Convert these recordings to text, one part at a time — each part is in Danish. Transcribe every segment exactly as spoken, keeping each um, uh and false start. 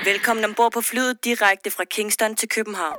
Velkommen ombord på flyet direkte fra Kingston til København.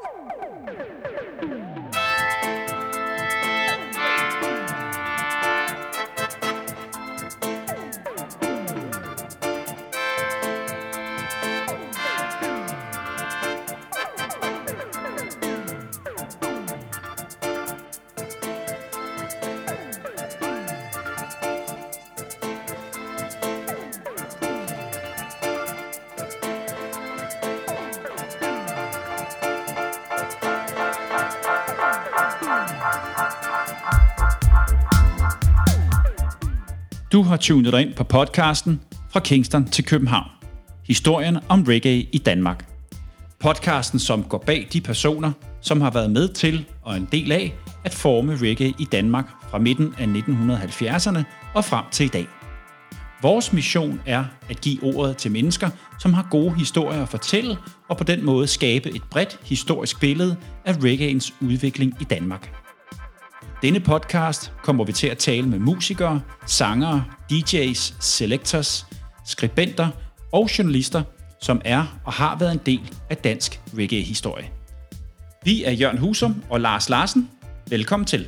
Du har tunet dig ind på podcasten Fra Kingston til København. Historien om reggae i Danmark. Podcasten, som går bag de personer, som har været med til og en del af at forme reggae i Danmark fra midten af nitten halvfjerdserne og frem til i dag. Vores mission er at give ordet til mennesker, som har gode historier at fortælle, og på den måde skabe et bredt historisk billede af reggaeens udvikling i Danmark. Denne podcast kommer vi til at tale med musikere, sangere, D J's, selectors, skribenter og journalister, som er og har været en del af dansk reggae-historie. Vi er Jørgen Husum og Lars Larsen. Velkommen til.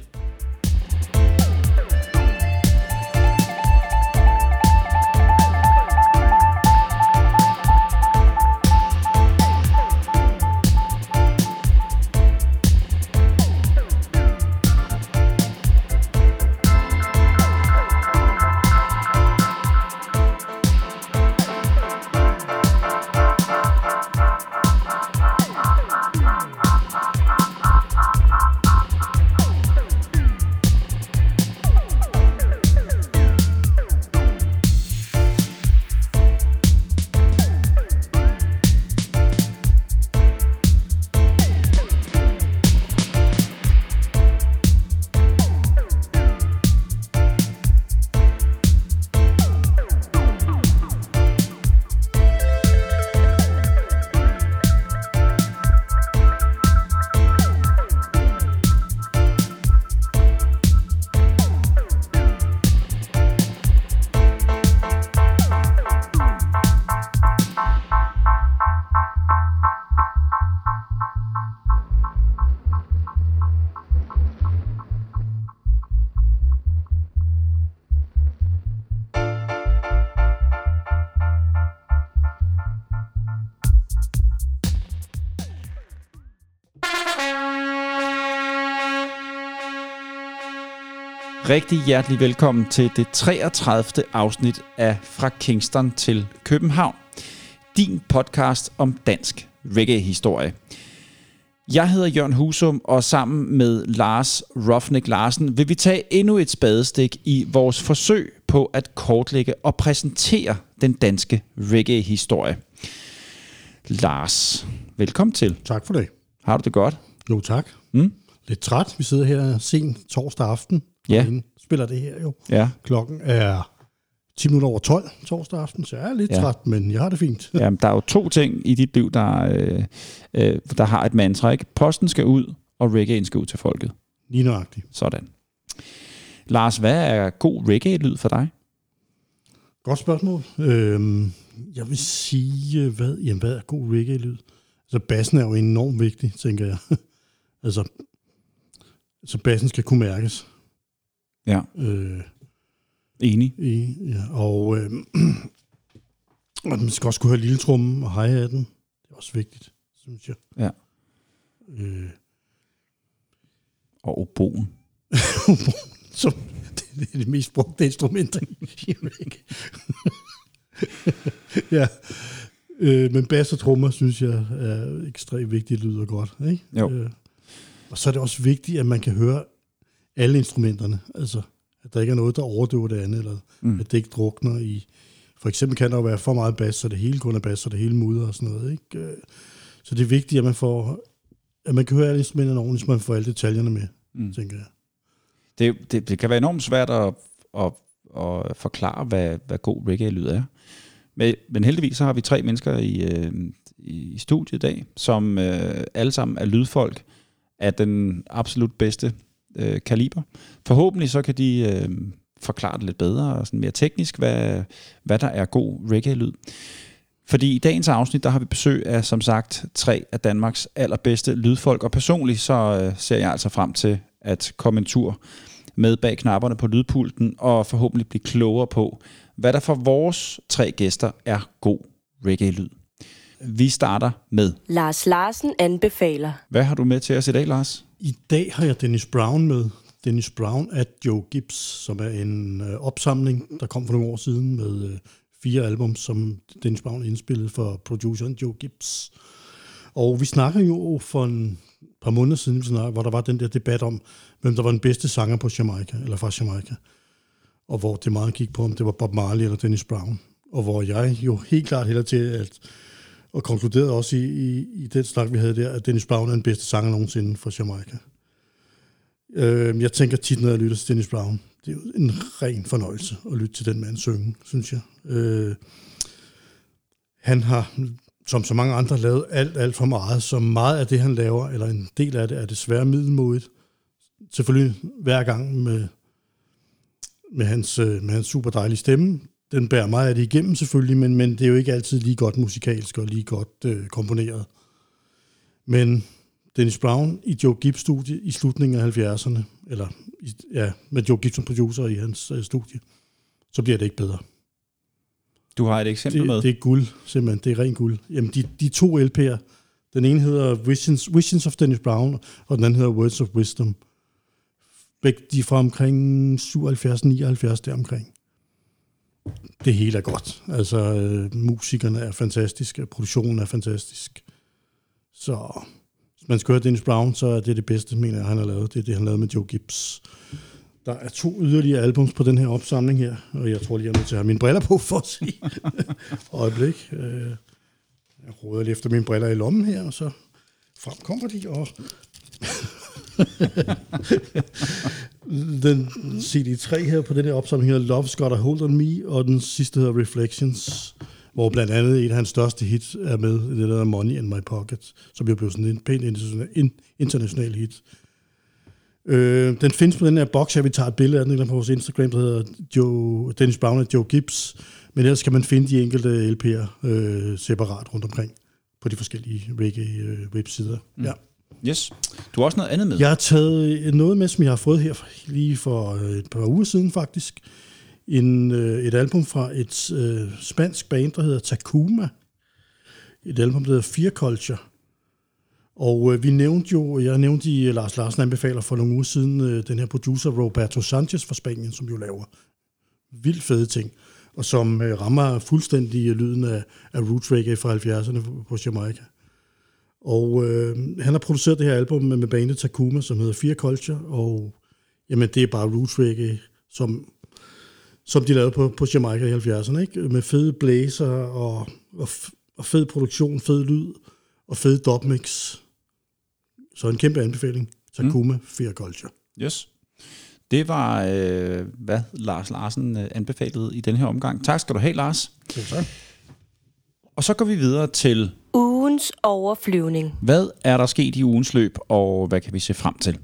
Rigtig hjertelig velkommen til det treogtredivte afsnit af Fra Kingston til København. Din podcast om dansk reggae-historie. Jeg hedder Jørgen Husum, og sammen med Lars Roughneck Larsen vil vi tage endnu et spadestik i vores forsøg på at kortlægge og præsentere den danske reggae-historie. Lars, velkommen til. Tak for det. Har du det godt? Jo, tak. Mm? Lidt træt. Vi sidder her sent torsdag aften. Ja. Spiller det her jo. Ja. Klokken er ti minutter over tolv torsdag aften, så jeg er lidt ja. træt, men jeg har det fint. Jamen, der er jo to ting i dit liv, der, øh, øh, der har et mantra, ikke? Posten skal ud, og reggae'en skal ud til folket. Lige nøjagtigt. Sådan. Lars, hvad er god reggae-lyd for dig? Godt spørgsmål. Øhm, jeg vil sige, hvad, jamen, hvad er god reggae-lyd? Altså, bassen er jo enormt vigtig, tænker jeg. altså, så bassen skal kunne mærkes. Ja. Øh, Enig. I, ja, og, øh, og man skal også kunne høre lille trummen og hi-hatten. Det er også vigtigt, synes jeg. Ja. Øh. Og oboen. Som det er det mest brugte instrument. ja. Øh, men bass og trommer, synes jeg, er ekstremt vigtigt, lyder godt. Ikke? Jo. Øh, og så er det også vigtigt, at man kan høre alle instrumenterne. Altså, at der ikke er noget, der overdøver det andet, eller mm. at det ikke drukner i... For eksempel kan der jo være for meget bass, så det hele kun er bass, så det hele mudder og sådan noget. Ikke? Så det er vigtigt, at man får... At man kan høre alle instrumenterne ordentligt, så man får alle detaljerne med, mm. tænker jeg. Det, det, det kan være enormt svært at, at, at forklare, hvad, hvad god reggae-lyd er. Men, men heldigvis så har vi tre mennesker i, øh, i studiet i dag, som øh, alle sammen er lydfolk af den absolut bedste øh, kaliber. Forhåbentlig så kan de øh, forklare det lidt bedre og sådan mere teknisk, hvad, hvad der er god reggae-lyd. Fordi i dagens afsnit, der har vi besøg af, som sagt, tre af Danmarks allerbedste lydfolk. Og personligt så øh, ser jeg altså frem til at komme en tur med bag knapperne på lydpulten og forhåbentlig blive klogere på, hvad der for vores tre gæster er god reggae-lyd. Vi starter med Lars Larsen anbefaler. Hvad har du med til os i dag, Lars? I dag har jeg Dennis Brown med. Dennis Brown at Joe Gibbs, som er en øh, opsamling, der kom for nogle år siden med øh, fire album, som Dennis Brown indspillede for produceren Joe Gibbs. Og vi snakker jo for en par måneder siden, hvor der var den der debat om, hvem der var den bedste sanger på Jamaica, eller fra Jamaica. Og hvor det meget gik på, om det var Bob Marley eller Dennis Brown. Og hvor jeg jo helt klart hælder til, at, og konkluderede også i, i, i den snak, vi havde der, at Dennis Brown er den bedste sanger nogensinde for Jamaica. Øh, jeg tænker tit, når jeg lytter til Dennis Brown, det er jo en ren fornøjelse at lytte til den mand synge, synes jeg. Øh, han har, som så mange andre, lavet alt, alt for meget, så meget af det, han laver, eller en del af det, er desværre middelmådigt. Selvfølgelig hver gang med, med, hans, med hans super dejlige stemme. Den bærer meget af det igennem selvfølgelig, men, men det er jo ikke altid lige godt musikalsk og lige godt øh, komponeret. Men Dennis Brown i Joe Gibbs studie i slutningen af halvfjerdserne, eller ja, med Joe Gibbs som producer i hans øh, studie, så bliver det ikke bedre. Du har et eksempel det, med. Det er guld, simpelthen. Det er ren guld. Jamen, de, de to L P'er, den ene hedder Visions, Visions of Dennis Brown, og den anden hedder Words of Wisdom. Begge de er fra omkring syvoghalvfjerds nioghalvfjerds deromkring. Det hele er godt. Altså, øh, musikerne er fantastiske, produktionen er fantastisk. Så hvis man skal høre Dennis Brown, så er det det bedste, mener jeg, han har lavet. Det er det, han lavede med Joe Gibbs. Der er to yderligere albums på den her opsamling her, og jeg tror lige, jeg er nødt til at have mine briller på for at se. Øjeblik. Jeg råder lige efter mine briller i lommen her, og så fremkommer de, og den C D tre her på den her opsamling hedder Love's Got a Hold on Me, og den sidste hedder Reflections, hvor blandt andet et af hans største hits er med, det der hedder Money in My Pocket, som jo blev sådan en pænt international hit. Øh, den findes på den her boks her, vi tager et billede af den på vores Instagram, der hedder Joe, Dennis Brown og Joe Gibbs, men ellers kan man finde de enkelte L P'er øh, separat rundt omkring på de forskellige reggae-websider. Øh, ja. Yes. Du har også noget andet med. Jeg har taget noget med, som jeg har fået her lige for et par uger siden faktisk. En, et album fra et øh, spansk band, der hedder Takuma. Et album, der hedder Fear Culture. Og øh, vi nævnte jo, jeg nævnte i Lars Larsen anbefaler for nogle uger siden, øh, den her producer Roberto Sanchez fra Spanien, som jo laver vildt fede ting, og som øh, rammer fuldstændig lyden af, af roots reggae fra halvfjerdserne på, på Jamaica. Og øh, han har produceret det her album med, med bandet Takuma, som hedder Fear Culture, og jamen, det er bare roots reggae, som, som de lavede på, på Jamaica i halvfjerdserne, ikke? Med fede blæser og, og, og fed produktion, fed lyd og fede dubmix. Så en kæmpe anbefaling. Takuma, mm. Fear Culture. Yes. Det var, øh, hvad Lars Larsen øh, anbefalede i den her omgang. Tak skal du have, Lars. Tak. Og så går vi videre til ugens overflyvning. Hvad er der sket i ugens løb, og hvad kan vi se frem til?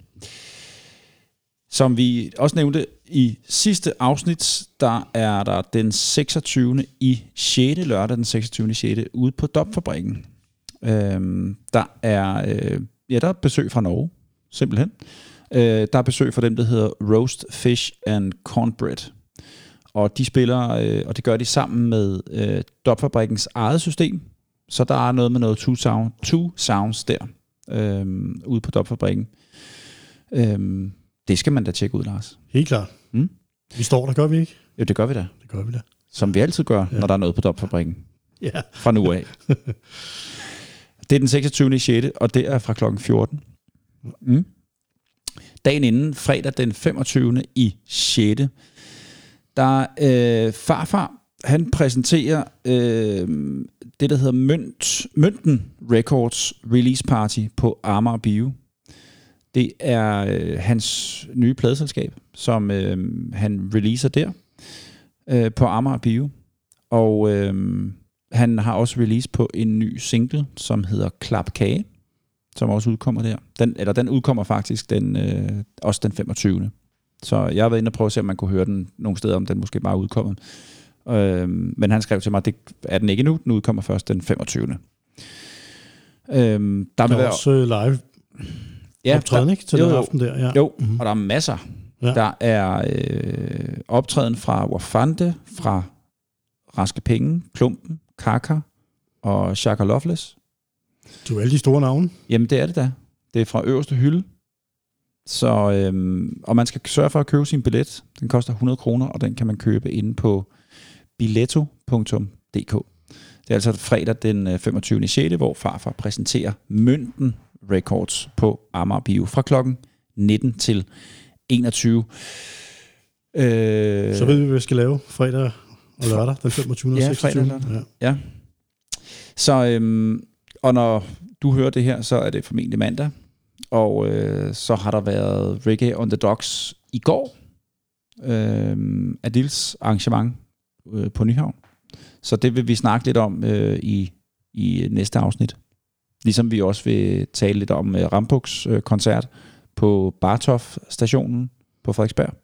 Som vi også nævnte i sidste afsnit, der er der den seksogtyvende i sjette lørdag, den seksogtyvende i sjette ude på Dopfabrikken. Øhm, der er øh, ja, der er besøg fra Norge, simpelthen. Øh, der er besøg fra dem, der hedder Roast Fish and Cornbread. Og de spiller, øh, og det gør de sammen med øh, Dopfabrikkens eget system. Så der er noget med noget two, sound, two sounds der, øh, ude på Dopfabrikken. Øh, det skal man da tjekke ud, Lars. Helt klart. Mm? Vi står der, gør vi ikke? Jo, det gør vi da. Det gør vi da. Som vi altid gør, ja. Når der er noget på Dopfabrikken. Ja. Fra nu af. Det er den seksogtyvende i sjette, og det er fra klokken fjorten. Mm. Dagen inden, fredag den femogtyvende i sjette, der øh, farfar, han præsenterer øh, det, der hedder Mønt, Mønten Records Release Party på Amager Bio. Det er øh, hans nye pladeselskab, som øh, han releaser der øh, på Amager Bio. Og øh, han har også release på en ny single, som hedder Klap Kage, som også udkommer der. Den, eller den udkommer faktisk den, øh, også den femogtyvende. Så jeg har været inde og prøve at se, om man kunne høre den nogle steder, om den måske bare udkommer. Øh, men han skrev til mig, at det er den ikke endnu. Den udkommer først den femogtyvende. Øh, der, der er være, også uh, live ja, optræden, ikke? Til jo, den aften der. Ja. Jo, mm-hmm. og der er masser. Ja. Der er øh, optræden fra Wafande, fra Raske Penge, Klumpen, Kaka og Shaka Loveless. Det er jo alle de store navne. Jamen, det er det da. Det er fra øverste hylde. Så, øhm, og man skal sørge for at købe sin billet. Den koster hundrede kroner, og den kan man købe inde på billetto punktum d k. Det er altså fredag den femogtyvende sjette hvor farfar præsenterer Mønten Records på Amager Bio fra klokken nitten til enogtyve. Øh, Så ved vi, hvad vi skal lave fredag og lørdag, den femogtyvende og ja, seksogtyvende. Fredag, lørdag. Ja. ja. Så, øhm, og når du hører det her, så er det formentlig mandag. Og øh, så har der været Reggae on the Docks i går. Øh, Adils arrangement øh, på Nyhavn. Så det vil vi snakke lidt om øh, i, i næste afsnit. Ligesom vi også vil tale lidt om øh, Rambuks øh, koncert på Bartof stationen på Frederiksberg.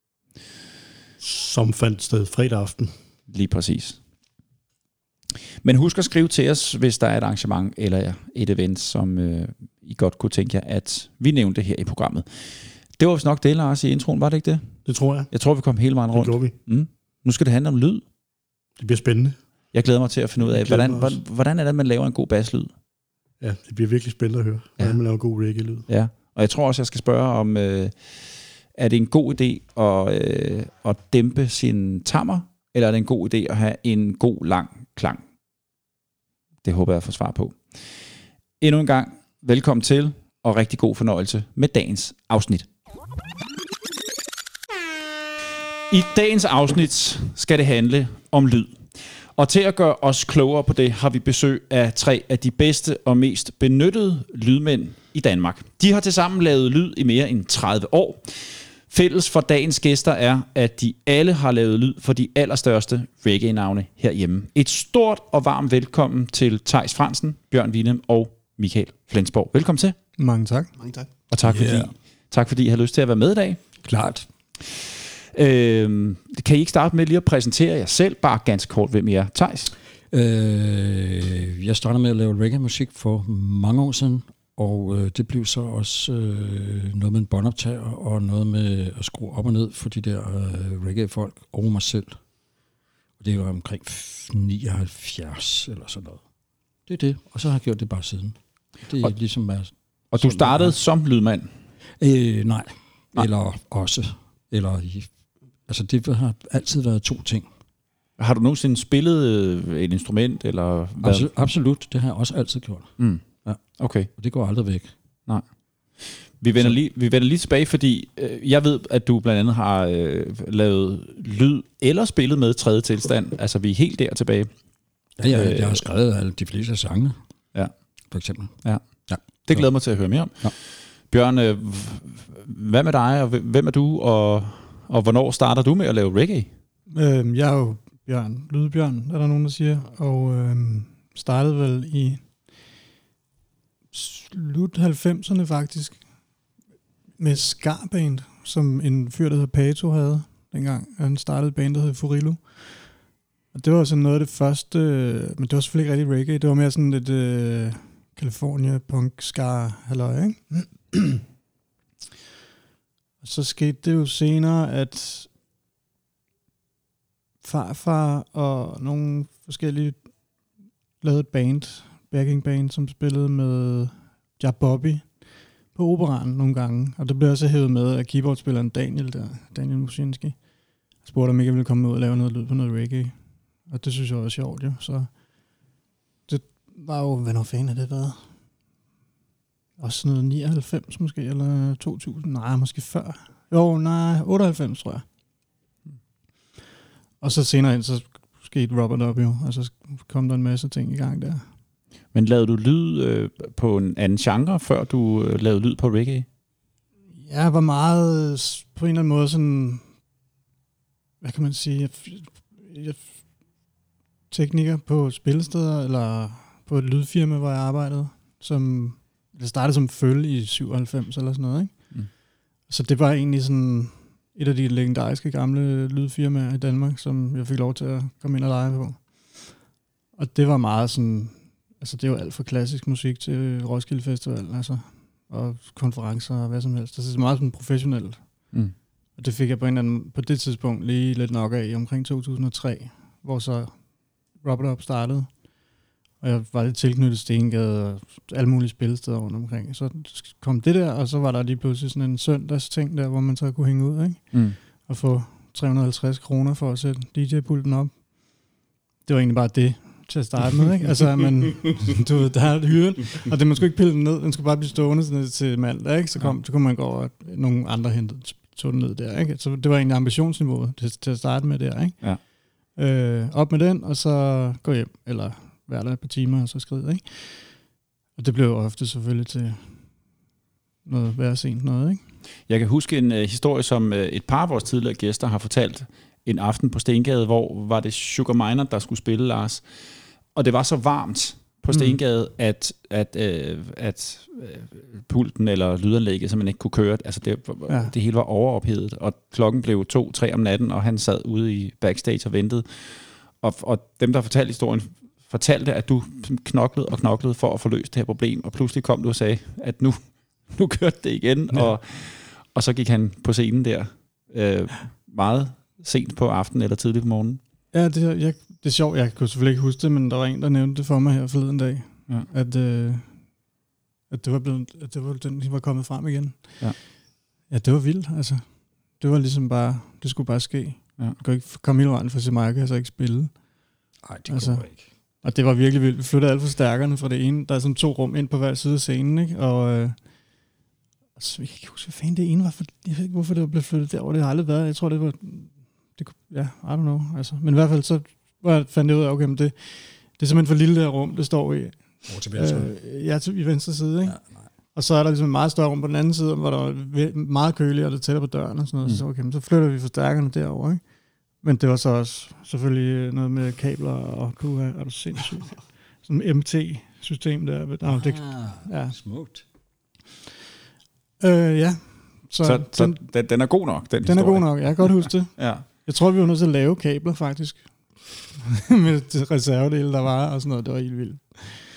Som fandt sted fredag aften. Lige præcis. Men husk at skrive til os, hvis der er et arrangement eller et event, som øh, I godt kunne tænke jer, at vi nævnte her i programmet. Det var vist nok det, Lars, i introen, var det ikke det? Det tror jeg. Jeg tror, vi kom hele vejen rundt. Det gjorde vi. Mm. Nu skal det handle om lyd. Det bliver spændende. Jeg glæder mig til at finde ud af, hvordan, hvordan, hvordan er det, man laver en god basslyd? Ja, det bliver virkelig spændende at høre, hvordan ja. man laver en god reggae-lyd. Ja, og jeg tror også, jeg skal spørge om, øh, er det en god idé at, øh, at dæmpe sin tammer, eller er det en god idé at have en god, lang klang? Det håber jeg at få svar på. Endnu en gang, velkommen til, og rigtig god fornøjelse med dagens afsnit. I dagens afsnit skal det handle om lyd. Og til at gøre os klogere på det, har vi besøg af tre af de bedste og mest benyttede lydmænd i Danmark. De har tilsammen lavet lyd i mere end tredive år. Fælles for dagens gæster er, at de alle har lavet lyd for de allerstørste reggae-navne herhjemme. Et stort og varmt velkommen til Theis Frandsen, Bjørn Winem og Michael Flensborg. Velkommen til. Mange tak. Mange tak. Og tak, yeah. fordi, tak fordi I har lyst til at være med i dag. Klart. Øh, kan I ikke starte med lige at præsentere jer selv, bare ganske kort, hvem I er? Theis? Øh, jeg startede med at lave reggae-musik for mange år siden, og øh, det blev så også øh, noget med en båndoptager og noget med at skrue op og ned for de der øh, reggae-folk og mig selv. Og det var omkring nioghalvfjerds eller sådan noget. Det er det, og så har jeg gjort det bare siden. Det er og, ligesom er, og du startede som lydmand? Øh, nej. nej, eller også. Eller i, altså det har altid været to ting. Har du nogensinde spillet et instrument? Eller hvad? Absolut, absolut, det har jeg også altid gjort. Mm. Ja. Okay. Og det går aldrig væk. Nej. Vi vender, lige, vi vender lige tilbage, fordi øh, jeg ved, at du blandt andet har øh, lavet lyd eller spillet med tredje tilstand. Altså vi er helt der tilbage. Ja, ja øh, jeg har skrevet alle de fleste af sangene. Ja. For eksempel. Ja. ja. Det glæder mig til at høre mere om. Ja. Bjørn, øh, hvad med dig, og hvem er du, og, og hvornår starter du med at lave reggae? Øhm, jeg er jo Bjørn, Lydbjørn, er der nogen, der siger, og øhm, startede vel i slut halvfemserne faktisk, med Skarband, som en fyr, der hedder Pato havde dengang. Han startede et band, der hed Furillo. Og det var sådan noget af det første, men det var selvfølgelig ikke rigtig reggae, det var mere sådan lidt øh, California punk ska halløj, ikke? Og så skete det jo senere, at farfar og nogle forskellige lavede et band, backing band, som spillede med Ja Bobby på Operaen nogle gange. Og det blev også hævet med af keyboardspilleren Daniel der, Daniel Musinski. Jeg spurgte, om ikke jeg ville komme ud og lave noget lyd på noget reggae. Og det synes jeg var sjovt, jo. Så det var jo, hvad nu fanden er det været? Også sådan noget nioghalvfems måske, eller to tusind. Nej, måske før. Jo, nej, otteoghalvfems tror jeg. Og så senere hen, så skete Robert op jo, og så kom der en masse ting i gang der. Men lavede du lyd øh, på en anden genre, før du øh, lavede lyd på reggae? Jeg var meget, på en eller anden måde sådan, hvad kan man sige, jeg, jeg, tekniker på spillesteder, eller på et lydfirma, hvor jeg arbejdede, som, det startede som følge i syvoghalvfems eller sådan noget, ikke? Mm. Så det var egentlig sådan et af de legendariske gamle lydfirmaer i Danmark, som jeg fik lov til at komme ind og lege på. Og det var meget sådan, altså det var alt fra klassisk musik til Roskilde Festival, altså, og konferencer og hvad som helst. Altså det er meget sådan professionelt. Mm. Og det fik jeg på en eller anden, på det tidspunkt lige lidt nok af i omkring to tusind og tre, hvor så Rubber Dub startede. Og jeg var lidt tilknyttet Stengade og alle mulige spillesteder rundt omkring. Så kom det der, og så var der lige pludselig sådan en søndags ting der, hvor man så kunne hænge ud, ikke? Mm. Og få tre hundrede og halvtreds kroner for at sætte D J-pulten op. Det var egentlig bare det til at starte med, ikke? Altså, man, du ved, der er hyren, og det man skulle ikke pille den ned, den skulle bare blive stående sådan til mandag, ikke? Så, kom, så kunne man gå over, og nogle andre hentede, tog den ned der, ikke? Så det var egentlig ambitionsniveauet til, til at starte med der, ikke? Ja. Øh, op med den, og så gå hjem, eller være der et par timer, og så skride, ikke? Og det blev ofte selvfølgelig til noget værre sent noget, ikke? Jeg kan huske en uh, historie, som uh, et par af vores tidligere gæster har fortalt en aften på Stengade, hvor var det Sugar Minor, der skulle spille, Lars. Og det var så varmt på Stengade, mm. at, at, øh, at øh, pulten eller lydanlægget simpelthen ikke kunne køre. Altså det, ja. det hele var overophedet, og klokken blev to, tre om natten, og han sad ude i backstage og ventede. Og, og dem, der fortalte historien, fortalte, at du knoklede og knoklede for at få løst det her problem, og pludselig kom du og sagde, at nu, nu kørte det igen, ja. og, og så gik han på scenen der øh, meget sent på aftenen eller tidligt på morgenen. Ja, det, jeg, det er sjovt. Jeg kunne selvfølgelig ikke huske det, men der var en, der nævnte det for mig her forleden dag, ja. at, øh, at, det var blevet, at det var den, de var kommet frem igen. Ja, ja det var vildt. Altså, det var ligesom bare, det skulle bare ske. Ja. Jeg kunne ikke komme hele vejen for Jamaica, og så ikke spille. Nej, det altså, går ikke. Og det var virkelig vildt. Vi flyttede alt for stærkerne fra det ene. Der er sådan to rum ind på hver side af scenen, ikke? Og øh, altså, jeg kan ikke huske, hvad fanden det ene var. For, jeg ved ikke, hvorfor det var blevet flyttet derover. Det har aldrig været. Jeg tror, det var... Det, ja, I don't know. Altså. Men i hvert fald så var, fandt jeg ud af, okay, men det, det er simpelthen for lille det her rum, det står i. Hvor til venstre? Øh, ja, til, i venstre side, ikke? Ja, og så er der ligesom et meget større rum på den anden side, hvor der var meget køligt, og det tæller på døren og sådan noget. Mm. Så okay, men så flytter vi forstærkerne derover, ikke? Men det var så også selvfølgelig noget med kabler og puha, er du sindssygt. Sådan et M T-system der. Nå, ah, det, ja. Smukt. Øh, ja. Så, så, så den, den, den er god nok, den Den historie. er god nok, jeg kan godt huske det. Ja. Jeg tror, vi var nødt til at lave kabler, faktisk. Med det reservedele, der var, og sådan noget. Det var helt vildt.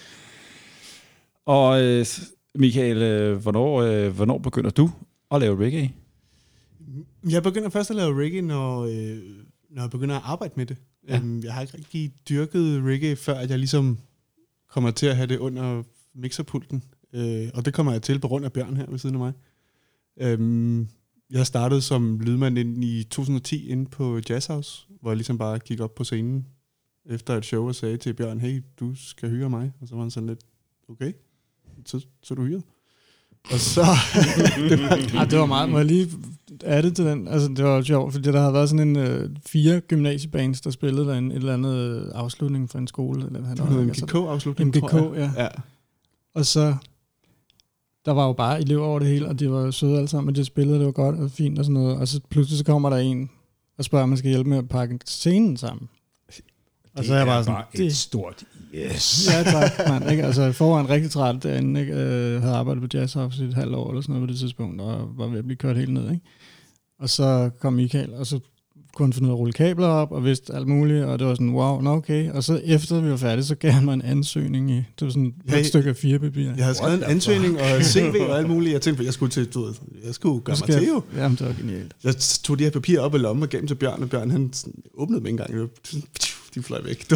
Og øh, Michael, øh, hvornår, øh, hvornår begynder du at lave reggae? Jeg begynder først at lave reggae, når, øh, når jeg begynder at arbejde med det. Ja. Um, jeg har ikke rigtig dyrket reggae, før at jeg ligesom kommer til at have det under mixerpulten. Uh, og det kommer jeg til på grund af Bjørn her ved siden af mig. Um, jeg startede som lydmand ind i to tusind og ti inde på Jazz House, hvor jeg ligesom bare gik op på scenen efter et show og sagde til Bjørn, hey, du skal hyre mig. Og så var han sådan lidt, okay, så, så er du hyret. Og så... det, var, ja, det var meget... Må jeg lige adde til den? Altså, det var sjovt, fordi der havde været sådan en øh, fire gymnasiebands, der spillede der en et eller andet afslutning for en skole. Eller det var en M G K-afslutning, M G K, ja. ja. Og så... Der var jo bare elever over det hele, og de var søde alle sammen, og de spillede, det var godt og fint og sådan noget. Og så pludselig så kommer der en og spørger, om man skal hjælpe med at pakke scenen sammen. Og så er jeg bare sådan, bare et det, stort yes. Ja, tak, mand. Ikke? Altså, jeg foran rigtig træt derinde, ikke? Øh, havde arbejdet på Jazz House i et halvt år eller sådan noget på det tidspunkt, og var ved at blive kørt helt ned, ikke? Og så kom Michael, og så kunne han finde ud af at rulle kabler op, og vidste alt muligt, og det var sådan, wow, no, okay. Og så efter vi var færdige, så gav han mig en ansøgning i, det var sådan et ja, stykke af fire papir. Jeg havde skrevet en ansøgning og C V og alt muligt. Jeg tænkte, jeg skulle til, du ved, jeg skulle gøre mig til jo. Jamen, det var genialt. Jeg tog de her papirer op i lommen og gav dem til Bjørn, og Bjørn, han åbnede dem en gang. De fløj væk.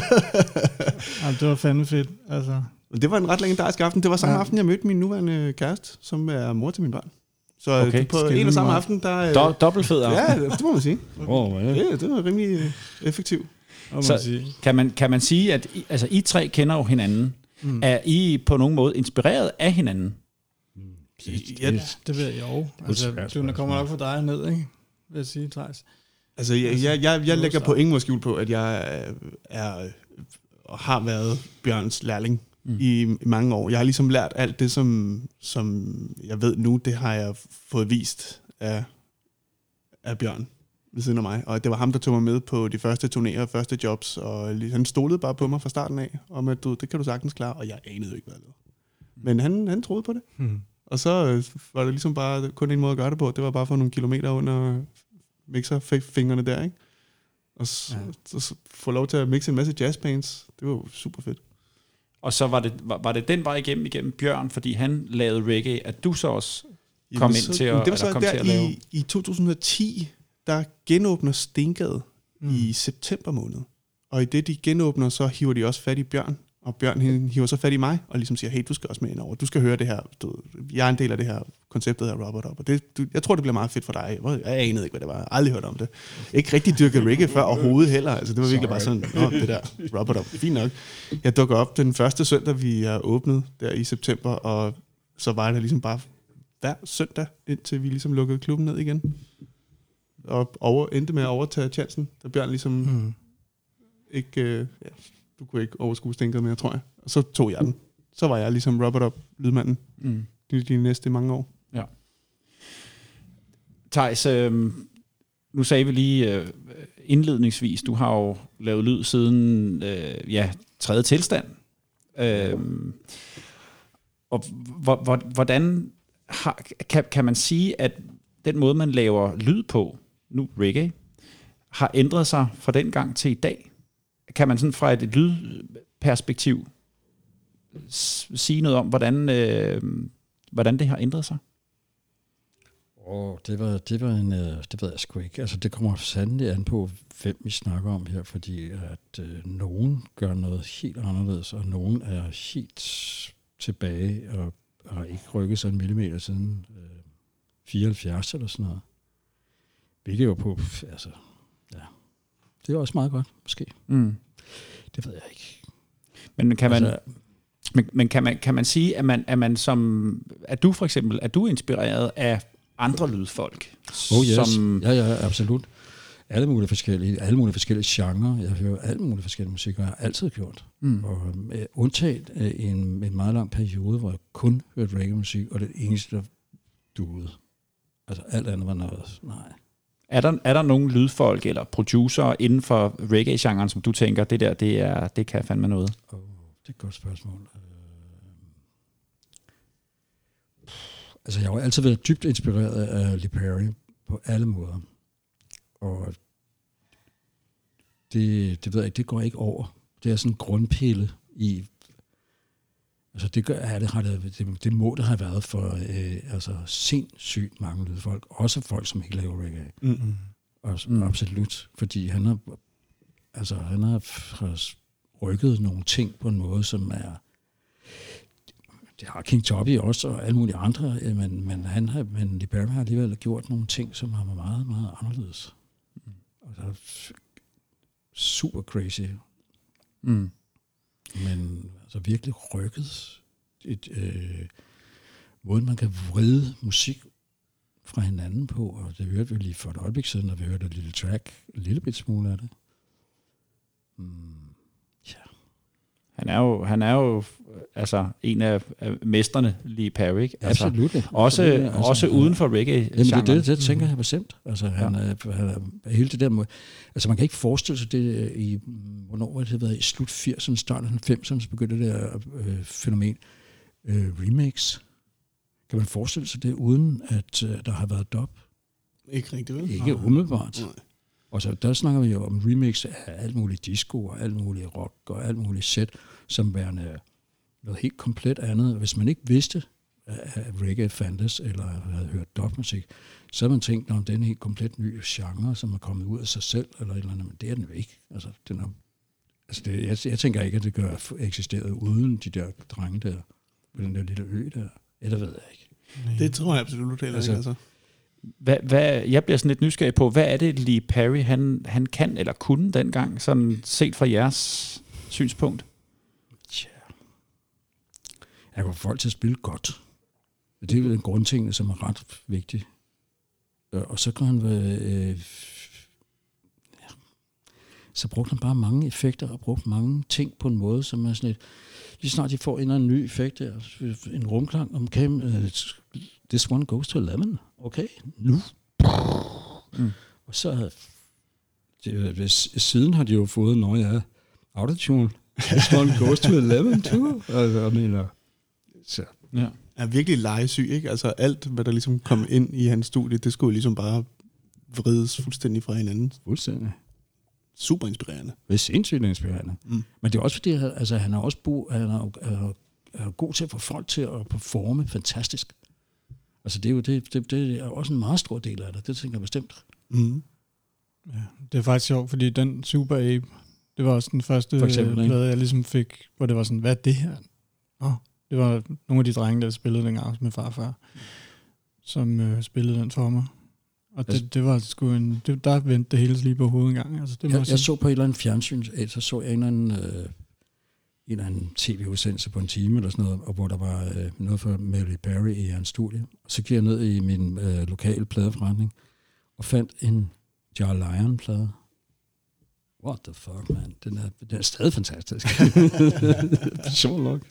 Ja, det var fandme fedt. Altså. Det var en ret legendarisk aften. Det var samme ja. aften, jeg mødte min nuværende kæreste, som er mor til mine børn. Så okay. på Skille en og samme aften, der... Do- dobbeltfed aften. Ja, det må man sige. Oh, ja. Ja, det var rimelig effektivt. Så sige. Kan, man, kan man sige, at I, altså, I tre kender jo hinanden. Mm. Er I på nogen måde inspireret af hinanden? Mm. Ja, det ved jeg jo. Altså, det kommer nok fra dig ned, ikke? Vil jeg sige, Thijs. Altså, jeg, jeg, jeg, jeg lægger på ingen måde skjul på, at jeg er og har været Bjørns lærling mm. i, i mange år. Jeg har ligesom lært alt det, som, som jeg ved nu, det har jeg fået vist af, af Bjørn ved siden af mig. Og det var ham, der tog mig med på de første turnéer og første jobs, og han stolede bare på mig fra starten af, om at du, det kan du sagtens klare, og jeg anede jo ikke, hvad det var. Men han, han troede på det. Mm. Og så øh, var det ligesom bare kun en måde at gøre det på. Det var bare for nogle kilometer under mixerfingrene der, ikke? Og så, ja. så, så få lov til at mixe en masse jazzbands. Det var jo super fedt. Og så var det, var, var det den vej igennem, igennem Bjørn, fordi han lavede reggae, at du så også kom Jamen, ind så, til at, det var så kom der til at lave? I, i to tusind og ti, der genåbner Stengade mm. i september måned. Og i det, de genåbner, så hiver de også fat i Bjørn. Og Bjørn hiver så fat i mig, og ligesom siger, hey, du skal også med ind over. Du skal høre det her. Du, jeg er en del af det her konceptet her, Robert Up. Og det, du, jeg tror, det bliver meget fedt for dig. Jeg anede ikke, hvad det var. Jeg har aldrig hørt om det. Ikke rigtig dyrket reggae før overhovedet heller. Altså, det var virkelig bare sådan, Nå, det der, Robert Up, fint nok. Jeg dukker op den første søndag, vi er åbnet der i september, og så var det ligesom bare hver søndag, indtil vi ligesom lukkede klubben ned igen. Og over, endte med at overtage chancen, da Bjørn ligesom mm. ikke... Øh, ja, du kunne ikke overskue Stengade mere, tror jeg. Og så tog jeg den. Så var jeg ligesom Robert Up, lydmanden, mm. de, de næste mange år. Ja. Theis, øh, nu sagde vi lige øh, indledningsvis, du har jo lavet lyd siden øh, ja, tredje tilstand. Øh, og hvordan har, kan, kan man sige, at den måde, man laver lyd på, nu reggae, har ændret sig fra den gang til i dag? Kan man sådan fra et lydperspektiv sige noget om, hvordan, øh, hvordan det har ændret sig? Åh, oh, det var, det var en, det ved jeg sgu ikke. Altså, det kommer sandelig an på, hvem vi snakker om her, fordi at øh, nogen gør noget helt anderledes, og nogen er helt tilbage og har ikke rykket sig en millimeter siden øh, fireoghalvfjerds eller sådan noget. Hvilket jo på, altså, ja. Det er også meget godt, måske. Mm. Det ved jeg ikke. Men kan man, altså, men, men kan man, kan man sige, at man, at man som, er du for eksempel, er du inspireret af andre lydfolk? Oh yes, som, ja, ja, absolut. Alle mulige forskellige, alle mulige forskellige genrer. Jeg hører alle mulige forskellige musik, og jeg har altid gjort. Mm. Og uh, undtaget uh, en, en meget lang periode, hvor jeg kun hørte reggae-musik, og det eneste, der duede. Altså alt andet var noget, nej. Er der, er der nogle lydfolk eller producer inden for reggae-genren, som du tænker, det der, det, er, det kan fandme noget? Oh, det er et godt spørgsmål. Uh, altså, jeg har altid været dybt inspireret af Lee Perry på alle måder. Og det, det ved jeg ikke, det går ikke over. Det er sådan en grundpille i... Altså, det, gør, ja, det, har det, det, det må det have været for øh, altså, sindssygt mange lydfolk. Også folk, som ikke laver reggae. Mm-hmm. Og, mm. Absolut. Fordi han har, altså, han har rykket nogle ting på en måde, som er... Det har King Tubby også, og alle mulige andre, men, men, han har, men Lee Perry har alligevel gjort nogle ting, som har været meget, meget anderledes. Mm. Altså, super crazy. Mm. Men altså virkelig rykket et øh, måde, man kan vride musik fra hinanden på, og det hørte vi lige for et øjeblik siden, og vi hørte et lille track, en lille bit smule af det. Mm. Ja. Han er jo, han er jo altså en af, af mesterne, Lee Perry, ikke? Altså, absolut. Også, absolut. Altså, også uden for reggae. Jamen det, det, det tænker jeg bestemt. Altså, han, ja. er, han er hele det der måde. Altså, man kan ikke forestille sig det i, hvornår det har været i slut firserne, start af halvfemserne, så begyndte det der øh, fænomen øh, remix. Kan man forestille sig det, uden at øh, der har været dub? Ikke rigtigt, vel? Ikke umiddelbart. Nej. Og så der snakker vi jo om remix af alt muligt disco, og alt muligt rock, og alt muligt set, som værende noget helt komplet andet. Hvis man ikke vidste, at reggae fandtes, eller havde hørt dubmusik, så havde man tænkt, om det er en helt komplet ny genre, som er kommet ud af sig selv, eller et eller andet, men det er den jo ikke. Altså, den er, altså det, jeg, jeg tænker ikke, at det gør eksisteret uden de der drenge der, på den der lille ø der. Eller ved jeg ikke. Det tror jeg absolut heller altså, ikke, altså. Hvad, hvad, jeg bliver sådan lidt nysgerrig på, hvad er det, Lee Perry, han, han kan eller kunne dengang, sådan set fra jeres synspunkt? Tja. Jeg kan få folk til at spille godt. Det er jo en grundting, som er ret vigtig. Og så kan han være... Øh, ja. Så brugte han bare mange effekter og brugte mange ting på en måde, som er sådan lidt... Lige snart de får en eller anden ny effekt der, en rumklang, om okay, uh, this one goes to eleven. Okay, nu. Mm. Og så det, siden har de jo fået, når jeg er autotune. This one goes to eleven too. Og jeg mener, så. Ja. er virkelig legesyg, ikke? Altså alt, hvad der ligesom kom ind i hans studie, det skulle ligesom bare vrides fuldstændig fra hinanden. Fuldstændig. Super inspirerende. Det er sindssygt inspirerende. Mm. Men det er også fordi, altså, han er også bo, han er, er, er god til at få folk til at performe fantastisk. Altså det er jo det, det, det er også en meget stor del af det. Det tænker jeg bestemt. Mm. Ja, det er faktisk sjovt, fordi den Super Ape, det var også den første eksempel, plade, jeg ligesom fik, hvor det var sådan, hvad er det her? Oh, det var nogle af de drenge, der spillede dengang med farfar, som øh, spillede den for mig. Og det, det var sgu en, det, der vendte det hele lige på hovedet en gang. Altså, det var jeg, jeg så på et eller andet fjernsyn, så så jeg en eller anden, øh, en eller anden tv-udsendelse på en time eller sådan noget, og hvor der var øh, noget fra Mary Berry i hans studie. Og så gik jeg ned i min øh, lokale pladeforretning og fandt en Jar Lion-plade. What the fuck, man? Den er, den er stadig fantastisk. Sjovt nok.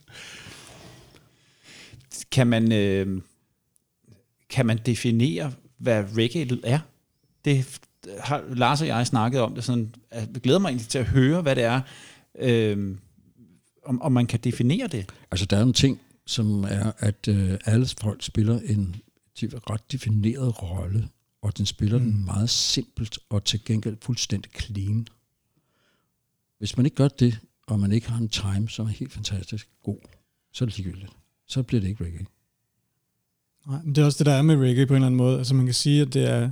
Kan man, øh, kan man definere, hvad reggae-lyd er? Det har Lars og jeg snakket om det sådan, at jeg glæder mig egentlig til at høre, hvad det er, øh, om, om man kan definere det. Altså, der er en ting, som er, at øh, alle folk spiller en ret defineret rolle, og den spiller mm. den meget simpelt, og til gengæld fuldstændig clean. Hvis man ikke gør det, og man ikke har en time, som er helt fantastisk god, så er det ligegyldigt. Så bliver det ikke reggae. Nej, men det er også det, der er med reggae på en eller anden måde. Altså man kan sige, at det er...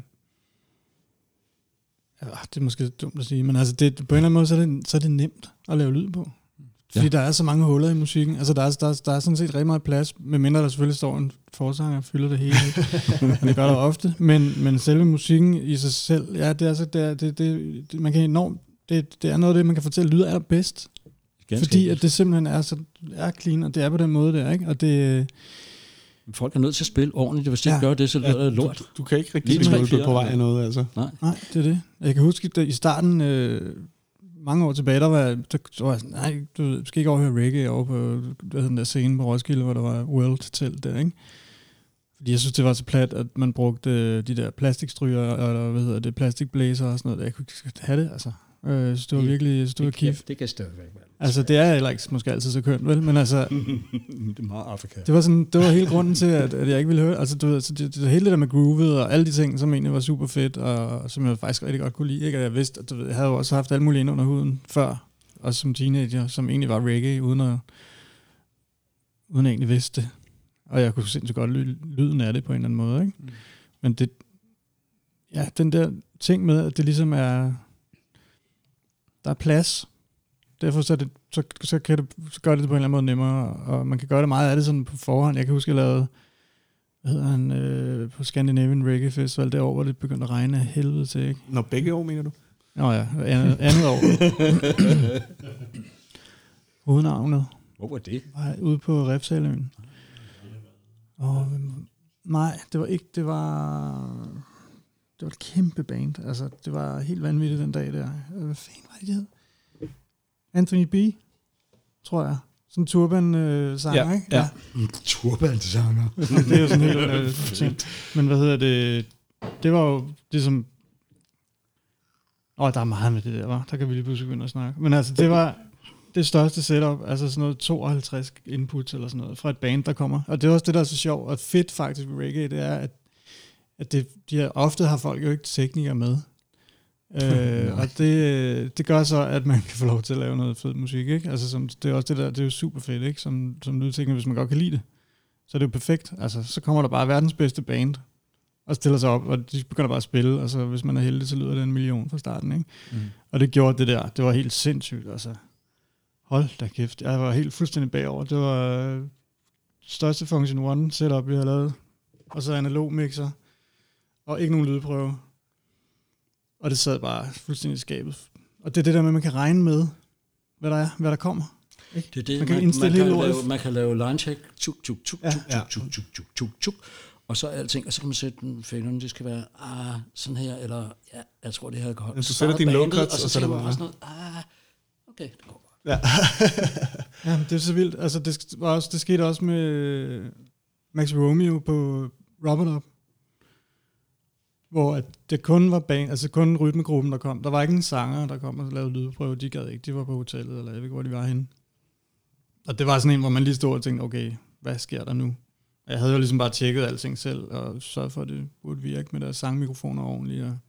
Ja, det er måske dumt at sige, men altså det, på en eller anden måde, så er det, så er det nemt at lave lyd på. Fordi ja. Der er så mange huller i musikken. Altså der er, der, der er sådan set rigtig meget plads, medmindre der selvfølgelig står en forsanger og fylder det hele. Men det gør der ofte. Men, men selve musikken i sig selv, ja, det er, altså, det er, det, det, det, man kan enormt, det, det er noget af det, man kan fortælle, lyder er bedst. Ganske fordi at det simpelthen er så er clean, og det er på den måde, det er, ikke? Og det... Folk er nødt til at spille ordentligt, hvis de ja. ikke gør det, så lyder det lort. Du, du kan ikke rigtig blive hjulpet på vej af noget, altså. Nej. Nej, det er det. Jeg kan huske, at i starten, øh, mange år tilbage, der var, der, der var sådan, nej, du ved, skal ikke overhøre reggae over på hvad hedder den der scene på Roskilde, hvor der var World til der, ikke? Fordi jeg synes, det var så plat, at man brugte de der plastikstryger, og hvad hedder det, plastikblæser og sådan noget. Jeg kunne ikke have det, altså. Jeg synes, det var virkelig, det, det, det, det kan stadigvæk være. Altså, det er heller ikke måske altid så kønt, vel? Men altså... det er meget Afrika. Det var, sådan, det var hele grunden til, at, at jeg ikke ville høre... Altså, du ved, så det, det, hele det der med groovet og alle de ting, som egentlig var super fedt, og som jeg faktisk rigtig godt kunne lide, ikke? Og jeg vidste, at du ved, jeg havde jo også haft alle mulige ind under huden før, også som teenager, som egentlig var reggae, uden at, uden at egentlig vidste det. Og jeg kunne sindssygt godt ly- lyden af det på en eller anden måde, ikke? Mm. Men det... Ja, den der ting med, at det ligesom er... Der er plads. Derfor så, det, så, så, kan det, så gør det det på en eller anden måde nemmere, og man kan gøre det meget af det sådan på forhånd. Jeg kan huske, at jeg lavede, hvad hedder han, øh, på Scandinavian Reggae Festival, det år, hvor det begyndte at regne af helvede til, ikke? Når begge år, mener du? Nå ja, andet, andet år. Hovednavnet. Hvor var det? Var ude på Refsaløen. Og, nej, det var ikke, det var... Det var et kæmpe band. Altså, det var helt vanvittigt den dag der. Hvad fanden var det, det hed? Anthony B., tror jeg. Sådan en turban-sanger, ja, ikke? Ja, ja. Turban-sanger. Det er jo sådan helt øh, ting. Men hvad hedder det? Det var jo det som... Åh, oh, der er meget med det der, var. Der kan vi lige pludselig begynde at snakke. Men altså, det var det største setup. Altså sådan noget tooghalvtreds inputs eller sådan noget fra et band, der kommer. Og det er også det, der er så sjovt og fedt faktisk ved reggae, det er, at at det, de har, ofte har folk jo ikke teknikere med. øh, og det, det gør så, at man kan få lov til at lave noget fed musik, ikke? Altså, som, det er også det der, det er jo super fedt, ikke? Som, som lydtekniker, hvis man godt kan lide det, så er det jo perfekt. Altså, så kommer der bare verdens bedste band, og stiller sig op, og de begynder bare at spille, og så hvis man er heldig, så lyder det en million fra starten, ikke? Mm. Og det gjorde det der, det var helt sindssygt, altså. Hold da kæft, jeg var helt fuldstændig bagover. Det var øh, største Function One setup, vi har lavet, og så analog mixer, og ikke nogen lydprøve. Og det sad bare fuldstændig i skabet. Og det er det der med, at man kan regne med, hvad der er, hvad der kommer. Ikke? Det er det, man kan man, indstille man, hele kan ordet. lave, man kan lave line check, tuk, tuk, tuk, ja. tuk, tuk, tuk, tuk, tuk, tuk, og så alting, og så kan man sætte den fingrene, det skal være, ah, sådan her, eller, ja, jeg tror, det her er godt. Du sætter din low cuts, og så siger man bare sådan noget, ah, okay, det går bare. Ja. Ja, det er så vildt. Altså, det, var også, det skete også med Max Romeo på Robert Up, hvor at det kun var band, altså kun rytmegruppen, der kom. Der var ikke en sanger, der kom og lavede lydprøve. De gad ikke. De var på hotellet, eller jeg ved ikke, hvor de var henne. Og det var sådan en, hvor man lige stod og tænkte, okay, hvad sker der nu? Jeg havde jo ligesom bare tjekket alting selv, og sørget for, at det burde virke med deres sangmikrofoner ordentligt, og,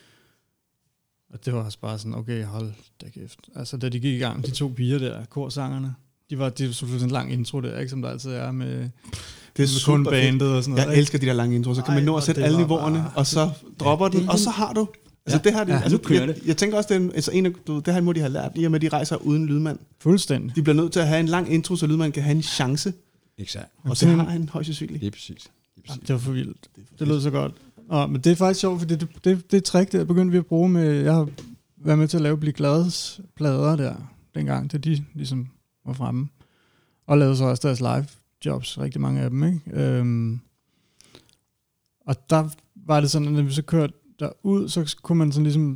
og det var også bare sådan, okay, hold da kæft. Altså, da de gik i gang, de to piger der, korsangerne, de var, de var sådan en lang intro der, ikke, som der altid er med, det er med kun bandet og sådan noget. Jeg ikke? elsker de der lange introer, så kan Ej, man nå at sætte alle niveauerne, bare, og så dropper ja, den, og så har du... Altså ja, det her, det, ja, altså, jeg, jeg, jeg tænker også, det er en, altså en af, du, det her må de have lært, i og med, at de rejser uden lydmand. Fuldstændig. De bliver nødt til at have en lang intro, så lydmanden kan have en chance. Exakt. Og så har han højst sandsynligt. Det er præcis. Det, ja, det var for vildt. Det, det lød så godt. Og, men det er faktisk sjovt, fordi det, det, det trick, der begyndte vi at bruge med, jeg har været med til at lave Bliv Glades plader der, dengang, da de ligesom var fremme. Og lavede så også deres live jobs, rigtig mange af dem, ikke? Øhm, og der var det sådan, at når vi så kørte derud, så kunne man sådan ligesom,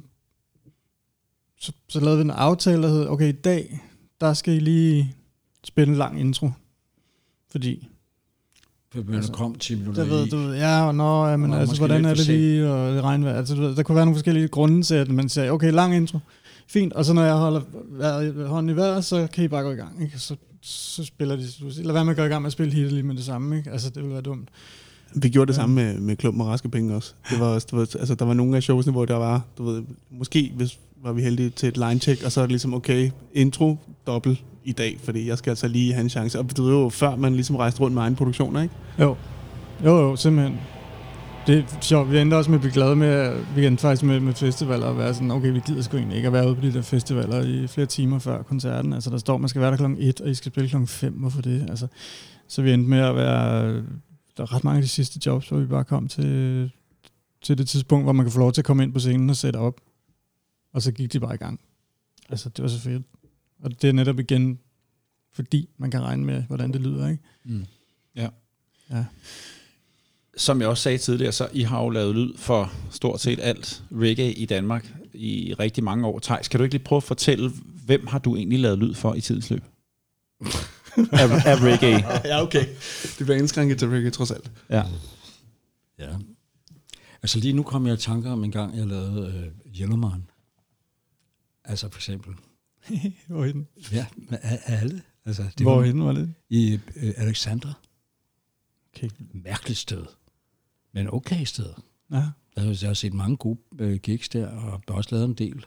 så, så lavede vi en aftale, der hed, okay, i dag, der skal I lige spille en lang intro. Fordi... For man altså, kom ti minutter der ved, du ved, ja, og nå, ja, men og altså, hvordan er det lige, og det regnvejr, altså, du ved, der kunne være nogle forskellige grunde til, at man siger, okay, lang intro, fint, og så når jeg holder hånden i vejret, så kan I bare gå i gang, ikke? Så, så spiller de, lad være med at gå i gang med at spille hittet lige med det samme, ikke? Altså, det ville være dumt. Vi gjorde det samme med, med Klumpen og Raske Penge også. Det var også, du ved, altså, der var nogle af showsene, hvor der var, du ved, måske hvis var vi heldige til et line-check, og så er det ligesom, okay, intro, dobbelt i dag, fordi jeg skal altså lige have en chance. Og du ved jo, før man ligesom rejste rundt med egen produktioner, ikke? Jo, jo, jo, simpelthen. Det er sjovt, vi endte også med at blive glade med, vi endte faktisk med, med festivaler og være sådan, okay, vi gider sgu egentlig ikke at være ude på de der festivaler i flere timer før koncerten. Altså, der står, man skal være der klokken et, og I skal spille klokken fem, hvorfor det? Altså, så vi endte med at være, der er ret mange af de sidste jobs, hvor vi bare kom til, til det tidspunkt, hvor man kan få lov til at komme ind på scenen og sætte op. Og så gik de bare i gang. Altså, det var så fedt. Og det er netop igen, fordi man kan regne med, hvordan det lyder, ikke? Mm. Ja. Ja. Som jeg også sagde tidligere, så I har jo lavet lyd for stort set alt reggae i Danmark i rigtig mange år. Theis, kan du ikke lige prøve at fortælle, hvem har du egentlig lavet lyd for i tidens løb? af, af reggae. Ja, okay. Det bliver indskrænket til reggae, trods alt. Ja. Ja. Altså lige nu kom jeg i tanker om en gang, jeg lavede uh, Yellowman. Altså for eksempel. Hvorhenne? Ja, af alle. Altså, det Hvorhenne var det? I uh, Alexandra. Okay. Mærkeligt sted. Men okay sted. Ja. Jeg har, jeg har set mange gode uh, gigs der, og har også lavet en del.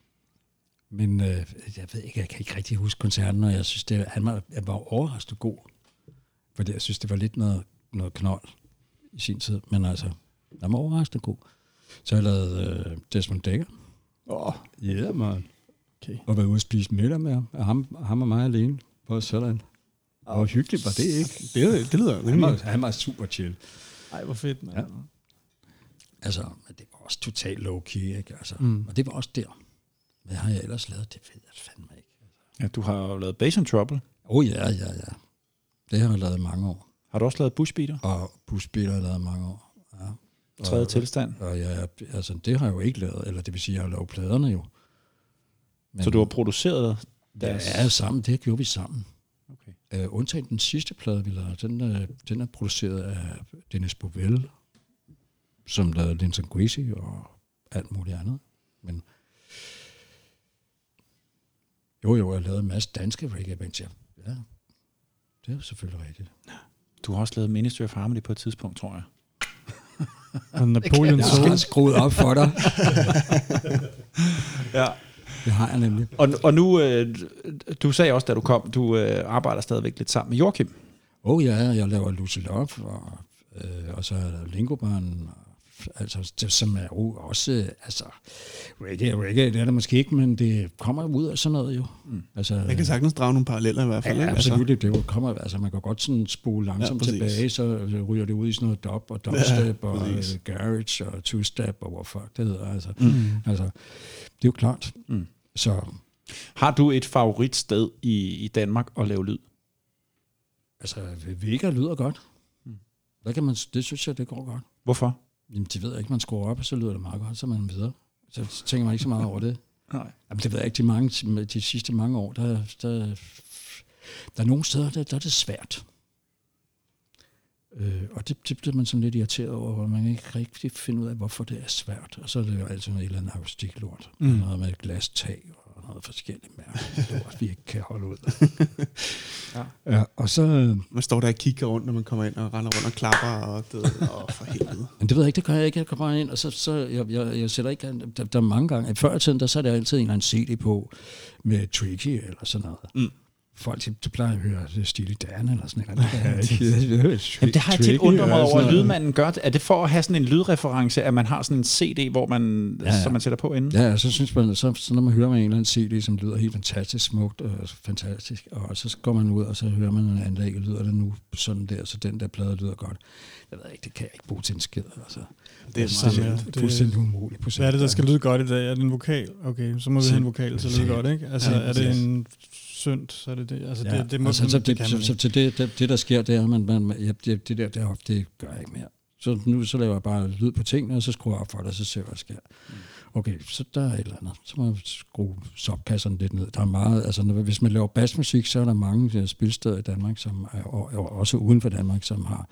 Men uh, jeg ved ikke, jeg kan ikke rigtig huske koncerten, og jeg synes, det, han var, jeg var overraskende god. Fordi jeg synes, det var lidt noget, noget knold i sin tid. Men altså, han var overraskende god. Så har jeg lavet uh, Desmond Dekker. Åh. Oh. Ja, yeah, man. Okay. Og været ude og spise middag med ham. ham, ham og mig alene på Søland. Og oh, hyggeligt var det, ikke? Det, det lyder han var, han var super chill. Ej, hvor fedt, man. Ja. Altså, det var også totalt low-key, ikke? Altså, mm. og det var også der. Hvad har jeg ellers lavet? Det ved jeg fandme ikke. Altså. Ja, du har jo lavet Bass and Trouble. Åh oh, ja, ja, ja. Det har jeg lavet mange år. Har du også lavet Bushbeater? Og Bushbeater har jeg lavet mange år, ja. Tredje og, tilstand? Og ja, altså, det har jeg jo ikke lavet. Eller det vil sige, jeg har lavet pladerne jo. Men, så du har produceret deres... Ja, sammen. Det gjorde vi sammen. Okay. Uh, undtagen den sidste plade, vi lavede, den, uh, den er produceret af Dennis Bovell, som lavede Linton Kwesi og alt muligt andet. Men jo, jo, jeg lavede en masse danske reggae-bands. Ja, det er selvfølgelig rigtigt. Du har også lavet Ministry of Harmony på et tidspunkt, tror jeg. Og Napoleon Soul. Jeg skal skruet op for dig. Ja. Det har jeg nemlig. Og, og nu, øh, du sagde også, da du kom, du øh, arbejder stadigvæk lidt sammen med Joachim. Åh oh, ja, jeg laver Lucy Love, og, øh, og så er der Lingobarn, altså, det, som er jo også, altså, reggae, reggae, det er der måske ikke, men det kommer ud af sådan noget jo. Mm. Altså, jeg kan sagtens drage nogle paralleller i hvert fald. Ja, ikke? absolut, altså. Det kommer, altså man kan godt sådan spole langsomt ja, tilbage, så ryger det ud i sådan noget dub og dubstep ja, og uh, garage og two-step og hvor fuck det hedder, altså. Mm. Altså, det er jo klart. Mm. Så. Har du et favoritsted i, i Danmark at lave lyd? Altså, Vega lyder godt. Mm. Der kan man, det synes jeg, det går godt. Hvorfor? Jamen, det ved jeg ikke. Man skruer op, og så lyder det meget godt, så er man videre. Så tænker man ikke så meget over det. Nej. Jamen, det ved jeg ikke. De, mange, de sidste mange år, der, der, der er nogle steder, der, der er det svært. Øh, og det, det bliver man sådan lidt irriteret over, hvor man ikke rigtig finder ud af, hvorfor det er svært. Og så er det jo altid noget et eller andet akustiklort. Mm. Noget med glastag og noget forskelligt mærkeligt lort, vi ikke kan holde ud. ja. ja, og så... Man står der og kigger rundt, når man kommer ind og render rundt og klapper, og det og for helvede. Men det ved jeg ikke, det gør jeg ikke. Jeg kommer ind, og så, så jeg, jeg, jeg sætter ikke... Der, der er mange gange... Før i tiden, der satte jeg altid en eller anden C D på med Tricky eller sådan noget. Mm. Folk, de plejer at høre Steely Dan eller sådan noget. Jamen, det har jeg tit undret mig over, at lydmanden gør det. Er det for at have sådan en lydreference, at man har sådan en C D, hvor man, ja, ja. som man sætter på inden? Ja, og så synes man, så, så når man hører man en eller anden C D, som lyder helt fantastisk smukt og fantastisk, og så går man ud, og så hører man en anlæg, og lyder det nu sådan der, så den der plade lyder godt. Jeg ved ikke, det kan jeg ikke bruge til en skid. Altså. Det er så det er fuldstændig umuligt. Hvad er det, der skal lyde godt i dag? Er det en vokal? Okay, så må vi have en vokal til at lyde godt, ikke? Altså, ja, er det en synt, så er det det. Altså, ja. det, det må altså, man, så, det, det så, så til det, det, det, der sker, det er, at man, man, ja, det, det der deroppe, det gør jeg ikke mere. Så nu så laver jeg bare lyd på tingene, og så skruer jeg op for det, og så ser jeg, hvad der sker. Okay, så der er et eller andet. Så må jeg skrue subkasserne lidt ned. Der er meget, altså når, hvis man laver bassmusik, så er der mange spilsteder i Danmark, som er, og, og også uden for Danmark, som har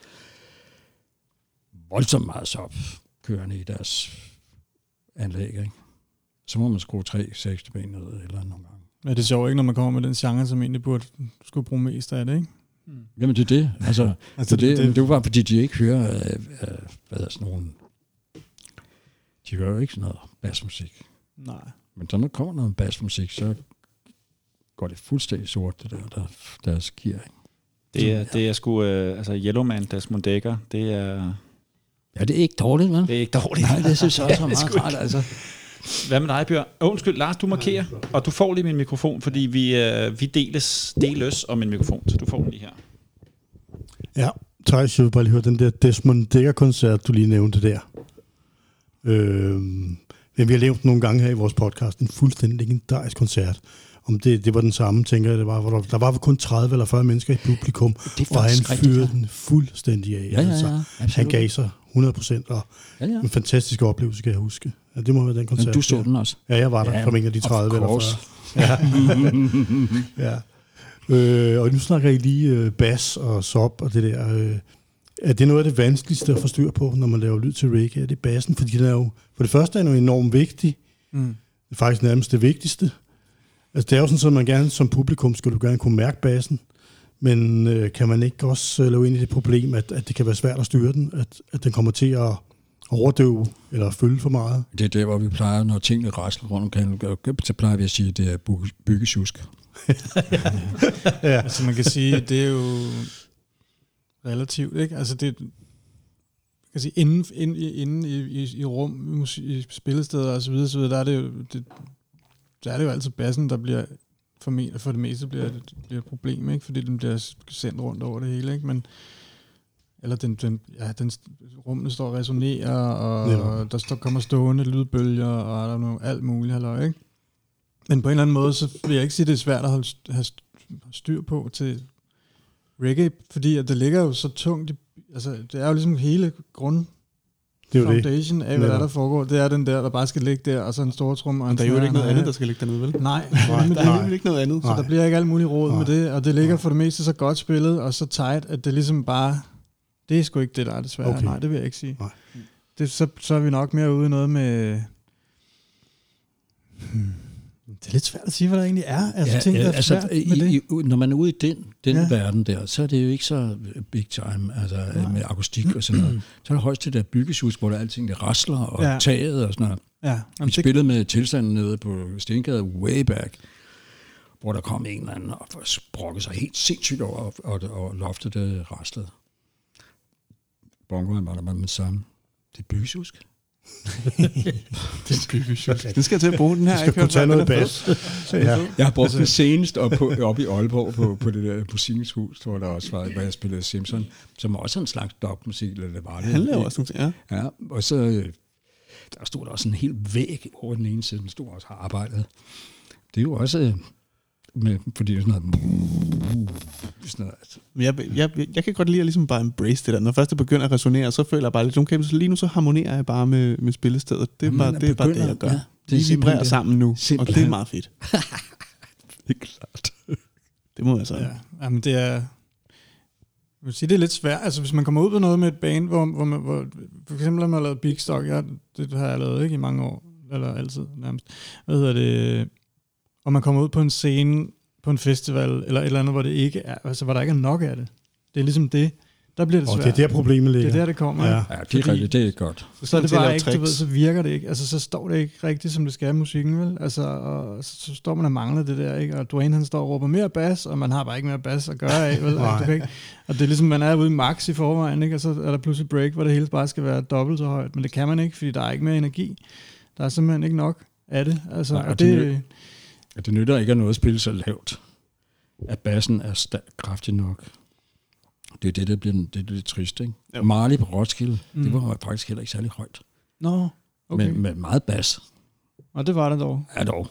voldsomt meget sub kørende i deres anlæg, ikke? Så må man skrue tre seks ben ned, eller nogle gange. Ja, det er sjovt, ikke, når man kommer med den genre, som egentlig burde skulle bruge mest af det, ikke? Mm. Jamen, det er det. Altså, altså det, det, det, det er bare, fordi de ikke hører, øh, øh, hvad er sådan nogle... De hører jo ikke sådan noget bassmusik. Nej. Men når der kommer noget bassmusik, så går det fuldstændig sort, det der, der, der sker, ikke? Det er, det er sgu... Øh, altså, Yellowman, Desmond Dekker, det er... Ja, det er ikke dårligt, vel? Det er ikke dårligt. Nej, det synes jeg også er meget rart, altså. Hvad med dig, Bjørn? Oh, undskyld, Lars, du markerer, og du får lige min mikrofon, fordi vi, øh, vi deles, deles om en mikrofon, så du får den lige her. Ja, Thijs, jeg vil bare lige høre den der Desmond Dekker-koncert, du lige nævnte der. Øh, men vi har lavet nogle gange her i vores podcast en fuldstændig legendarisk koncert. Om det, det var den samme, tænker jeg, det var, hvor der, der var kun tredive eller fyrre mennesker i publikum, og han fyrede den fuldstændig af. Ja, ja, ja, altså, han gav sig hundrede procent, og ja, ja. En fantastisk oplevelse, kan jeg huske. Ja, det må være den koncert. Men du så den også? Ja, jeg var der ja, fra en af de tredive eller fyrre. Ja. ja. Øh, og nu snakker I lige øh, bass og sub og det der. Øh, er det noget af det vanskeligste at få styr på, når man laver lyd til reggae? Er det bassen? Fordi den er jo, for det første er den jo enormt vigtig. Mm. Det er faktisk nærmest det vigtigste. Altså, det er jo sådan, at man gerne som publikum skulle du gerne kunne mærke bassen, men øh, kan man ikke også øh, lave ind i det problem, at, at det kan være svært at styre den, at, at den kommer til at overdøve eller følge for meget? Det er der, hvor vi plejer, når tingene rasler rundt omkring, så plejer vi at sige, at det er byggesjusk. Ja. Altså man kan sige, at det er jo relativt, ikke? Altså det kan sige, inden, inden, inden i, i, i rum, i spillesteder og så videre, så videre, der er det jo... Det, så er det jo altid bassen, der bliver for, for det meste bliver, bliver et problem, ikke? Fordi den bliver sendt rundt over det hele, ikke? Men, eller den, den, ja, den rummene står og resonerer, og, ja. og der står, kommer stående lydbølger, og der er noget, alt muligt, halløj, ikke? Men på en eller anden måde, så vil jeg ikke sige, at det er svært at holde, have styr på til reggae, fordi at det ligger jo så tungt, i, altså det er jo ligesom hele grund det foundation det. af, hvad der, der foregår. Det er den der, der bare skal ligge der, og så en stor trum. Og en der er jo ikke noget andet, der skal ligge dernede, vel? Nej. Nej, der er jo ikke noget andet. Så Nej. der bliver ikke alt muligt råd Nej. med det, og det ligger for det meste så godt spillet, og så tight, at det ligesom bare, det er sgu ikke det, der er det svære. Okay. Nej, det vil jeg ikke sige. Det, så, så er vi nok mere ude i noget med... Hmm. Det er lidt svært at sige, hvad der egentlig er. Altså, ja, ting, der er altså, svært i, med det. I, når man er ude i den, den ja. verden der, så er det jo ikke så big time, altså Nej. med akustik og sådan noget. Så er det højst det der byggeshus, hvor der alting det rasler, og ja. taget og sådan noget. Ja. Vi spillede med tilstanden nede på Stengade way back, hvor der kom en eller anden og brokkede sig helt sindssygt over, og, og, og loftet det raslede. Bongoen var der med samme. Det er byggeshus. Det er byggeshus. Den skal jeg til at bruge den her. Jeg skal kunne tage noget bas. Ja. Jeg har brugt altså, den senest op, på, op i Aalborg på, på det der musikhus, hvor der også var, hvor jeg spillede Simpson, som også en slags dogmusik, eller det var det. Han laver også nogle ja. ja. Og så der stod der også en hel væg over den ene side, den stod også har arbejdet. Det er jo også... Med, fordi det er sådan noget... Sådan noget. Jeg, jeg, jeg kan godt lide at ligesom bare embrace det der. Når først det begynder at resonere, så føler jeg bare lidt, okay, så lige nu så harmonerer jeg bare med, med spillestedet. Det er, bare, det, er bare det, jeg gør. Ja, det Vi vibrerer det. sammen nu, simpelthen. Og det er meget fedt. Det er klart. Det må jeg så. Ja, jamen det er... Jeg vil sige, det er lidt svært. Altså hvis man kommer ud på noget med et band, hvor, hvor, man, hvor for eksempel har man lavet Big Stock, ja, det har jeg lavet ikke i mange år, eller altid nærmest. Hvad hedder det... og man kommer ud på en scene, på en festival, eller et eller andet, hvor det ikke er, altså hvor der ikke er nok af det. Det er ligesom det. Der bliver det svært. Og det er der problemet ligger. Det er der, det kommer. Ja, ja det, er rigtigt, det er godt. Så, så er det bare ikke, du ved, så virker det ikke. Altså, så står det ikke rigtigt, som det skal i musikken, vel? Altså, og så, så står man og mangler det der, ikke? Og Dwayne, han står og råber mere bas, og man har bare ikke mere bas at gøre af, vel? Altså, du kan ikke, og det er ligesom, man er ude i max i forvejen, ikke? Og så er der pludselig break, hvor det hele bare skal være dobbelt så højt. Men det kan man ikke, fordi der er ikke mere energi. Der er simpelthen ikke nok af det. Altså, Nej, og og det, det, det, det nytter ikke at noget at spille så lavt, at bassen er sta- kraftig nok. Det er det, der bliver det, det er trist, ikke? Jo. Marley på Roskilde, mm. det var faktisk heller ikke særlig højt. Nå, okay. Men med meget bas. Og det var det dog. Ja, dog.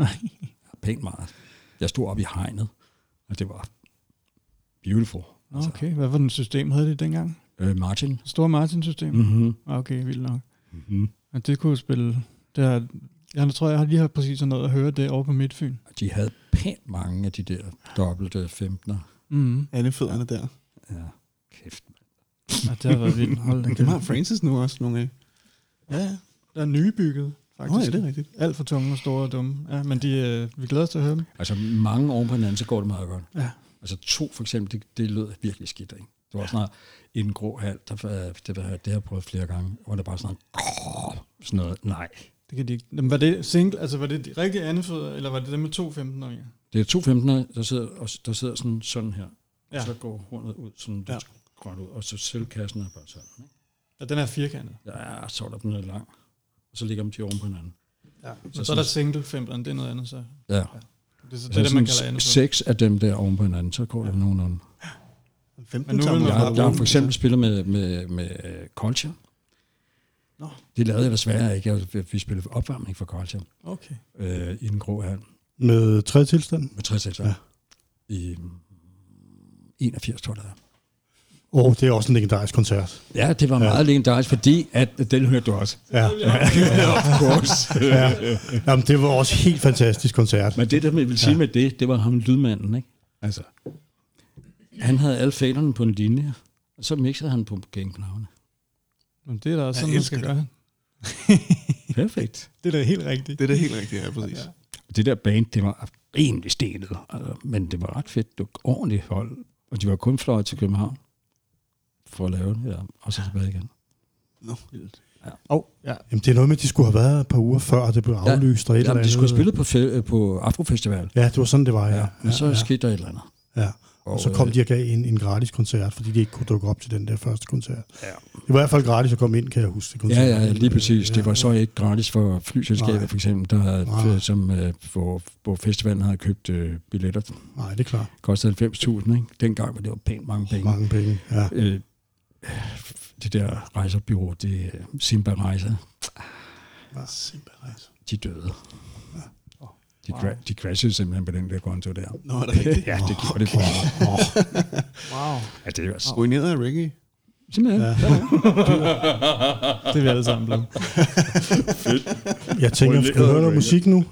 Pænt meget. Jeg stod oppe i hegnet, og det var beautiful. Altså. Okay, hvad for et system havde de dengang? Øh, Martin. Store Martin-system? Mm-hmm. Okay, vildt nok. Mm-hmm. Og det kunne spille... Det har, jeg tror, jeg har lige har præcis sådan noget at høre det over på Midtfyn. De havde pænt mange af de der dobbelte femtener. Mm. Alle fødderne der. Ja, kæft. Ja, det har været vildt. Hold da det har Francis nu også nogle af. Ja, der er nybygget, faktisk. Nå, ja, det er rigtigt. Alt for tunge og store og dumme. Ja, men de, øh, vi glæder os til at høre dem. Altså mange oven på hinanden, så går det meget godt. Ja. Altså to for eksempel, det, det lød virkelig skidt, ikke? Det var sådan noget, i en grå hal, der, det, det, det har jeg prøvet flere gange, hvor der bare sådan noget, sådan noget, nej. Det kan de ikke. Men var det single, altså var det de rigtige andefødder, eller var det dem med to femtenårige? Det er to femtener, der sidder, der sidder sådan, sådan her. Ja. Og så går hornet ud, sådan ja. grønt ud, og så selvkassen er bare sådan. Ikke? Ja, den er firkantet. Ja, så er der den er lang. Og så ligger de oven på hinanden. Ja. Så, så, så er der single femteren, det er noget andet så. Ja. ja. Det er så, det, er det man kalder andefødder. Seks af dem der oven på hinanden, så går det ja. nogenlunde. Ja. femten jeg, jeg, jeg har for eksempel spillet med, med, med uh, Culture. Nå. Det lavede jeg desværre ikke. Vi spillede opvarmning for Culture. Okay. Øh, I den grå hal. Med tre tilstand? Med tre tilstand. Ja. I enogfirs, tror jeg, der er. Åh, oh, det er også en legendarisk koncert. Ja, det var meget ja. legendarisk, fordi at den hørte du også. Ja, ja. Of course. ja. Jamen, det var også helt fantastisk koncert. Men det, der vil sige ja. med det, det var ham lydmanden, ikke? Altså, han havde alle faderne på en linje, og så mixede han på gangknavene. Men det er da også sådan, man skal gøre. Perfekt. Det er da helt rigtigt. Det er da helt rigtigt, ja, præcis. Ja. Det der band, det var rimelig stenet, altså, men det var ret fedt. Det var ordentligt hold, og de var kun fløjet til København for at lave det, ja, og så tilbage igen. Nå, vildt. Ja. Oh, ja. Jamen, det er noget med, at de skulle have været et par uger før, og det blev aflyst. Ja. Og et ja, eller de skulle have spillet på, fe- på Afrofestival. Ja, det var sådan, det var, ja. ja. Men så ja. skete der et eller andet. Ja. Og, og så kom de og gav en, en gratis koncert, fordi de ikke kunne dukke op til den der første koncert. Ja. Det var i hvert fald gratis at komme ind, kan jeg huske. Ja, ja, lige præcis. Ja. Det var så ikke gratis for flyselskabet, for eksempel, der, som uh, for, på festivalen havde købt uh, billetter. Nej, det er klart. Det kostede halvfems tusind, ikke? Dengang var det jo pænt mange penge. Mange penge, ja. Øh, det der rejserbyrå, det er Simba Rejser. Ja, Simba Rejser. De døde. Ja. De, wow. de crashede simpelthen på den der konto der. Nå, er det rigtigt? Ja, det gjorde det for mig. Oh. Wow. Ja, det er jo ruineret af reggae. Simpelthen. Ja. Det er vi alle sammen blevet. Fedt. Jeg tænker, skal vi høre noget musik nu?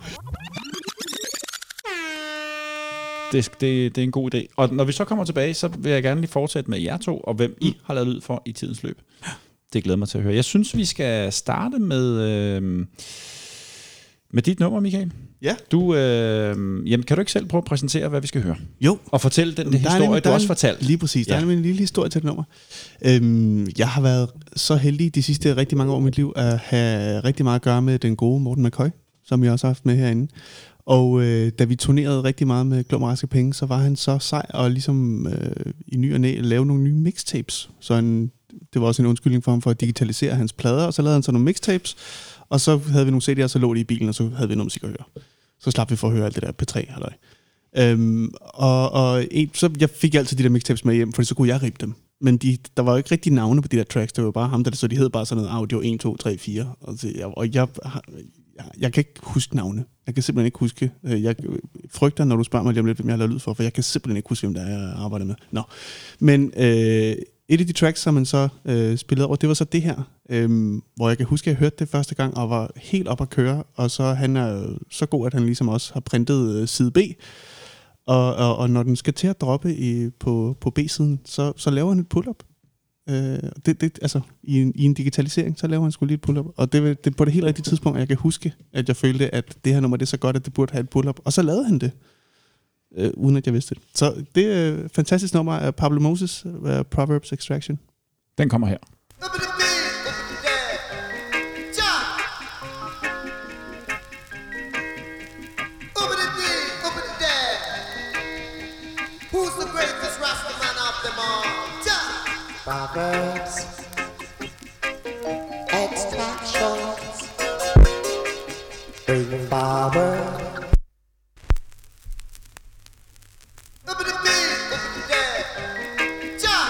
Det, det, det er en god idé. Og når vi så kommer tilbage, så vil jeg gerne lige fortsætte med jer to, og hvem I har lavet lyd for i tidens løb. Det glæder mig til at høre. Jeg synes, vi skal starte med, øh, med dit nummer, Michael. Ja. Du, øh, jamen, kan du ikke selv prøve at præsentere, hvad vi skal høre? Jo. Og fortælle den der historie, nemlig, du også fortalte. Lige præcis. Der ja. er nemlig en lille historie til det nummer. Øhm, jeg har været så heldig de sidste rigtig mange år i mit liv at have rigtig meget at gøre med den gode Morten McCoy, som jeg også har haft med herinde. Og øh, da vi turnerede rigtig meget med Glum og Raske Penge, så var han så sej og ligesom øh, i ny og næ lave nogle nye mixtapes. Så han, det var også en undskyldning for ham for at digitalisere hans plader, og så lavede han så nogle mixtapes, og så havde vi nogle C D'er, og så lå de i bilen, og så havde vi noget musik at høre. Så slap vi for at høre alt det der P tre, halløj. Øhm, og og en, så jeg fik altid de der mixtapes med hjem, for så kunne jeg rippe dem. Men de, der var jo ikke rigtig navne på de der tracks, det var bare ham, der, så de hed bare sådan noget audio et, to, tre, fire. Og, så, jeg, og jeg, jeg, jeg kan ikke huske navne. Jeg kan simpelthen ikke huske. Jeg frygter, når du spørger mig lige om lidt, hvem jeg har lavet lyd for, for jeg kan simpelthen ikke huske, hvem der er, jeg arbejder med. Nå. Men øh, et af de tracks, som man så øh, spillede over, det var så det her, øh, hvor jeg kan huske, at jeg hørte det første gang, og var helt op at køre, og så han er så god, at han ligesom også har printet øh, side B, og, og, og når den skal til at droppe i, på, på B-siden, så, så laver han et pull-up. Øh, det, det, altså, i en, i en digitalisering, så laver han sgu lige et pull-up. Og det er på det helt rigtige tidspunkt, jeg kan huske, at jeg følte, at det her nummer det er så godt, at det burde have et pull-up. Og så lavede han det, øh, uden at jeg vidste det. Så det er et fantastisk nummer af Pablo Moses, uh, Proverbs Extraction. Den kommer her. Proverbs, extractions, bring forward. Up in the beat, up in the dead, jump.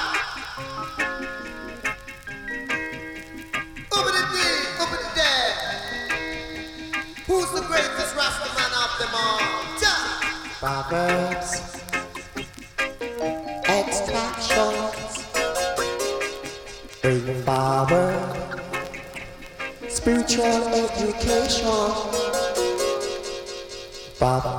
Up in the beat, up in the dead. Who's the greatest Rasta man of them all? Jump. Proverbs, extractions. Bring forward spiritual education. Baba.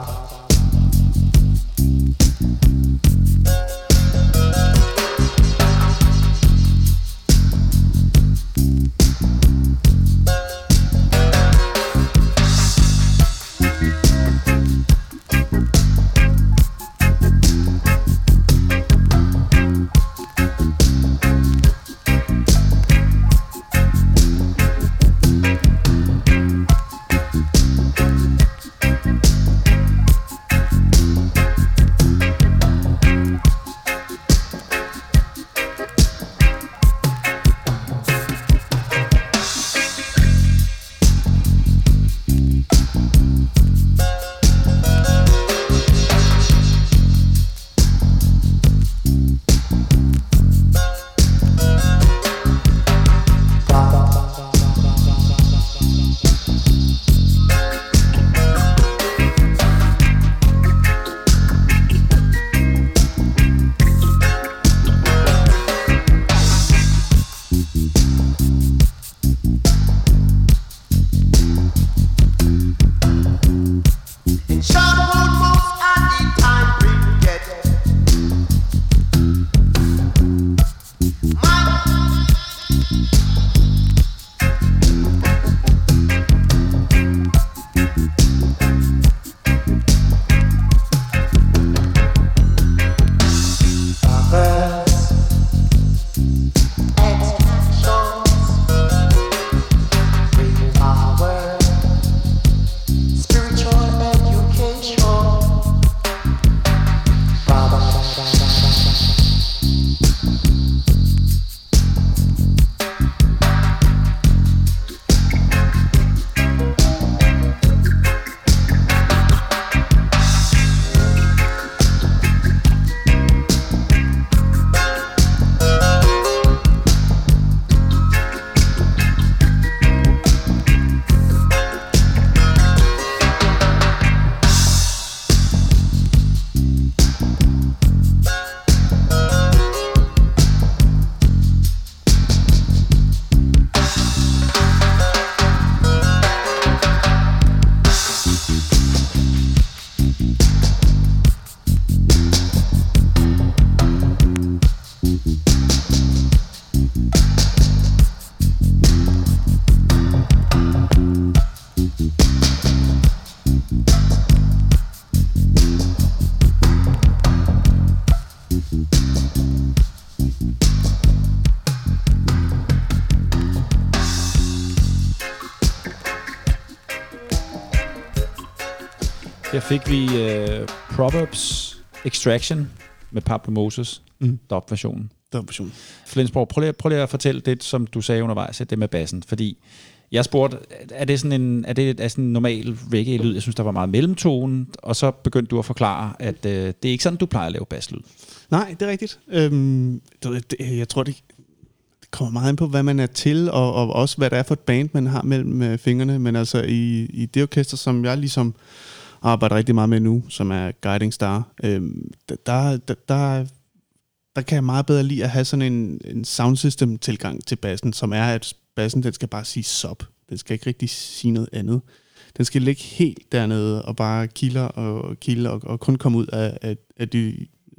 Her fik vi uh, Proverbs Extraction med Pablo Moses, mm. dub-versionen. Dub-versionen. Flensborg, prøv lige, prøv lige at fortælle det, som du sagde undervejs, det med bassen, fordi jeg spurgte, er det sådan en, er det, er sådan en normal reggae-lyd? Jeg synes, der var meget mellemtone, og så begyndte du at forklare, at uh, det er ikke sådan, du plejer at lave basslyd. Nej, det er rigtigt. Øhm, det, det, jeg tror, det, det kommer meget ind på, hvad man er til, og, og også, hvad det er for et band, man har mellem øh, fingrene. Men altså, i, i det orkester, som jeg ligesom arbejder rigtig meget med nu, som er Guiding Star, øhm, der, der, der, der kan jeg meget bedre lide at have sådan en, en soundsystem-tilgang til bassen, som er, at bassen, den skal bare sige sub. Den skal ikke rigtig sige noget andet. Den skal ligge helt dernede og bare kilder og kilder og, og kun komme ud af, af, af de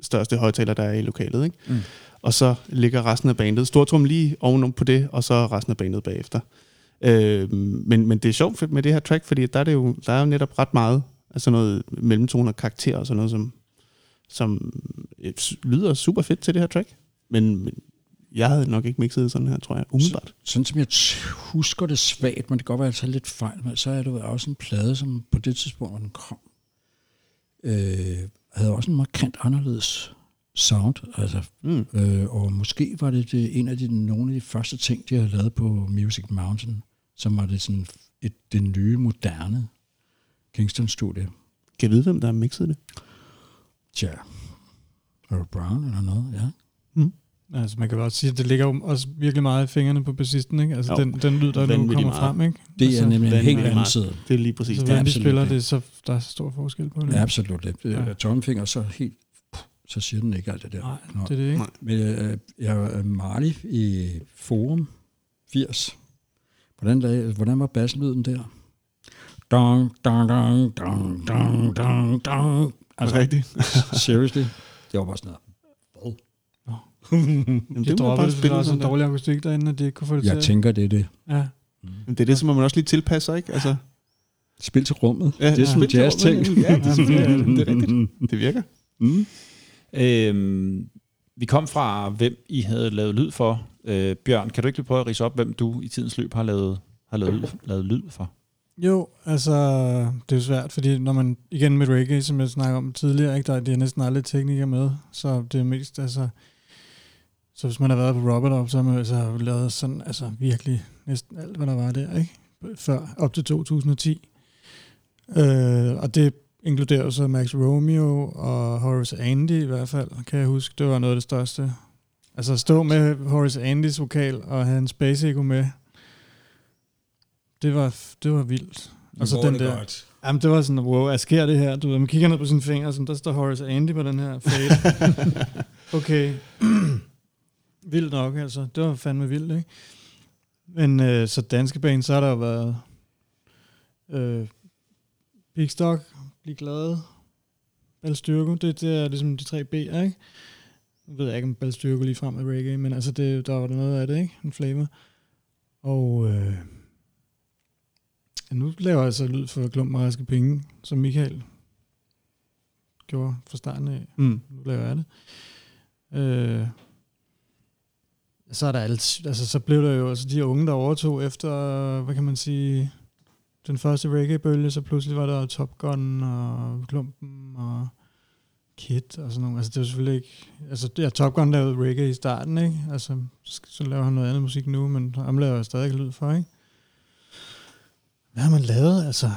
største højtaler, der er i lokalet, ikke? Mm. Og så ligger resten af bandet, stortrum lige oven på det, og så resten af bandet bagefter. Øh, men, men det er sjovt fedt med det her track, fordi der er, det jo, der er jo netop ret meget, altså noget mellemtoner, karakter og sådan noget, som, som lyder super fedt til det her track. Men, men jeg havde nok ikke mixet sådan her, tror jeg, umiddelbart. Så, sådan som jeg t- husker det svagt, men det kan godt være, at jeg tager lidt fejl, men så er det også en plade, som på det tidspunkt, hvor den kom, øh, havde også en markant anderledes sound, altså, mm. øh, og måske var det, det en af de, nogle af de første ting, de havde lavet på Music Mountain, som var det sådan et, det nye, moderne Kingston-studie. Kan jeg vide, hvem der har mixet det? Tja, Earl Brown eller noget, ja. Mm. Altså, man kan også sige, at det ligger jo også virkelig meget i fingrene på bassisten, ikke? Altså, den, den lyd, der nu kommer frem, ikke? Det altså, er nemlig en helt anden side. Det er lige præcis. Så det er de spiller det, så der er stor forskel på det. Ja, absolut. Det er tommelfinger, så helt, så siger den ikke alt det der. Nej, Nå. det er det ikke. Nej. Men øh, jeg var Marley i Forum firs. Hvordan, der, hvordan var basslyden der? Dong, dong, dong, dong, dong, dong, dong. Altså, rigtigt. Seriously? Det var bare sådan noget. Jamen, det droppede det, for der var sådan en dårlig akustik derinde, at de ikke kunne få det jeg til. Jeg tænker, det er det. Ja. Mm. Det er det, som man også lige tilpasser, ikke? Altså, spil til rummet. Ja, det er sådan ja. jazz-ting. Ja, det, er det er rigtigt. Det virker. Mm. Øhm, vi kom fra, hvem I havde lavet lyd for. Øh, Bjørn, kan du ikke lige prøve at ridse op, hvem du i tidens løb har lavet, har lavet, lavet lyd for? Jo, altså, det er jo svært, fordi når man, igen med reggae, som jeg snakker om tidligere, ikke, der er, det er næsten aldrig teknikere med, så det er mest, altså, så hvis man har været på Robert, så har man altså lavet sådan, altså virkelig næsten alt, hvad der var der, ikke? Før, op til to tusind og ti. Øh, og det inkluderer jo så Max Romeo og Horace Andy i hvert fald, kan jeg huske. Det var noget af det største. Altså at stå med Horace Andys vokal og have en Space Echo med, det var, det var vildt. Og så den det der, godt. Jamen det var sådan, wow, hvad sker det her? Du ved, man kigger ned på sine fingre, sådan, der står Horace Andy på den her fade. Okay. Vildt nok, altså. Det var fandme vildt, ikke? Men øh, så danske band, så har der jo været øh, Pigstock, Bliv Glade, Balstyrko, det, det er ligesom de tre B'er, ikke? Jeg ved ikke, om Balstyrko lige frem er reggae, men altså, det, der var der noget af det, ikke? En flavor. Og øh, ja, nu laver jeg altså lyd for Klump og Raske Penge, som Michael gjorde fra starten af. Mm. Nu laver jeg det. Øh, så er der alt, altså så blev der jo altså de unge, der overtog efter, hvad kan man sige, den første reggae-bølge, så pludselig var der Top Gun og Klumpen og Kid og sådan noget. Altså det var selvfølgelig ikke, altså ja, Top Gun lavede reggae i starten, ikke? Altså så laver han noget andet musik nu, men ham laver jeg stadig lyd for, ikke? Hvad har man lavet? Altså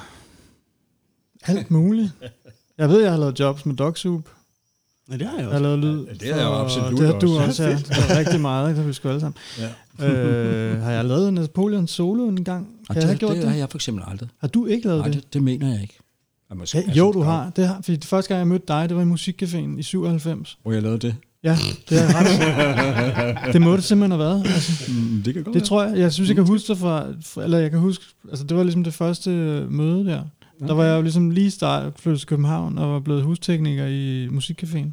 alt muligt. Jeg ved, jeg har lavet jobs med Dog Soup. Ja, det har jeg også. Jeg har lavet lyd. Ja, det har jeg absolut det har du også. også, ja. Det er rigtig meget, det har vi sgu alle sammen. Ja. øh, har jeg lavet Napoleon solo en gang? Kan det, jeg have gjort det? det? Det har jeg for eksempel aldrig. Har du ikke lavet Nej, det? det? det mener jeg ikke. Jeg måske, Ja, jo, du har. Det har. Fordi det første gang, jeg mødte dig, det var i Musikcaféen i syvoghalvfems. Hvor jeg lavede det? Ja, det er ret. Det må det simpelthen have været. Altså, mm, det kan godt det være. tror jeg. Jeg synes, jeg kan huske det fra, eller jeg kan huske, altså det var ligesom det første møde der. Okay. Der var jeg jo ligesom lige start, flyttet til København og var blevet hustekniker i Musikcaféen.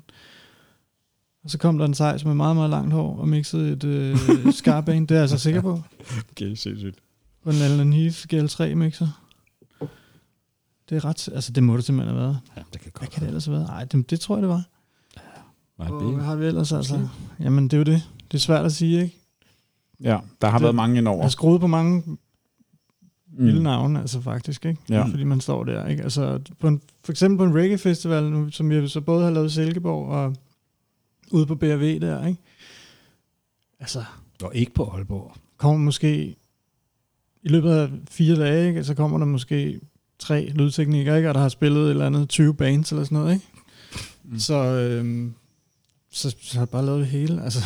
Og så kom der en sej, som er meget, meget langt hår, og mixede et øh, Scar-band. Det er jeg altså sikker på. Okay, sindssygt. På en Allen Heath G L tre mixer. Det er ret, altså det må det simpelthen have været. Ja, det kan godt. Hvad kan det ellers have været? Ej, det, det tror jeg, det var. Nej, Og hvad har vi ellers altså? Jamen, det er jo det. Det er svært at sige, ikke? Ja, der har det, været mange indover. Jeg har skruet på mange vilde mm. navne, altså faktisk, ikke? Ja. Fordi man står der, ikke? Altså, på en, for eksempel på en reggae-festival, nu, som jeg så både har lavet i Silkeborg og ude på B R V der, ikke? Altså... Og ikke på Aalborg. Kommer måske... I løbet af fire dage, ikke? Så kommer der måske tre lydteknikere, ikke? Og der har spillet et eller andet tyve bands eller sådan noget, ikke? Mm. Så, øhm, så, så har jeg bare lavet det hele. Altså.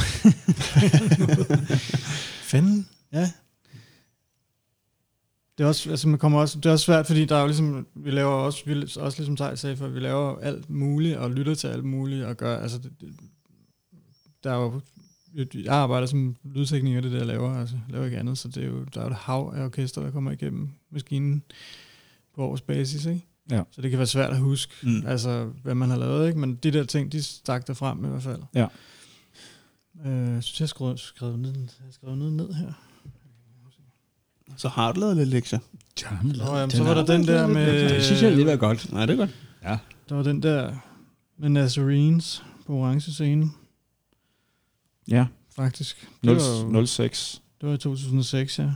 Fanden, ja. Det er også, altså man kommer også, det er også svært, fordi der er jo ligesom, vi laver også, vi, også ligesom Tej sagde før, vi laver alt muligt, og lytter til alt muligt, og gør, altså, det, det, der er jo, jeg arbejder som lydtekniker, det der jeg laver, altså, jeg laver ikke andet, så det er jo, der er jo et hav af orkester, der kommer igennem maskinen på årsbasis, ikke? Ja. Så det kan være svært at huske, Mm. altså, hvad man har lavet, ikke? Men de der ting, de stak der frem i hvert fald. Ja. Øh, så jeg har skrevet, skrevet, ned, jeg har skrevet ned, ned her. Så har du lavet lidt lektier. Ja, Nå, jamen, så var der den der med... Det synes jeg lige var godt. Nej, det er godt. Ja. Der var den der med Nazarenes på orange scene. Ja. Faktisk. Det var, nul seks. det var i to tusind og seks, ja.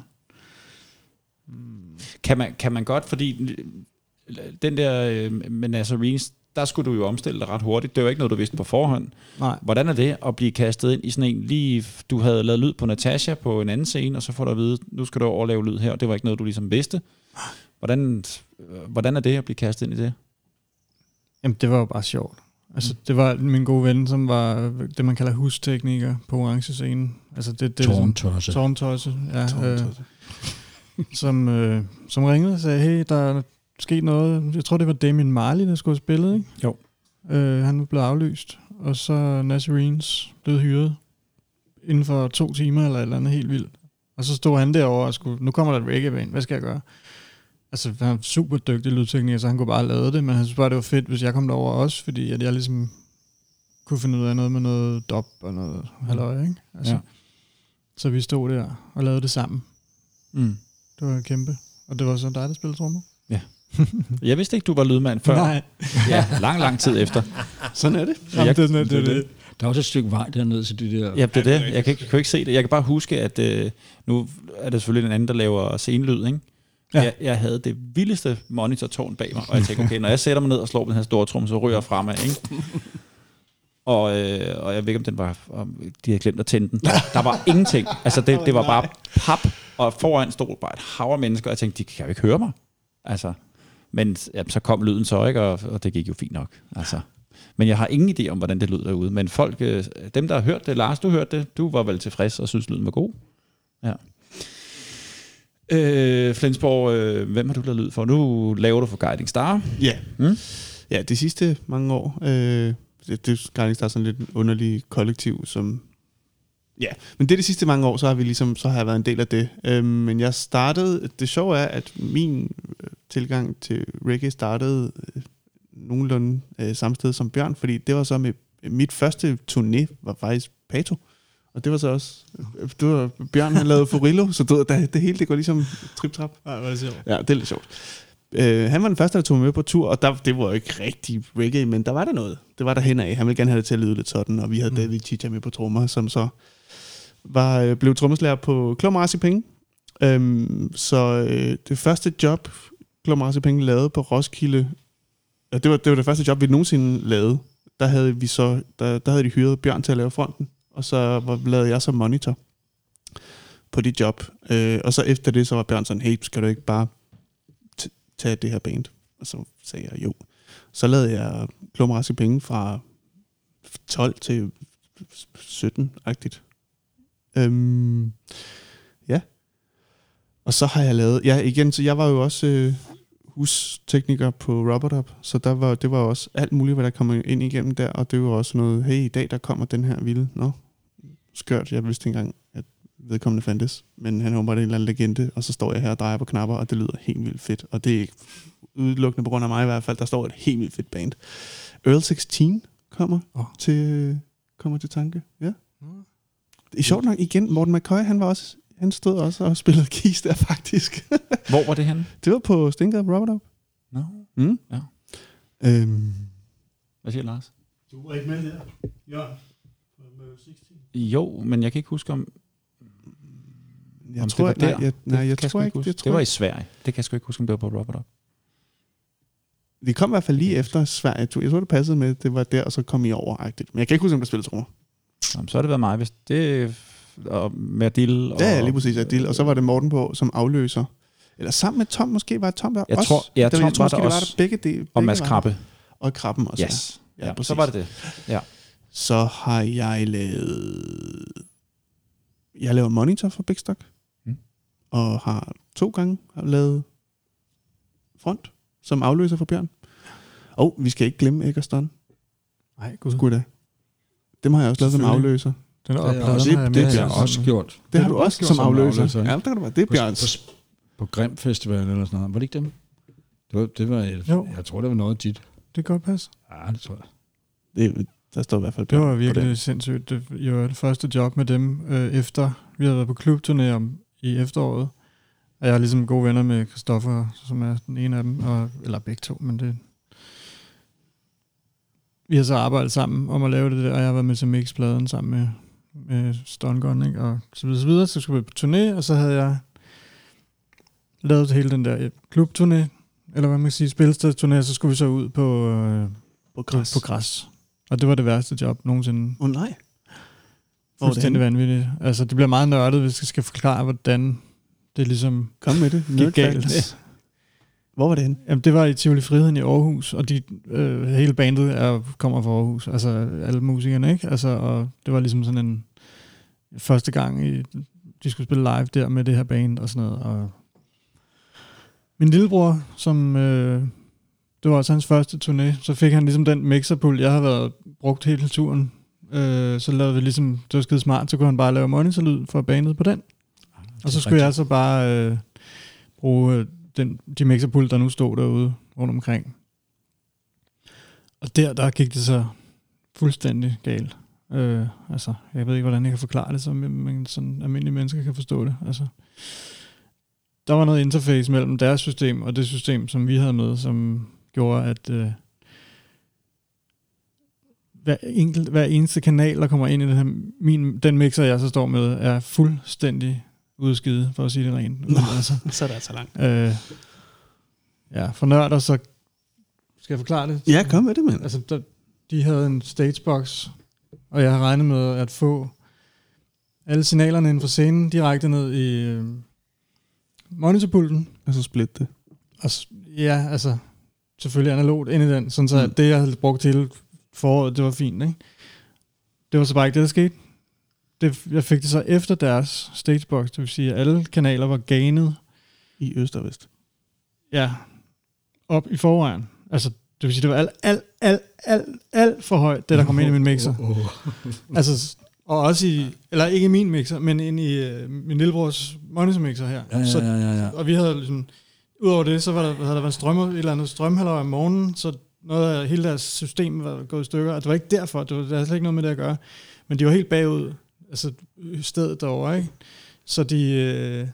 Kan man, kan man godt, fordi den der øh, med Nazarenes, der skulle du jo omstille dig ret hurtigt. Det var ikke noget, du vidste på forhånd. Nej. Hvordan er det at blive kastet ind i sådan en, lige du havde lavet lyd på Natasha på en anden scene, og så får du at vide, nu skal du overleve lyd her, og det var ikke noget, du ligesom vidste. Hvordan, hvordan er det at blive kastet ind i det? Jamen, det var jo bare sjovt. Altså, det var min gode ven, som var det, man kalder hustekniker på orange scenen. Altså, det, det Tårntosse. Tårntosse, ja. Tårntosse. Øh, som, øh, som ringede og sagde, hey, der er sket noget. Jeg tror, det var Damien Marley, der skulle have spillet, ikke? Jo. Øh, han var blevet aflyst. Og så Nazarenes blev hyret inden for to timer eller et eller andet helt vildt. Og så stod han derovre og skulle, nu kommer der et reggae-band, hvad skal jeg gøre? Altså, han er super dygtig lydtekniker, så han kunne bare lave det, men han synes bare, det var fedt, hvis jeg kom derover også, fordi at jeg ligesom kunne finde ud af noget med noget dub og noget halløj, ikke? Altså, Ja. Så vi stod der og lavede det sammen. Mm. Det var kæmpe. Og det var så dig, der spillede trommer? Ja. Jeg vidste ikke, du var lydmand før. Nej. Ja, lang, lang tid efter. Sådan er det. Jamen, jeg, det, det, det, det. Der er også et stykke vej dernede til de der... Ja, det er det. Jeg kan ikke, kan ikke se det. Jeg kan bare huske, at øh, nu er det selvfølgelig den anden, der laver scenelyd, ikke? Ja. Jeg, jeg havde det vildeste monitortårn bag mig, og jeg tænkte, okay, når jeg sætter mig ned og slår på den her store trum, så ryger jeg fremad, ikke? Og, øh, og jeg ved ikke, om den var, om de havde glemt at tænde den. Der, der var ingenting. Altså, det, det var bare pap, og foran stod bare et hav af mennesker, og jeg tænkte, de kan jo ikke høre mig. Altså, men jamen, så kom lyden så, ikke? Og, og det gik jo fint nok. Altså. Men jeg har ingen idé om, hvordan det lyder derude. Men folk, øh, dem der har hørt det, Lars, du hørte det, du var vel tilfreds og synes, lyden var god. Ja. Øh, Flensborg, øh, hvem har du lavet lyd for? Nu laver du for Guiding Star. Ja. Mm? Ja, de sidste mange år. Øh, det, det Guiding Star er sådan lidt en underlig kollektiv, som... Ja, men det er de sidste mange år, så har vi ligesom, så har jeg været en del af det. Øh, men jeg startede... Det sjove er, at min øh, tilgang til reggae startede øh, nogenlunde øh, samme sted som Bjørn, fordi det var så med... Mit første turné var faktisk Pato. Og det var så også... Det var Bjørn, han lavede Forillo, så det, det, det hele, det går ligesom trip-trap. Nej, var det sjovt. Ja, det er lidt sjovt. Uh, han var den første, der tog med på tur, og der, det var jo ikke rigtig reggae, men der var der noget. Det var der henad. Han ville gerne have det til at lyde lidt sådan, og vi havde mm. David Chicha med på trommer, som så var, blev trommeslager på Klub Marci Penge. Um, så uh, det første job, Klub Marci Penge lavede på Roskilde, ja, det, var, det var det første job, vi nogensinde lavede. Der havde, vi så, der, der havde de hyret Bjørn til at lave fronten, og så var, lavede jeg som monitor på dit job. Uh, og så efter det, så var Bjørn sådan, hey, skal du ikke bare tage det her band? Og så sagde jeg jo. Så lavede jeg Klub Marci Penge fra tolv til sytten-agtigt. Øhm, ja. Og så har jeg lavet... Ja, igen, så jeg var jo også øh, hustekniker på Robert Up, så der var, det var også alt muligt, hvad der kom ind igennem der, og det var også noget, hey, i dag der kommer den her vilde, nå, skørt, jeg vidste ikke engang, at vedkommende fandtes, men han håber, det er en eller anden legende, og så står jeg her og drejer på knapper, og det lyder helt vildt fedt, og det er ikke udelukkende på grund af mig i hvert fald, der står et helt vildt fedt band. Earl seksten kommer, oh. til, kommer til tanke, ja. Mm. Det er sjovt nok, igen, Morten McCoy, han var også, han stod også og spillede keys der faktisk. Hvor var det henne? Det var på Stinkgade Robert Up. Nå, no. Mm. Ja. Øhm. Hvad siger Lars? Du var ikke med der, ja. Jo, men jeg kan ikke huske om... Jeg om tror, det var der. Nej, jeg, nej, jeg, jeg tror ikke, ikke jeg tror det var i Sverige. Det kan jeg sgu ikke huske, om det var på Robert Up. Vi kom i hvert fald lige efter Sverige. Jeg tror, det passede med, det var der, og så kom I over-agtigt. Men jeg kan ikke huske, om der spillede trommer. Jamen, så har det været mig, hvis det... Og med Adil. Og, ja, lige præcis Adil. Og så var det Morten på, som afløser. Eller sammen med Tom, måske var Tom der jeg også. Tror, ja, der, Tom jeg tror, var der måske, også. Var der begge dele. Og Mads Krabbe. Og Krabben også, yes. ja. Ja, ja så var det det. Ja. Så har jeg lavet... Jeg laver monitor for Big Stock. Mm. Og har to gange lavet front, som afløser for Bjørn. Og vi skal ikke glemme Eggerston. Nej, gud. Sgu da. Dem har jeg også lavet som afløser. Den er det, også, det, det har jeg også gjort. Det, det har du også gjort som, som afløser. afløser. Ja, det kan du være. Det er Bjørns. På, på, på Grim Festival eller sådan noget. Var det ikke dem? Det var, det var jeg, jeg tror, det var noget dit. Det kan godt passe. Ja, det tror jeg. Det, der står i hvert fald det var virkelig sindssygt. Det var det første job med dem, øh, efter vi havde været på klubturné om, i efteråret. Og jeg er ligesom gode venner med Christoffer, som er den ene af dem, og, eller begge to, men det... Vi har så arbejdet sammen om at lave det der, og jeg har været med til mixpladen sammen med, med Stun Gun, ikke? Og så videre, så videre. Så skulle vi på turné, og så havde jeg lavet hele den der klubturné, eller hvad man kan sige, spilstedsturné, og så skulle vi så ud på, øh, på, græs. på græs. Og det var det værste job nogensinde. Åh oh, nej. Fuldstændig vanvittigt. Altså, det bliver meget nørdet, hvis jeg skal forklare, hvordan det ligesom Kom med det. gik galt. Hvor var det henne? Jamen, det var i Tivoli Friheden i Aarhus, og de, øh, hele bandet er, kommer fra Aarhus, altså alle musikerne, ikke? Altså, og det var ligesom sådan en første gang, i, de skulle spille live der med det her band og sådan noget. Og min lillebror, som øh, det var også hans første turné, så fik han ligesom den mixerpult, jeg har været brugt hele turen. Øh, så lavede vi ligesom, det var skide smart, så kunne han bare lave monitorlyd for bandet på den. Og så skulle jeg så bare øh, bruge den, de mixerpult, der nu stod derude rundt omkring. Og der, der gik det så fuldstændig galt. Øh, altså, jeg ved ikke, hvordan jeg kan forklare det, så man, sådan almindelige mennesker kan forstå det. Altså, der var noget interface mellem deres system og det system, som vi havde med, som gjorde, at øh, hver, enkelt, hver eneste kanal, der kommer ind i den, her, min, den mixer, jeg så står med, er fuldstændig udskide, for at sige det rent. Nå, altså. Så er det altså langt. Øh, ja, for nørder, så skal jeg forklare det? Ja, kom med det, mand. Altså, der, de havde en stagebox, og jeg har regnet med at få alle signalerne inden for scenen direkte ned i øh, monitorpulten. Og så splitte det. Og, ja, altså, selvfølgelig analogt ind i den, sådan så mm. det, jeg havde brugt til foråret, det var fint, ikke? Det var så bare ikke det, der skete. Det, jeg fik det så efter deres stagebox, det vil sige, at alle kanaler var gainet. I øst og vest. Ja, op i forvejen. Altså, det vil sige, det var alt, alt, alt, alt, alt for højt, det der kom ind i min mixer. Oh, oh, oh. Altså, og også i, eller ikke i min mixer, men ind i uh, min lillebrors monitormixer her. Ja, ja, så, ja, ja, ja. Og vi havde ligesom, udover det, så var der, havde der været strømmer, et eller andet strømhalvøj om morgenen, så noget af hele deres system var gået i stykker, og det var ikke derfor, det var, der var slet ikke noget med det at gøre, men de var helt bagud, altså stedet derovre, ikke? Så de... Øh,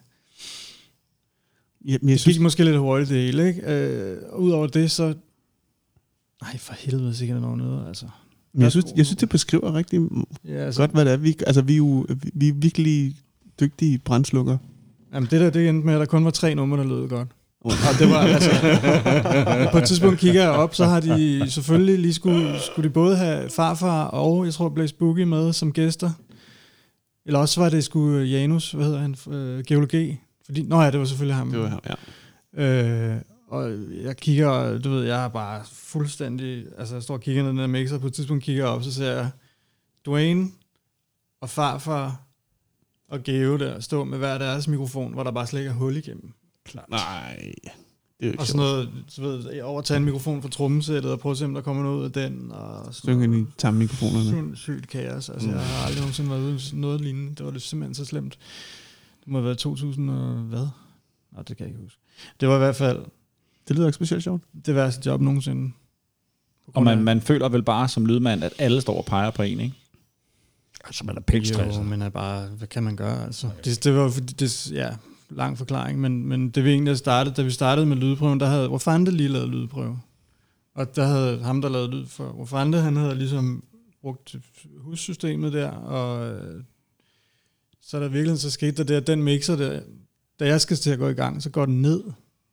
ja, men jeg det synes... gik måske lidt hurtigt det hele, ikke? Øh, og udover det, så... Nej, for helvede sikkert noget noget, altså. Men jeg synes, jeg synes, det beskriver rigtig ja, altså, godt, hvad det er. Vi, altså, vi er jo vi er virkelig dygtige brandslukker. Jamen, det der, det endte med, at der kun var tre numre, der lød godt. Og det var, altså... på et tidspunkt kigger jeg op, så har de selvfølgelig lige skulle, skulle de både have farfar og, jeg tror, Blaze Boogie med som gæster. Eller også var det sgu Janus, hvad hedder han, øh, geologi. Fordi, nå ja, det var selvfølgelig ham. Det var ham, ja. Øh, og jeg kigger, du ved, jeg er bare fuldstændig, altså jeg står og kigger ned den der mixer, på et tidspunkt kigger jeg op, så ser jeg Dwayne og farfar og Geo der stå med hver deres mikrofon, hvor der bare slet ikke er hul igennem. Klart. Nej. Det er jo og sådan noget, så ved, overtage en mikrofon fra trommesættet og prøve at se, om der kommer noget ud af den. Og synge ind i tamme mikrofonerne. Sindssygt kaos. Altså, mm. Jeg har aldrig nogensinde været ude i noget lignende. Det var det simpelthen så slemt. Det må have været to tusind og hvad? Nå, det kan jeg ikke huske. Det var i hvert fald... Det lyder ikke specielt sjovt. Det værste job nogensinde. Og man, man føler vel bare som lydmand, at alle står og peger på en, ikke? Altså, man er pækstresset. Jo, men er bare, hvad kan man gøre, altså? Det, det var jo fordi, det, ja, lang forklaring, men, men det var egentlig, at startede, da vi startede med lydprøven, der havde Wafande lige lavet lydprøve. Og der havde ham, der lavede lyd for Wafande, han havde ligesom brugt hussystemet der, og så der virkelig så skete der det, at den mixer der, da jeg skal til at gå i gang, så går den ned.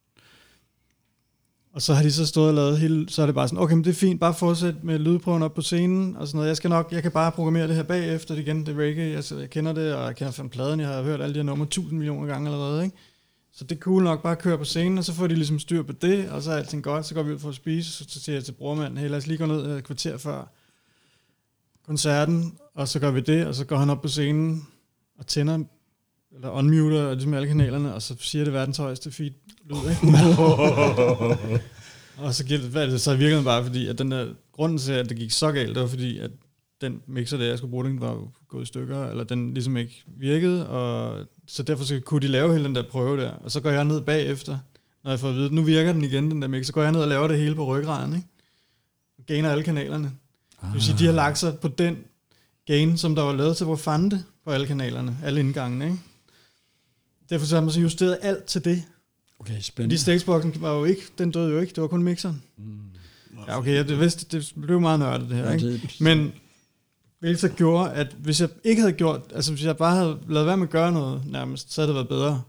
Og så har de så stået og lavet hele, så er det bare sådan, okay, men det er fint, bare fortsæt med lydprøven op på scenen, og sådan noget. Jeg skal nok, jeg kan bare programmere det her bagefter, det igen, det er reggae, jeg, jeg kender det, og jeg kender fem pladen, jeg har hørt alle de her numre tusind millioner gange allerede, ikke? Så det er cool nok, bare køre på scenen, og så får de ligesom styr på det, og så er alting godt, så går vi ud for at spise, så, så siger jeg til brormanden, hey, lad os lige gå ned et kvarter før koncerten, og så gør vi det, og så går han op på scenen, og tænder, eller unmuter, ligesom alle kanalerne, og så siger det verdens højeste feed lyd, ikke? Og så giver det, hvad er det så i virkeligheden bare, fordi at den der, grunden til, at det gik så galt, det var fordi, at den mixer, der jeg skulle bruge, den var gået i stykker, eller den ligesom ikke virkede, og så derfor så kunne de lave hele den der prøve der, og så går jeg ned bagefter, når jeg får at vide, nu virker den igen, den der mix, så går jeg ned og laver det hele på ryggraden, ikke? Gainer alle kanalerne. Ah. Det vil sige, de har lagt sig på den gain, som der var lavet til Profante på alle kanalerne, alle indgangene, ikke? Derfor så har man så justeret alt til det. Okay, spændende. De Stageboxen var jo ikke, den døde jo ikke, det var kun mixeren. Mm. Ja, okay, jeg vidste, det blev meget nørdet det her, ja, ikke? Det... Men hvilket så gjorde, at hvis jeg ikke havde gjort, altså hvis jeg bare havde lavet være med at gøre noget nærmest, så havde det været bedre.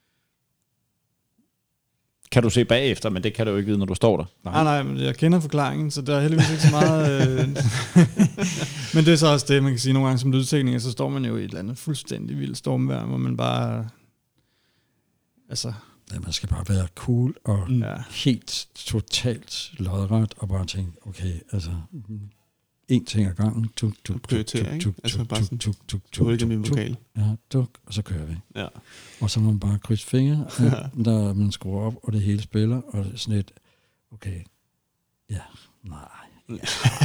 Kan du se bagefter, men det kan du jo ikke vide, når du står der. Nej, nej, nej, men jeg kender forklaringen, så der er heldigvis ikke så meget... Øh... men det er så også det, man kan sige nogle gange som lydtekniker, så står man jo i et eller andet fuldstændig vildt stormvejr, hvor man bare... Altså... Ja, man skal bare være cool og ja. helt totalt lodret og bare tænke, okay, altså... En ting ad gangen. Tuk, tuk, prioriterer, ikke? Altså bare sådan, tuk, tuk, tuk, tuk, min vokal. Ja, tuk, og så kører vi. Ja. Og så må man bare krydse fingre, der man skruer op, og det hele spiller, og sådan et, okay, ja, nej. Ja.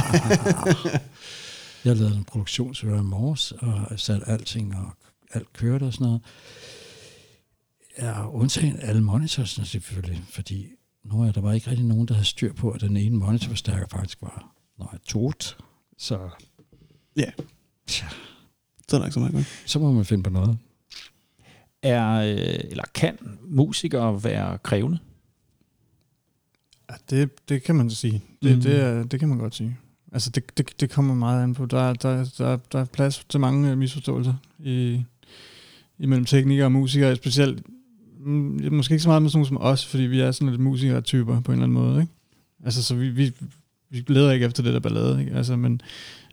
Jeg lavede en produktionsøver i morges, og satte alting, og alt kørte og sådan noget. Ja, undtagen alle monitorsne selvfølgelig, fordi nu er der var ikke rigtig nogen, der havde styr på, at den ene monitorforstærker faktisk var, nej, tot. Så ja, tja. Så er der ikke så meget godt. Så må man finde på noget. Er, eller kan musikere være krævende? Ja, det, det kan man sige. Det, mm. det, er, det kan man godt sige. Altså, det, det, det kommer meget an på. Der, der, der, der er plads til mange misforståelser i, imellem teknikere og musikere, specielt måske ikke så meget med sådan som os, fordi vi er sådan lidt musikere-typer på en eller anden måde, ikke? Altså, så vi, vi, vi leder ikke efter det der ballade, ikke? Altså, men...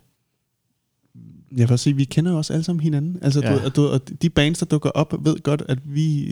Jeg vil sige, vi kender også alle sammen hinanden. Altså, ja. du, du, og de bands, der dukker op, ved godt, at vi,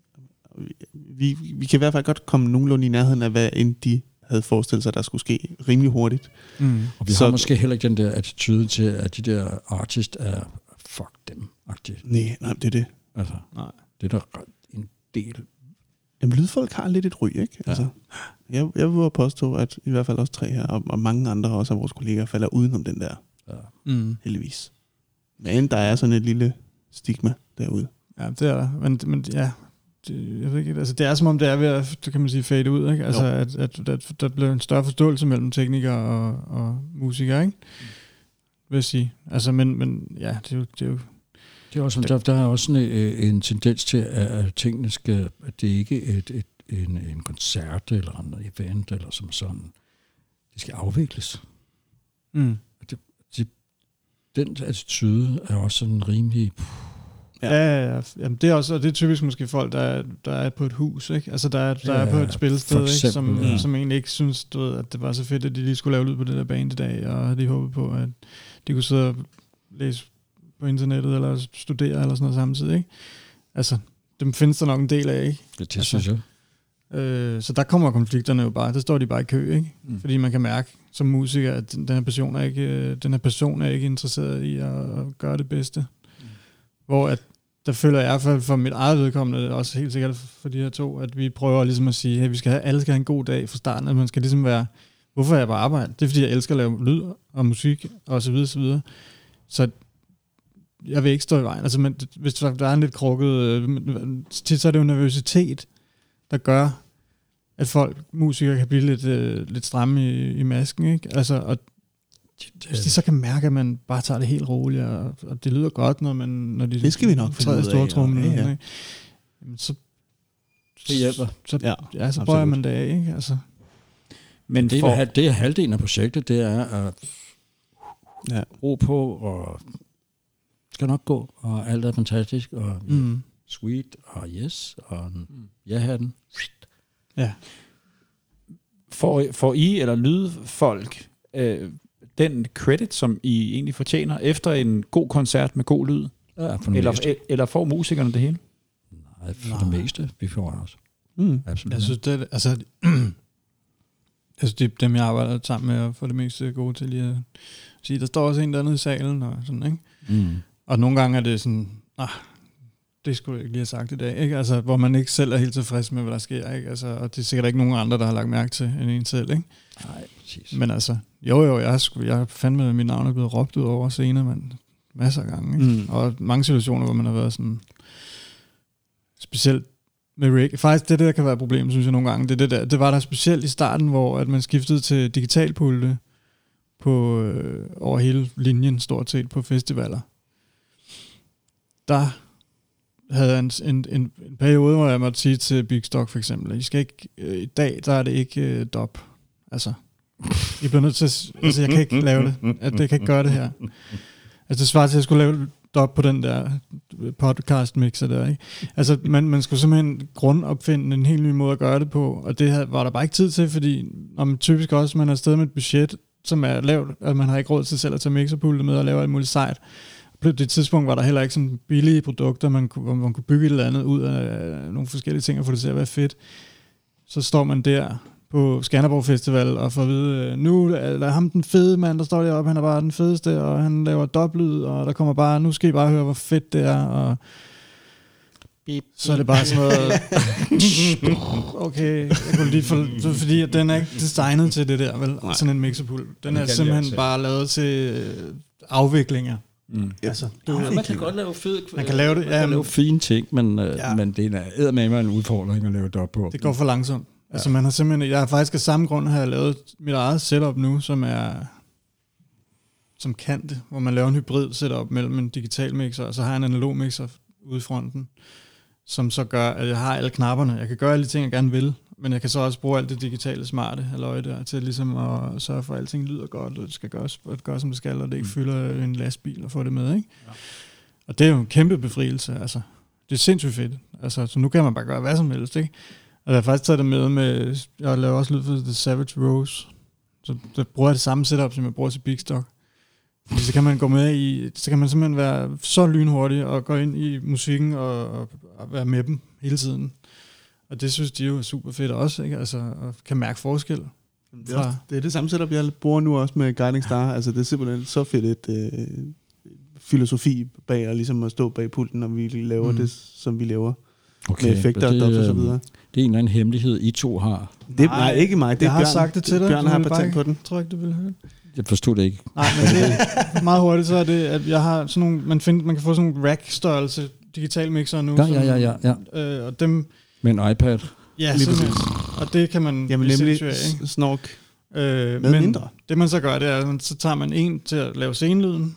vi, vi kan i hvert fald godt komme nogenlunde i nærheden af, hvad end de havde forestillet sig, der skulle ske rimelig hurtigt. Mm. Og vi så, har måske heller ikke den der attitude til, at de der artist er fuck dem-agtige. Nej, nej, det er det. Altså, nej. Det er der en del. Jamen, lydfolk har lidt et ry, ikke? Ja. Altså, jeg, jeg vil påstå, at i hvert fald også tre her, og, og mange andre også af vores kolleger, falder udenom den der. Ja. Mm. Heldigvis. Men der er sådan et lille stigma derude. Ja, det er der. Men, men ja, det, jeg ved ikke, altså, det er som om, det er ved at, det kan man sige, fade ud, ikke? Altså, at, at, at der bliver en større forståelse mellem teknikere og, og musikere, ikke? Mm. Vil jeg sige. Altså, men, men ja, det er jo... Det er jo det er også, der, der er også en, en tendens til, at tingene skal, at det ikke er et, et, en, en koncert eller en event eller som sådan. Det skal afvikles. Mm. Det, det, den attitude er også sådan rimelig... Ja, ja, ja. Jamen, det er også, og det er typisk måske folk, der er, der er på et hus, ikke? Altså, der er, der ja, er på et spilsted, eksempel, ikke? Som, ja. som egentlig ikke synes, du ved, at det var så fedt, at de lige skulle lave lyd på det der band i dag, og de håbede på, at de kunne sidde og læse på internettet, eller studere, eller sådan noget samtidig, ikke? Altså, dem findes der nok en del af, ikke? Det, det altså, synes jeg. Øh, så der kommer konflikterne jo bare, der står de bare i kø, ikke? Mm. Fordi man kan mærke som musiker, at den her person er ikke, den her person er ikke interesseret i at gøre det bedste. Mm. Hvor at, der føler jeg i hvert fald for mit eget vedkommende, også helt sikkert for de her to, at vi prøver ligesom at sige, at hey, vi skal have, alle skal have en god dag fra starten, at man skal ligesom være, hvorfor er jeg på arbejde? Det er fordi, jeg elsker at lave lyd og musik, og så videre, så videre. Så jeg vil ikke stå i vejen. Altså, men, hvis der er en lidt krukket, øh, tit så er det jo nervøsitet, der gør, at folk, musikere, kan blive lidt, øh, lidt stramme i, i masken, ikke? Altså, og hvis de så kan mærke, at man bare tager det helt roligt, og, og det lyder godt, når man når de det skal vi nok træder store trummen, ja, ja. Jamen, så det hjælper. Så, ja, ja, så bøjer man det af, ikke? Altså. Men det, for, er, det er halvdelen af projektet, det er at ja. ro på, og skal nok gå, og alt er fantastisk, og mm. sweet, og yes, og ja-hatten. Ja. Får, får I eller lydfolk øh, den credit, som I egentlig fortjener, efter en god koncert med god lyd? Ja, for eller, eller får musikerne det hele? Nej, for Nej. det meste. Vi får også. Mm. Absolut. Jeg synes, det, altså, altså det, dem, jeg arbejder sammen med, og for det meste gode til lige at sige, der står også en dernede i salen, og sådan, ikke? Mm. Og nogle gange er det sådan, ah, det skulle jeg ikke lige have sagt i dag, ikke? Altså, hvor man ikke selv er helt tilfreds med, hvad der sker, ikke? Altså, og det er sikkert ikke nogen andre, der har lagt mærke til, end en selv, ikke? Nej, præcis. Men altså, jo jo, jeg har, sgu, jeg har fandme, at mit navn er blevet råbt ud over scenen, men masser af gange, ikke? Mm. Og mange situationer, hvor man har været sådan, specielt med reggae. Faktisk det der kan være et problem, synes jeg nogle gange. Det, det, der, det var der specielt i starten, hvor at man skiftede til digitalpulte på, øh, over hele linjen, stort set på festivaler. Der havde jeg en, en, en, en periode, hvor jeg måtte sige til Big Stock for eksempel, I skal ikke, øh, i dag der er det ikke øh, dub. Altså, I bliver nødt til at, altså jeg kan ikke lave det. At jeg kan ikke gøre det her. Altså det svarer til, at jeg skulle lave dub på den der podcast mixer der, ikke? Altså man, man skulle simpelthen grundopfinde en helt ny måde at gøre det på, og det havde, var der bare ikke tid til, fordi om typisk også, man er afsted med et budget, som er lavt, at man har ikke råd til selv at tage mixerpultet med og lave alt muligt sejt. På det tidspunkt var der heller ikke sådan billige produkter, man kunne, hvor man kunne bygge et eller andet ud af nogle forskellige ting og få det til at være fedt. Så står man der på Skanderborg Festival og får at vide, nu er ham den fede mand, der står deroppe, han er bare den fedeste, og han laver dobbeltlyd, og der kommer bare, nu skal I bare høre, hvor fedt det er, og beep, så er det bare sådan noget, okay, jeg kunne lige for, fordi den er ikke designet til det der, vel? Nej. Sådan en mixerpult. Den er simpelthen bare lavet til afviklinger. Mm. Altså, du, ja, man kan godt lave fede, man kan lave det, man ja, kan lave fine ting, men, ja. men det er eddermame en udfordring at lave dub på. Det går for langsomt. Ja. Altså man har simpelthen, jeg har faktisk af samme grund har jeg lavet mit eget setup nu, som er som kan det, hvor man laver en hybrid setup mellem en digital mixer, og så har jeg en analog mixer ude i fronten, som så gør, at jeg har alle knapperne. Jeg kan gøre alle de ting, jeg gerne vil, men jeg kan så også bruge alt det digitale smarte halløj der, til ligesom at sørge for, at alting lyder godt, og det skal gøres, at gøre, som det skal, og det ikke fylder en lastbil og få det med, ikke? Ja. Og det er jo en kæmpe befrielse, altså. Det er sindssygt fedt. Altså, så nu kan man bare gøre hvad som helst, ikke? Og jeg har faktisk taget det med med, jeg laver også lyd for The Savage Rose, så der bruger jeg det samme setup, som jeg bruger til Big Stock. Fordi så kan man gå med i, så kan man simpelthen være så lynhurtig og gå ind i musikken og, og, og være med dem hele tiden. Og det synes de jo er super fedt også, ikke? Altså, og kan mærke forskel. Det er, også, det er det samme setup, jeg bruger nu også med Guiding Star. Ja. Altså, det er simpelthen så fedt et øh, filosofi bag, og ligesom at stå bag pulten, når vi laver mm. det, som vi laver. Okay, med effekter det, og dubs og så videre. Det er en eller anden hemmelighed, I to har. Det, nej, ikke mig. Det er jeg Bjørn. har sagt det til dig. Bjørn har patent på den. Tror ikke, du vil høre det. Jeg forstod det ikke. Nej, men det er meget hurtigt, så er det, at jeg har sådan nogle, man, find, man kan få sådan nogle rack-størrelse digital mixer nu. Ja, ja, ja, ja. ja. Øh, og dem, med en iPad. Ja, simpelthen. Og det kan man... Jamen nemlig snork øh, med men mindre. Det man så gør, det er, så tager man en til at lave scenelyden,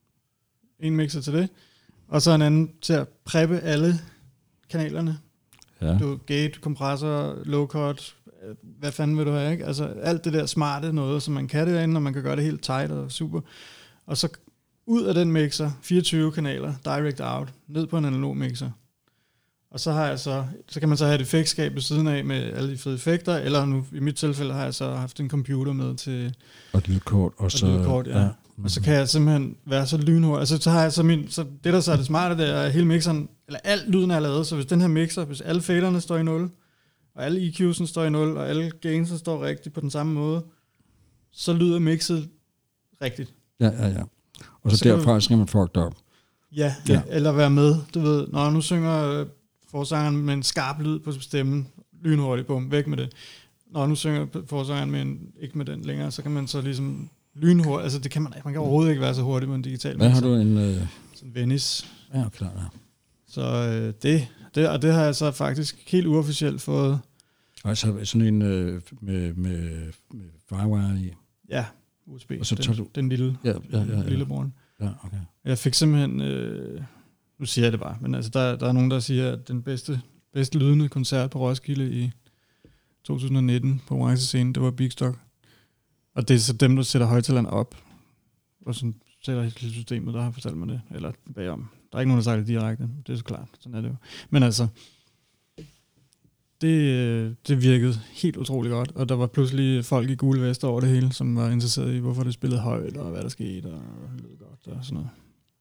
en mixer til det, og så en anden til at preppe alle kanalerne. Ja. Du gate, kompressor, low cut, hvad fanden vil du have, ikke? Altså alt det der smarte noget, som man kan det derinde, og man kan gøre det helt tight og super. Og så ud af den mixer, fireogtyve kanaler, direct out, ned på en analog mixer. Og så har jeg så, så kan man så have et effektskab ved siden af med alle de fede effekter, eller nu i mit tilfælde har jeg så haft en computer med til... Og et lydkort. Og, og så... Lydkort, ja. ja. Mm-hmm. Og så kan jeg simpelthen være så lynhurtig. Altså så har jeg så min... Så det der så er det smarte, det er at hele mixeren, eller alt lyden er lavet, så hvis den her mixer, hvis alle faderne står i nul, og alle E Q'sen står i nul, og alle gainsen står rigtigt på den samme måde, så lyder mixet rigtigt. Ja, ja, ja. Og så, så derfra skal man fucked up. Ja, ja, ja, eller være med. Du ved, når nu synger forsangeren med en skarp lyd på stemmen, lynhurtigt, bum, væk med det. Når nu synger forsangeren med en, ikke med den længere, så kan man så ligesom lynhurtigt, altså det kan man, man kan overhovedet ikke være så hurtigt på en digital mixer. Hvad har du en... Øh... Sådan Venice. Ja, klart, ja. Så øh, det, det, og det har jeg så faktisk helt uofficielt fået. Altså sådan en øh, med, med, med firewire i? Ja, U S B. Og så den, tager du... den lille, ja, ja, ja, ja. lillebroren. Ja, okay. Jeg fik simpelthen... Øh, nu siger jeg det bare, men altså der, der er nogen, der siger, at den bedste, bedste lydende koncert på Roskilde i to tusind nitten på Orange-scenen, det var Big Stock. Og det er så dem, der sætter højtalerne op, og så sætter hele systemet, der har fortalt mig det, eller bagom. Der er ikke nogen, der sagt det direkte, det er så klart, sådan er det jo. Men altså, det, det virkede helt utroligt godt, og der var pludselig folk i gule vester over det hele, som var interesseret i, hvorfor det spillede højt, og hvad der skete, og det lød godt, og sådan noget.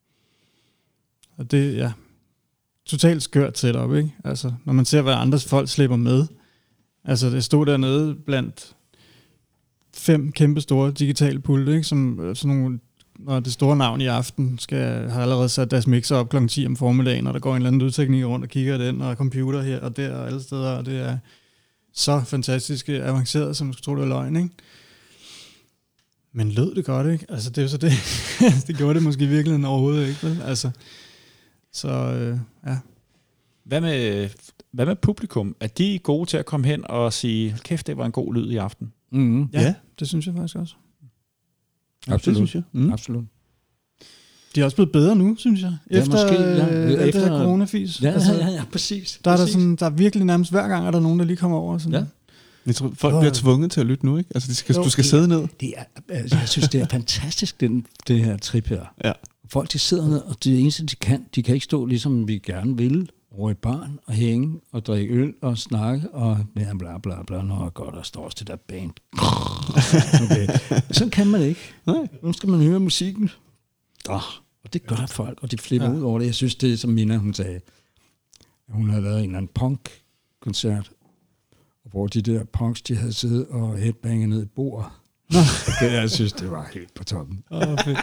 Og det, ja, totalt skørt setup, ikke? Altså, når man ser, hvad andres folk slipper med. Altså, det stod dernede blandt fem kæmpe store digitale pulte, ikke? Som sådan nogle, når det store navn i aften skal har allerede sat deres mixer op klokken ti om formiddagen, og der går en eller anden lydtekniker rundt og kigger den, og computer her og der og alle steder, og det er så fantastisk avanceret, som man skulle tro, det var løgn, ikke? Men lød det godt, ikke? Altså, det er jo så det. Det gjorde det måske i virkeligheden overhovedet ikke, vel? Altså, så, øh, ja. Hvad med hvad med publikum? Er de gode til at komme hen og sige, kæft, det var en god lyd i aften? Mm-hmm. Ja, ja, det synes jeg faktisk også. Absolut. Det synes jeg. Mm. Absolut. De er også blevet bedre nu, synes jeg. Ja, Efter, måske, ja. øh, efter, Efter- efter coronafis. Ja, altså, ja, ja, ja, præcis. Der er, der, præcis. sådan, der er virkelig nærmest hver gang, er der nogen, der lige kommer over. Sådan. Ja. Jeg tror, folk bliver tvunget til at lytte nu, ikke? Altså, de skal, Jo, du skal det- sidde ned. Det er, altså, jeg synes, det er fantastisk, den, det her trip her. Ja. Folk, de sidder ned, og det eneste, de kan, de kan ikke stå, ligesom vi gerne vil, over i barn og hænge og drikke øl og snakke og ja, bla bla bla, når jeg godt, der står også det der band. Okay. Sådan kan man ikke. Nej. Nu skal man høre musikken. Oh, og det gør folk, og de flipper ja. ud over det. Jeg synes, det er som Mina, hun sagde. Hun havde lavet en eller anden punk-koncert, hvor de der punks, de havde siddet og headbanget ned i bordet. Okay, jeg synes, det var helt på toppen. Åh, oh, fedt.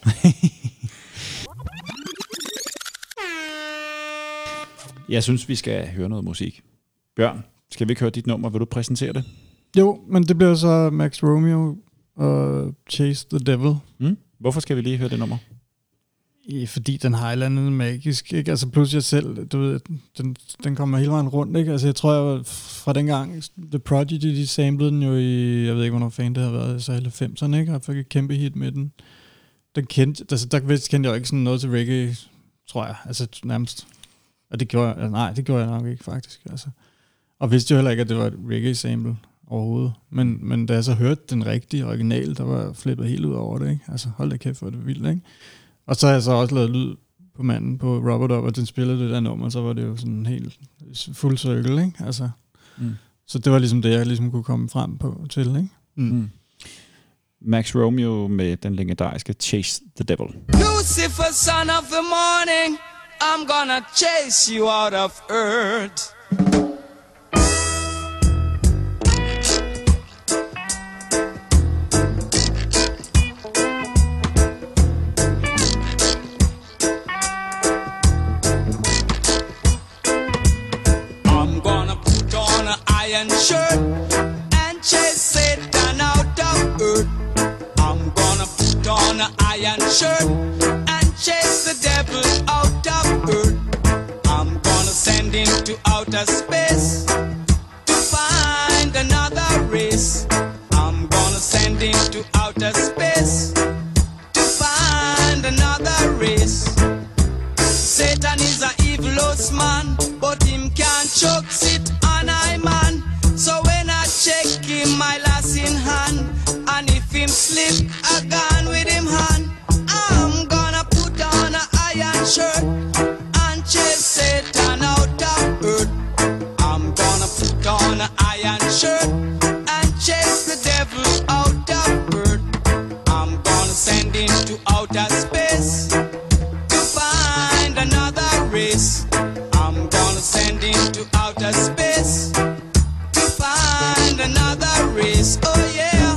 Jeg synes, vi skal høre noget musik. Bjørn, skal vi ikke høre dit nummer? Vil du præsentere det? Jo, men det bliver så Max Romeo og Chase the Devil. Mm? Hvorfor skal vi lige høre det nummer? I, fordi den har et eller andet magisk, ikke? Altså plus jeg selv, du ved, den, den kommer hele vejen rundt, ikke? Altså jeg tror, jeg var fra dengang, The Prodigy, de samlede den jo i, jeg ved ikke, hvornår fanden det har været, så halvfemserne, ikke? Og jeg fik et kæmpe hit med den. Den kendte, altså der kendte jeg jo ikke sådan noget til reggae, tror jeg, altså nærmest. Og det gjorde jeg, altså, nej, det gjorde jeg nok ikke faktisk, altså. Og vidste jo heller ikke, at det var et reggae-sample overhovedet. Men, men da jeg så hørte den rigtige original, der var jeg flippet helt ud over det, ikke? Altså hold da kæft, hvor det vildt, ikke? Og så har jeg så også lavet lyd på manden på Robert Up, og den spillede det der nummer, så var det jo sådan helt fuld cirkel, ikke? Altså, Mm. så det var ligesom det, jeg ligesom kunne komme frem på til, ikke? Mm. Mm. Max Romeo med den legendariske Chase the Devil. Lucifer, son of the morning, I'm gonna chase you out of earth. I'm gonna put on an iron shirt and chase Satan out of earth. I'm gonna put on an iron shirt and chase the devil out of earth. I'm gonna send him to outer space to find another race. I'm gonna send him to outer space to find another race. Satan is a evilous man, but him can't choke sit on I man. So when I check him, my lass in hand, and if him slip, I gone with him hand. I'm gonna put on an iron shirt and chase Satan out of earth. I'm gonna put on an iron shirt and chase the devil out of earth. I'm gonna send him to outer space to find another race. I'm gonna send him to outer space to find another race. Oh yeah.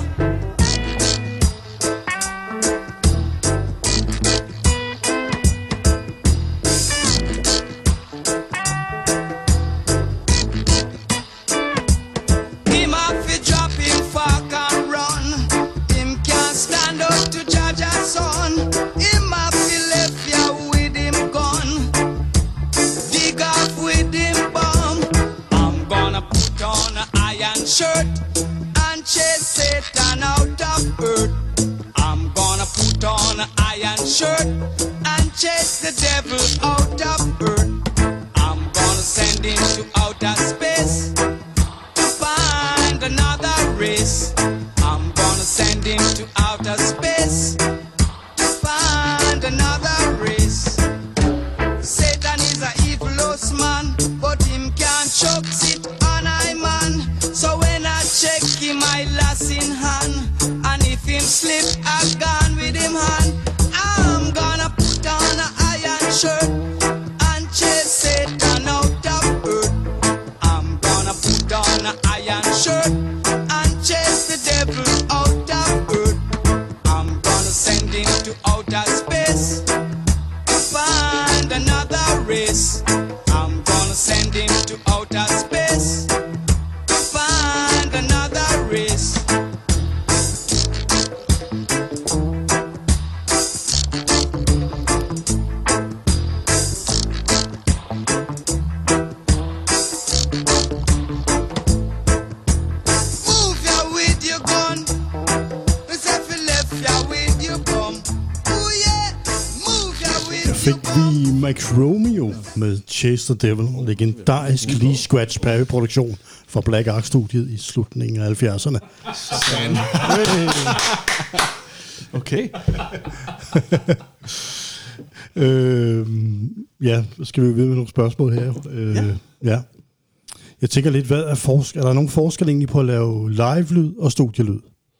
Him have to drop him fuck and run. Him can't stand up to judge a son. Him have to left ya with him gun. Dig off with him bomb. I'm gonna put on an iron shirt and chase Satan out of earth. I'm gonna put on an iron shirt and chase the devil out of earth. I'm gonna send him to outer space to find another race. I'm gonna send him to outer space to find another race. Satan is a evilous man, but him can't choke sit on I man. So when I check him, I lass in hand, and if him slip, I gone with him hand. I'm gonna put on an iron shirt and chase Satan out of earth. I'm gonna put on an iron shirt and chase the devil out of earth. I'm gonna send him to outer space to find another race. I'm gonna send him to outer space to find another race. fik vi Max Romeo med Chase the Devil, legendarisk Lee Scratch Perry-produktion fra Black Ark-studiet i slutningen af halvfjerdserne. Okay. øh, ja, skal vi videre med nogle spørgsmål her? Øh, ja. ja. Jeg tænker lidt, hvad er forskel? Er der nogen forskel egentlig på at lave live-lyd og studielyd?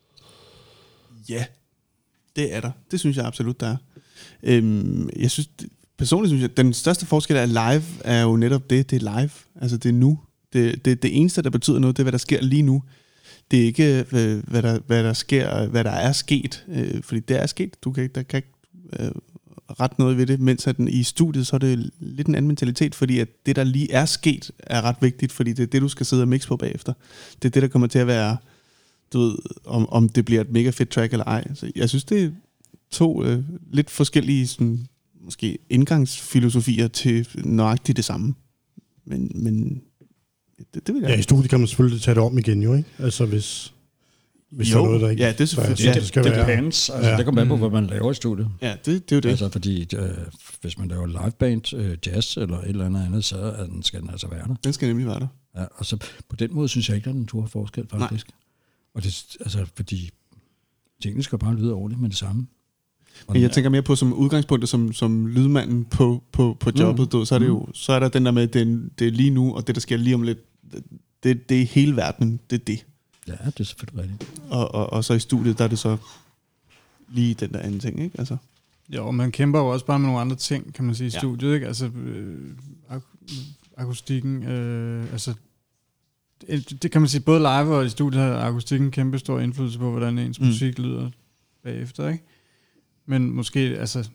Ja, det er der. Det synes jeg absolut, der er. Øhm, jeg synes, personligt synes jeg, at den største forskel af live er jo netop det, det er live. Altså det er nu. Det, det, det eneste, der betyder noget, det er, hvad der sker lige nu. Det er ikke, hvad der, hvad der sker, hvad der er sket. Øh, fordi det er sket. Du kan, der kan ikke øh, ret noget ved det. Mens at den, i studiet, så er det lidt en anden mentalitet, fordi at det, der lige er sket, er ret vigtigt, fordi det er det, du skal sidde og mixe på bagefter. Det er det, der kommer til at være, du ved, om, om det bliver et mega fedt track eller ej. Så jeg synes, det er to øh, lidt forskellige sådan, måske indgangsfilosofier til nøjagtigt det samme. Men, men det, det vil jeg. Ja, i studiet kan man selvfølgelig tage det om igen, jo, ikke? Altså hvis, hvis jo, der er noget, der ikke... ja, det er selvfølgelig. Ja, det, det, det depends. Altså, ja. Det kommer an på, hvad man laver i studiet. Ja, det, det er jo det. Altså, fordi øh, hvis man laver liveband, øh, jazz eller et eller andet andet, så er den, skal den altså være der. Den skal nemlig være der. Ja, og så på den måde synes jeg ikke, der er en stor forskel, faktisk. Nej. Og det, altså, fordi tingene skal bare lyde ordentligt med det samme. Men jeg tænker mere på som udgangspunktet som, som lydmanden på, på, på jobbet, mm. så er det jo så er der den der med det, det er lige nu, og det der sker lige om lidt, det, det er hele verden, det er det. Ja, det er selvfølgelig rigtigt. Og, og, og så i studiet, der er det så lige den der anden ting, ikke? Altså. Jo, man kæmper jo også bare med nogle andre ting, kan man sige, i ja. studiet, ikke? Altså øh, ak- akustikken, øh, altså det, det kan man sige, både live og i studiet har akustikken kæmpe stor indflydelse på, hvordan ens mm. musik lyder bagefter, ikke? Men måske, altså,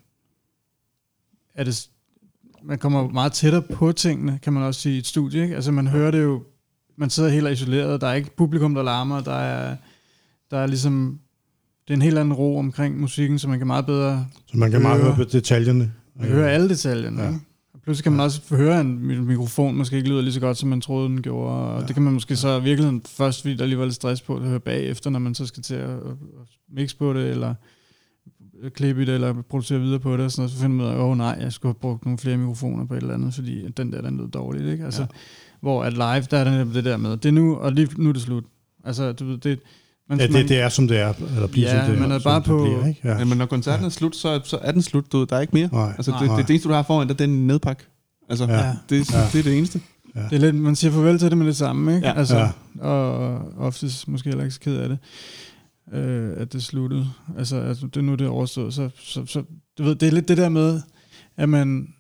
er det, man kommer meget tættere på tingene, kan man også sige, i et studie, ikke? Altså, man hører det jo, man sidder helt isoleret, der er ikke publikum, der larmer, der er, der er ligesom, det er en helt anden ro omkring musikken, så man kan meget bedre Så man kan høre, meget høre på detaljerne. Man kan høre alle detaljerne, ja. Ikke? Og pludselig kan man også høre, en mikrofon måske ikke lyder lige så godt, som man troede, den gjorde, og ja. Det kan man måske så i virkeligheden først, fordi der lige var lidt stress på, at høre bagefter, når man så skal til at, at mixe på det, eller klippe i det, eller producere videre på det, og sådan noget, så finder man ud af, åh oh, nej, jeg skulle have brugt nogle flere mikrofoner på et eller andet, fordi den der, den lød dårligt, ikke? Altså, ja. Hvor at live, der er det, det der med, det er nu, og lige nu er det slut. Altså, du ved, det... Man, ja, det, det er, som det er, eller bliver, ja, som det man er, er bare på... Bliver, ikke? Ja. Ja, men når koncerten ja. er slut, så, så er den slut, du, der er ikke mere. Nej. Altså, det, Nej. det, det eneste, du har foran dig, det er en nedpak. Altså, ja. det, ja. det er det eneste. Ja. Det er lidt, man siger farvel til det med det samme, ikke? Ja. Altså, ja. Og oftest måske heller ikke så ked af det. Øh, at det sluttede. Altså, altså det nu det er overstået. Så, så, så du ved, det er lidt det der med, at man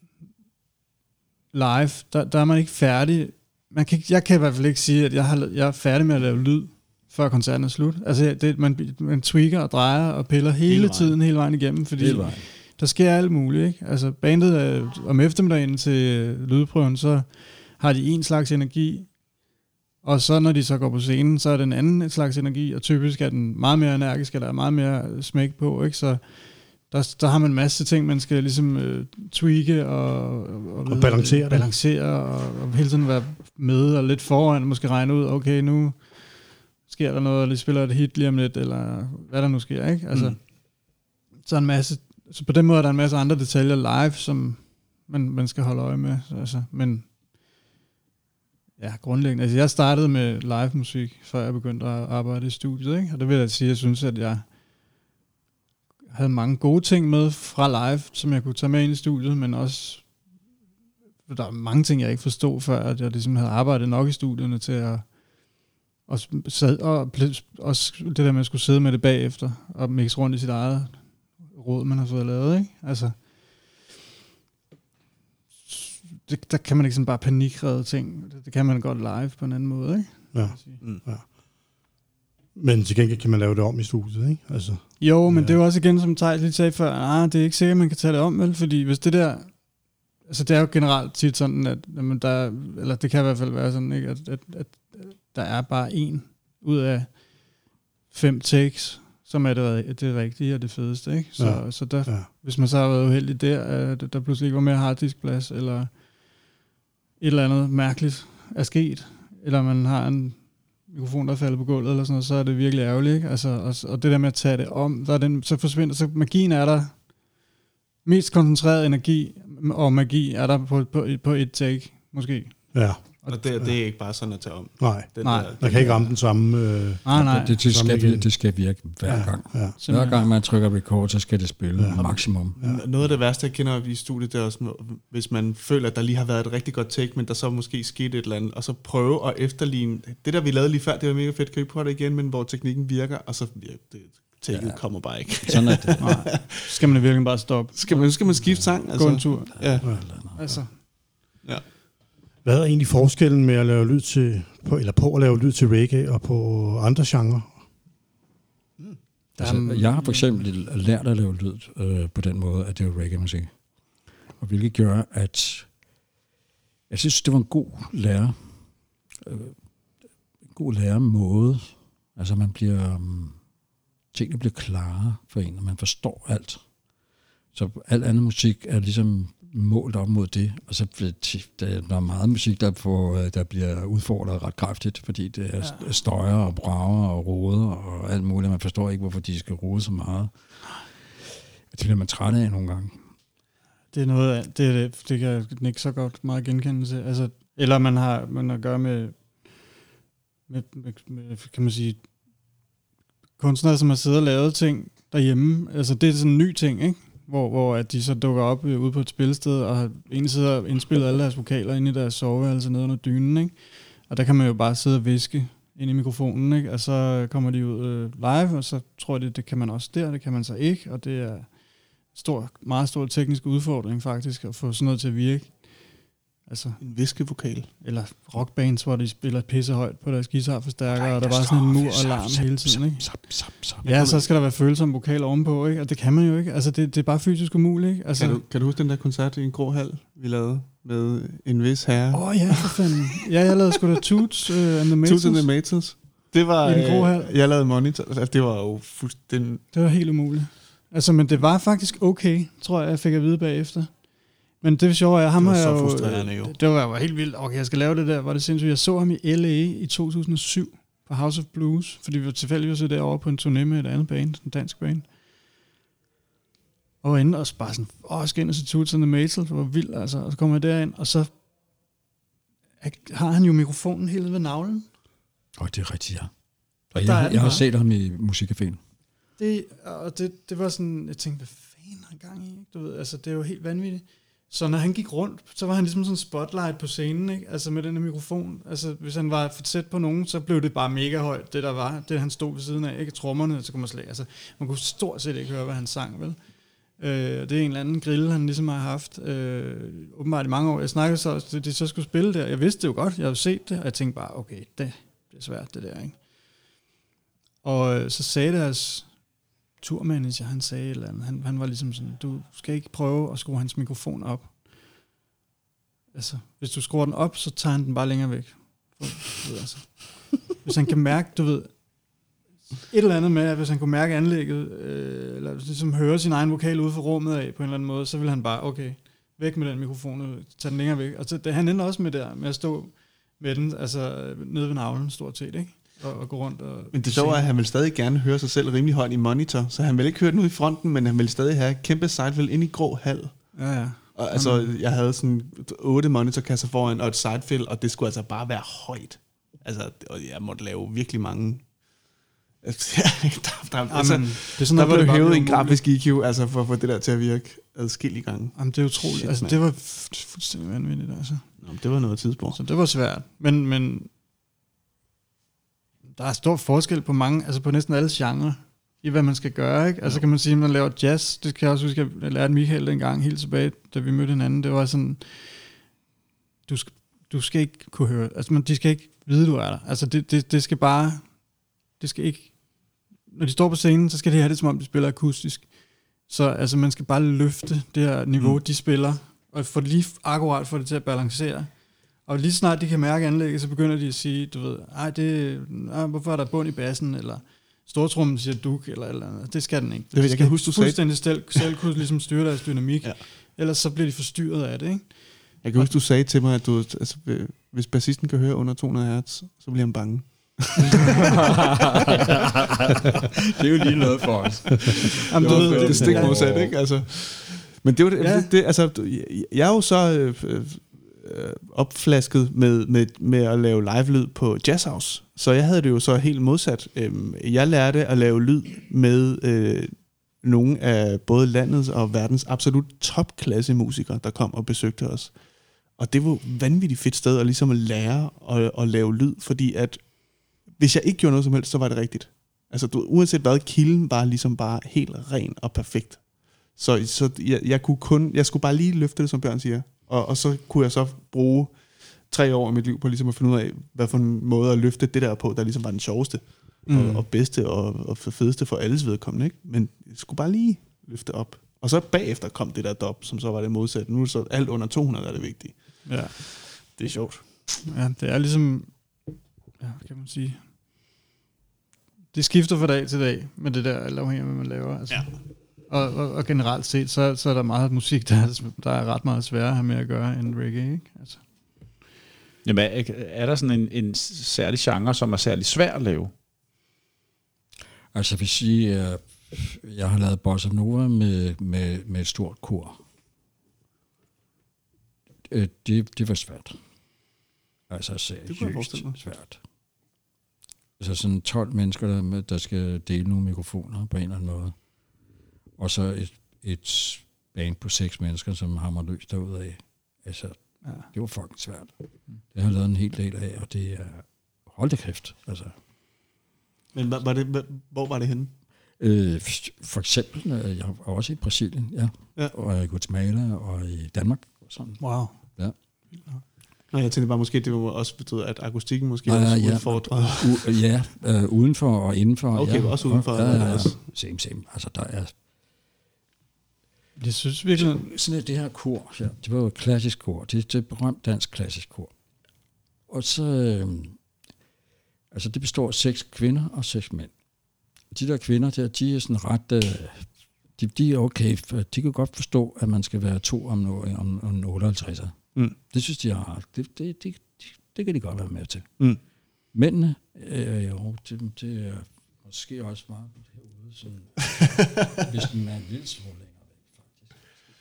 live, der, der er man ikke færdig. Man kan, jeg kan i hvert fald ikke sige, at jeg, har, jeg er færdig med at lave lyd, før koncerten er slut. Altså, det, man, man tweaker og drejer og piller hele, hele tiden, hele vejen igennem, fordi der sker alt muligt, ikke? Altså, bandet er, om eftermiddagen til lydprøven, så har de en slags energi, og så når de så går på scenen, så er den anden slags energi, og typisk er den meget mere energisk, eller er meget mere smæk på, ikke? Så der, der har man en masse ting, man skal ligesom øh, tweake og, og, og balancere, det. balancere og, og hele tiden være med og lidt foran, måske regne ud, okay, nu sker der noget, eller de spiller et hit lige om lidt, eller hvad der nu sker, ikke? Altså, mm. så, en masse, så på den måde er der en masse andre detaljer live, som man, man skal holde øje med. Altså, men ja, grundlæggende. Altså, jeg startede med live musik, før jeg begyndte at arbejde i studiet, ikke? Og det vil jeg sige, jeg synes, at jeg havde mange gode ting med fra live, som jeg kunne tage med ind i studiet, men også, der er mange ting, jeg ikke forstod, før at jeg ligesom havde arbejdet nok i studierne til at og, sad, og også det der med at skulle sidde med det bagefter, og mixe rundt i sit eget råd, man har fået lavet, ikke? Altså, det, der kan man ikke sådan bare panikrede ting. Det, det kan man godt live på en anden måde, ikke? Ja. Mm. Ja. Men til gengæld kan man lave det om i studiet, ikke? Altså, jo, men ja. det er jo også igen, som Theis lige sagde før, ah, det er ikke sikkert, man kan tage det om, vel? Fordi hvis det der, altså det er jo generelt tit sådan, at jamen, der, eller det kan i hvert fald være sådan, ikke? At, at, at der er bare en ud af fem takes, som er det, det rigtige og det fedeste, ikke? Så, ja. så der, ja. hvis man så har været uheldig der, at der pludselig ikke var mere harddiskplads, eller et eller andet mærkeligt er sket, eller man har en mikrofon, der falder på gulvet, eller sådan noget, så er det virkelig ærgerligt, ikke? Altså, og, og det der med at tage det om, der er den, så forsvinder, så magien er der mest koncentreret energi og magi er der på, på, på et take, måske. Ja. Og det, det er ikke bare sådan at tage om. Nej, den nej. Der, der kan ikke ramme den samme... Øh, nej, nej. Det, det, det, skal, virke, det skal virke hver ja, gang. Ja. Hver gang man trykker record, så skal det spille ja. maksimum. Ja. Noget af det værste, jeg kender i studiet, det er også, hvis man føler, at der lige har været et rigtig godt take, men der så måske skete et eller andet, og så prøve at efterligne... Det der, vi lavede lige før, det var mega fedt. Kan vi prøve det igen, men hvor teknikken virker, og så virker det... Taket ja. kommer bare ikke. Sådan er det. Nej. Skal man virkelig bare stoppe? Skal man, skal man skifte sang? Altså? Gå en tur. Ja. Ja. Altså. Ja. Hvad er egentlig forskellen med at lave lyd til, på, eller på at lave lyd til reggae og på andre genrer? Mm. Altså, jeg har for eksempel lært at lave lyd øh, på den måde, at det er reggae-musik. Og hvilket gør, at jeg synes, det var en god lærer. Øh, en god læremåde. Altså, man bliver... Um, tingene bliver klare for en, og man forstår alt. Så al anden musik er ligesom målt op mod det, og så bliver der er meget musik, der, får, der bliver udfordret ret kraftigt, fordi det er ja. støjer og brager og roder og alt muligt. Man forstår ikke, hvorfor de skal rode så meget. Det bliver man træt af nogle gange. Det er noget af, det, det, det kan jeg ikke så godt meget genkende til. Altså, eller man har man har at gøre med, med, med, med, kan man sige, kunstnere, som har siddet og lavet ting derhjemme. Altså, det er sådan en ny ting, ikke? Hvor, hvor at de så dukker op øh, ude på et spilsted, og har egentlig siddet og indspillet alle deres vokaler inde i deres soveværelse nede under dynen, ikke? Og der kan man jo bare sidde og viske ind i mikrofonen, ikke? Og så kommer de ud øh, live, og så tror jeg, det, det kan man også der, det kan man så ikke, og det er stor, meget stor teknisk udfordring faktisk, at få sådan noget til at virke. Altså, en viskevokal. Eller rockbands, hvor de spiller pissehøjt på deres guitarforstærker, og der var sådan en mur og larm hele tiden, ikke? Ja, så skal der være følsom vokal ovenpå, ikke? Og det kan man jo ikke. Altså, det, det er bare fysisk umuligt, ikke? Altså, kan, du, kan du huske den der koncert i en grå hal, vi lavede med en vis herre? Åh oh, ja, for fanden. Ja, jeg lavede sgu da Toots uh, and the Maytals. Toots and the Maytals. Det var, i en grå hal. Jeg lavede Monitor. Altså, det var jo fuldstændig... Det var helt umuligt. Altså, men det var faktisk okay, tror jeg, jeg fik at vide bagefter. Men det sjove er, ham har jeg jo... jo. Det var jo helt vildt. Okay, jeg skal lave det der. Var det sindssygt. Jeg så ham i L A i to tusind og syv på House of Blues, fordi vi var tilfældigvis derovre på en turné med et andet band, en dansk band. Og var inde og bare sådan, åh, jeg skal ind og se Toots and the Maytals, det var vildt, altså. Og så kommer jeg derind, og så har han jo mikrofonen helt ved navlen. Åh, oh, det er rigtigt, ja. Og jeg, jeg har set ham i Musikcaféen. Det, og det, det var sådan, jeg tænkte, hvad fanden har gang i? Du ved, altså, det er jo helt vanvittigt. Så når han gik rundt, så var han ligesom sådan en spotlight på scenen, ikke? Altså med den her mikrofon. Altså hvis han var for tæt på nogen, så blev det bare mega højt, det der var. Det han stod ved siden af, ikke? Trommerne, så kunne man slet altså man kunne stort set ikke høre, hvad han sang, vel? Øh, det er en eller anden grill, han ligesom har haft, øh, åbenbart i mange år. Jeg snakkede så, at de så skulle spille der. Jeg vidste det jo godt, jeg havde set det, og jeg tænkte bare, okay, det, det er svært, det der, ikke? Og øh, så sagde deres turmanager, han sagde et eller andet. Han, han var ligesom sådan, du skal ikke prøve at skrue hans mikrofon op. Altså, hvis du skruer den op, så tager han den bare længere væk. For, ved, altså. Hvis han kan mærke, du ved, et eller andet med, at hvis han kunne mærke anlægget, øh, eller ligesom høre sin egen vokal ude fra rummet af, på en eller anden måde, så ville han bare, okay, væk med den mikrofon, og tage den længere væk. Og så, det, han ender også med der, med at stå med den, altså nede ved navlen, stort set, ikke? Og, og gå rundt og... Men det sjove er, at han vil stadig gerne høre sig selv rimelig højt i monitor, så han vil ikke høre den ud i fronten, men han vil stadig have kæmpe sidefill ind i grå hal. Ja, ja. Og altså, jeg havde sådan otte monitorkasser foran og et sidefill, og det skulle altså bare være højt. Altså, og jeg måtte lave virkelig mange... der, der, der, altså, Jamen, det er sådan der noget, blev det hævet en grafisk E Q, altså for at få det der til at virke adskillige gange. Jamen, det er utroligt. Shit, altså, det var fuldstændig vanvittigt, altså. Nå, det var noget tidspunkt. Så det var svært. Men, men der er stor forskel på mange, altså på næsten alle genrer, i hvad man skal gøre, ikke? Altså ja. Kan man sige, at man laver jazz, det kan jeg også huske, at jeg lærte Michael dengang, helt tilbage, da vi mødte hinanden, det var sådan, du skal, du skal ikke kunne høre, altså man, de skal ikke vide, du er der. Altså det, det, det skal bare, det skal ikke, når de står på scenen, så skal de have det, som om de spiller akustisk. Så altså man skal bare løfte det her niveau, mm. de spiller, og få det lige akkurat få det til at balancere. Og lige snart de kan mærke anlægget, så begynder de at sige, du ved, ej, det, ej, hvorfor er der bund i bassen, eller stortrummen siger duk, eller eller andet. Det skal den ikke. Det, jeg kan huske, du sagde. Fuldstændig selv, selv kunne ligesom styre deres dynamik, ja. Ellers så bliver de forstyrret af det, ikke? Jeg kan huske, du sagde til mig, at du, altså, hvis bassisten kan høre under to hundrede hertz, så bliver han bange. Det er jo lige noget for os. Jamen, det, det, det, det stik modsat, ikke? Altså, Men det var det, Ja. det, det altså, jeg er jo så øh, øh, opflasket med, med, med at lave live-lyd på Jazz House, så jeg havde det jo så helt modsat. Jeg lærte at lave lyd med øh, nogle af både landets og verdens absolut topklasse musikere, der kom og besøgte os. Og det var vanvittigt fedt sted at ligesom at lære at, at lave lyd, fordi at hvis jeg ikke gjorde noget som helst, så var det rigtigt. Altså du, uanset hvad, kilden var ligesom bare helt ren og perfekt. Så, så jeg, jeg kunne kun, jeg skulle bare lige løfte det, som Bjørn siger, og, og så kunne jeg så bruge tre år af mit liv på ligesom at finde ud af, hvad for en måde at løfte det der på, der ligesom var den sjoveste, mm. og, og bedste og, og fedeste for alles vedkommende, ikke? Men jeg skulle bare lige løfte op. Og så bagefter kom det der dop, som så var det modsatte. Nu er så alt under to hundrede, der er det vigtige. Ja. Det er sjovt. Ja, det er ligesom, ja, kan man sige, det skifter fra dag til dag med det der, eller afhængig af, hvad man laver. Altså. Ja. Og, og, og generelt set, så, så er der meget musik, der er, der er ret meget sværere at have med at gøre end reggae, ikke? Altså. Jamen, er, er der sådan en, en særlig genre, som er særlig svær at lave? Altså, jeg vil sige, at jeg har lavet bossa nova med, med, med et stort kor. Det, det var svært. Altså, seriøst svært. Altså sådan tolv mennesker, der, der skal dele nogle mikrofoner på en eller anden måde. Og så et, et band på seks mennesker, som hammer løs derudad. Altså, ja. Det var fucking svært. Det har jeg lavet en hel del af, og det er... Hold da kæft, altså. Men var det, hvor var det henne? Øh, for eksempel, jeg var også i Brasilien, ja. ja. Og i Guatemala, og i Danmark. Og sådan. Wow. Ja. Nå, jeg tænkte bare, måske det var også betydet, at akustikken måske ja, også ja, udfordret. U- ja, øh, udenfor og indenfor. Okay, ja. også udenfor. Ja, ja, ja. Også. Same, same. Altså, der er... Jeg synes virkelig... Sådan et, det her kor, ja, det var jo et klassisk kor. Det er et berømt dansk klassisk kor. Og så... Øh, altså, det består af seks kvinder og seks mænd. De der kvinder der, de er sådan ret... Øh, de, de er okay. De kan godt forstå, at man skal være to om, om, om otteoghalvtredser. Mm. Det synes de har. Det, det, det, det kan de godt være med til. Mm. Mændene, øh, jo, det, det er måske også meget herude, sådan, hvis den er en lille smule længere væk, faktisk.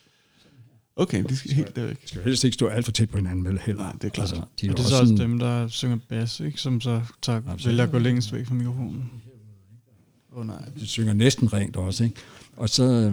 Okay, de skal helt dervæk. De skal helst ikke stå alt for tæt på hinanden, vel heller. Nej, det er klart. Altså, de er og det er så også dem, der synger bass, ikke? Som så tager, vælger at gå længst væk fra mikrofonen. Åh oh, nej. De synger næsten rent også, ikke? Og så...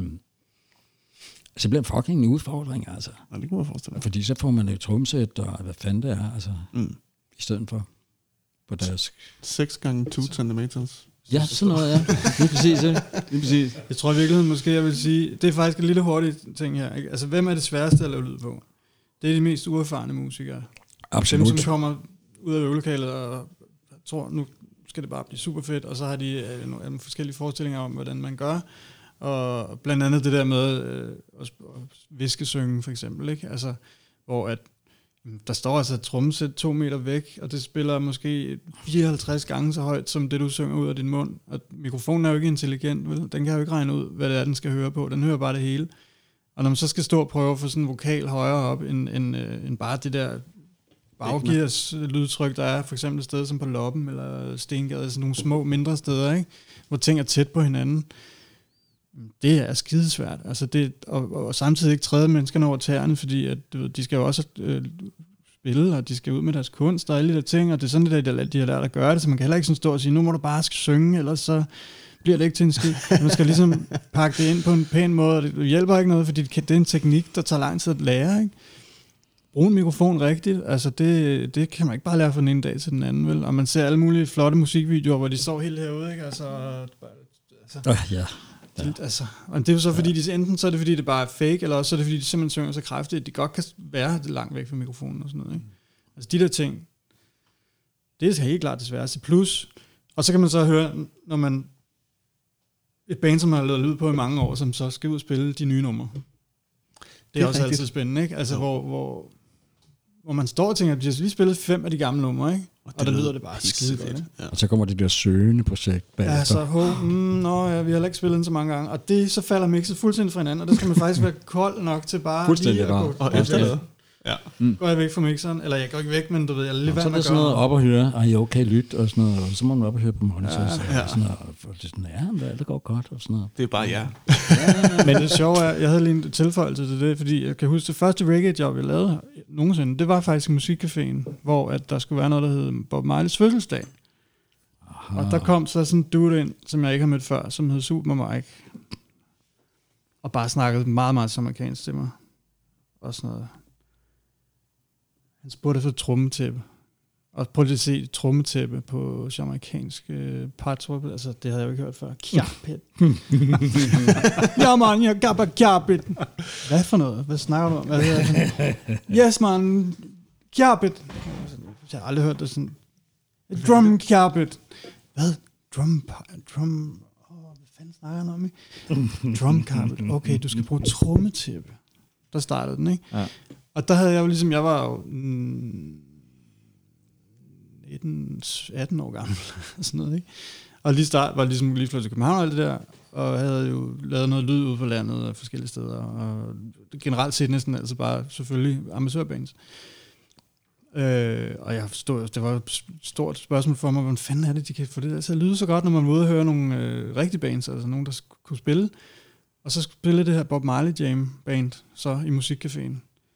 Så bliver det fucking en udfordring, altså. Ja, det kunne man forestille mig. Fordi så får man et trumsæt, og hvad fanden det er, altså. Mm. I stedet for på deres... seks gange to centimeters. Ja, sådan noget, ja. Lige præcis, ja. Lige præcis. Jeg tror i virkeligheden måske, jeg vil sige, det er faktisk en lille hurtigt ting her, ikke? Altså, hvem er det sværeste at lave lyd på? Det er de mest uerfarne musikere. Absolut. Dem, som kommer ud af øvelokalet og tror, nu skal det bare blive super fedt, og så har de øh, nogle forskellige forestillinger om, hvordan man gør. Og blandt andet det der med øh, at viskesynge for eksempel, ikke? Altså, hvor at, der står altså et trommesæt to meter væk, og det spiller måske fireoghalvtreds gange så højt, som det du synger ud af din mund. Og mikrofonen er jo ikke intelligent, vel? Den kan jo ikke regne ud, hvad det er, den skal høre på. Den hører bare det hele. Og når man så skal stå og prøve at få sådan en vokal højere op, end, end, end bare det der baggears lydtryk, der er for eksempel et sted som på Loppen, eller Stengade, sådan nogle små, mindre steder, ikke? Hvor ting er tæt på hinanden. Det er skidesvært. Altså det, og, og samtidig ikke træde menneskerne over tæerne, fordi at, du ved, de skal jo også øh, spille, og de skal ud med deres kunst og alle de der ting, og det er sådan, det der, de har lært at gøre det, så man kan heller ikke sådan stå og sige, nu må du bare synge, ellers så bliver det ikke til en skid. Man skal ligesom pakke det ind på en pæn måde, og det hjælper ikke noget, fordi det er en teknik, der tager lang tid at lære, ikke? Brug en mikrofon rigtigt, altså det, det kan man ikke bare lære fra den ene dag til den anden, vel? Og man ser alle mulige flotte musikvideoer, hvor de står helt herude, ikke? Altså, altså øh, ja. Ja. Altså, og det er jo så fordi, de, enten så er det fordi, det bare er fake, eller også så er det fordi, de simpelthen synger så kraftigt, at de godt kan være langt væk fra mikrofonen og sådan noget, ikke? Altså de der ting, det er helt klart det sværeste. Plus, og så kan man så høre, når man, et band, som har lavet lyd på i mange år, som så skal ud og spille de nye numre. Det er, det er også rigtigt. Altid spændende, ikke? Altså, hvor, hvor, hvor man står og tænker, at vi har spillet fem af de gamle numre, ikke? Og, og der lyder det bare skide fedt. Ja. Og så kommer det der søgende projekt bagefter. Ja, så ho, mm, nå, ja, vi har ikke spillet den så mange gange. Og det, så falder mixet fuldstændig fra hinanden, og der skal man faktisk være kold nok til bare lige at gå. Og efterlade. Ja. Mm. Går jeg væk fra mixeren, eller jeg går ikke væk, men du ved, jeg er lidt så er der sådan noget op og høre, ej, okay, lyt, og sådan noget, og så må man op og høre på monitor, ja, ja. og sådan noget, og det er sådan, ja, det går godt, og sådan noget. Det er bare ja. ja. Men det sjove er, jeg havde lige en tilføjelse til det, fordi jeg kan huske, det første reggae-job, jeg lavede nogensinde, det var faktisk i Musikcaféen, hvor at der skulle være noget, der hed Bob Marleys fødselsdag. Aha. Og der kom så sådan en dude ind, som jeg ikke har mødt før, som hed Super Mike, og bare snakkede meget, meget amerikansk til mig, og sådan noget. Han spurgte efter trommetæppe. Og prøv lige at se trommetæppe på jamaikansk øh, partroppe. Altså, det havde jeg jo ikke hørt før. Kjapet. Ja, man, jeg gabba kjapet. Hvad for noget? Hvad snakker du om? Hvad hedder sådan? Yes, man. Kjapet. Jeg har aldrig hørt det sådan. Drum kjapet. Hvad? Drum... Drum... Oh, hvad fanden snakker han om, ikke? Drum kjapet. Okay, du skal bruge trommetæppe. Der startede den, ikke? Ja. Og der havde jeg jo ligesom, jeg var jo nitten atten år gammel, sådan noget, ikke? Og lige start var ligesom lige flyttet til København og alt det der, og havde jo lavet noget lyd ude på landet og forskellige steder, og generelt set næsten altså bare selvfølgelig amatørbands. Øh, og jeg forstod, det var et stort spørgsmål for mig, hvordan fanden er det, de kan få det der til at lyde så godt, når man var ude og høre nogle øh, rigtige bands, altså nogen, der kunne spille. Og så spillede det her Bob Marley Jam band så i Musikcaféen.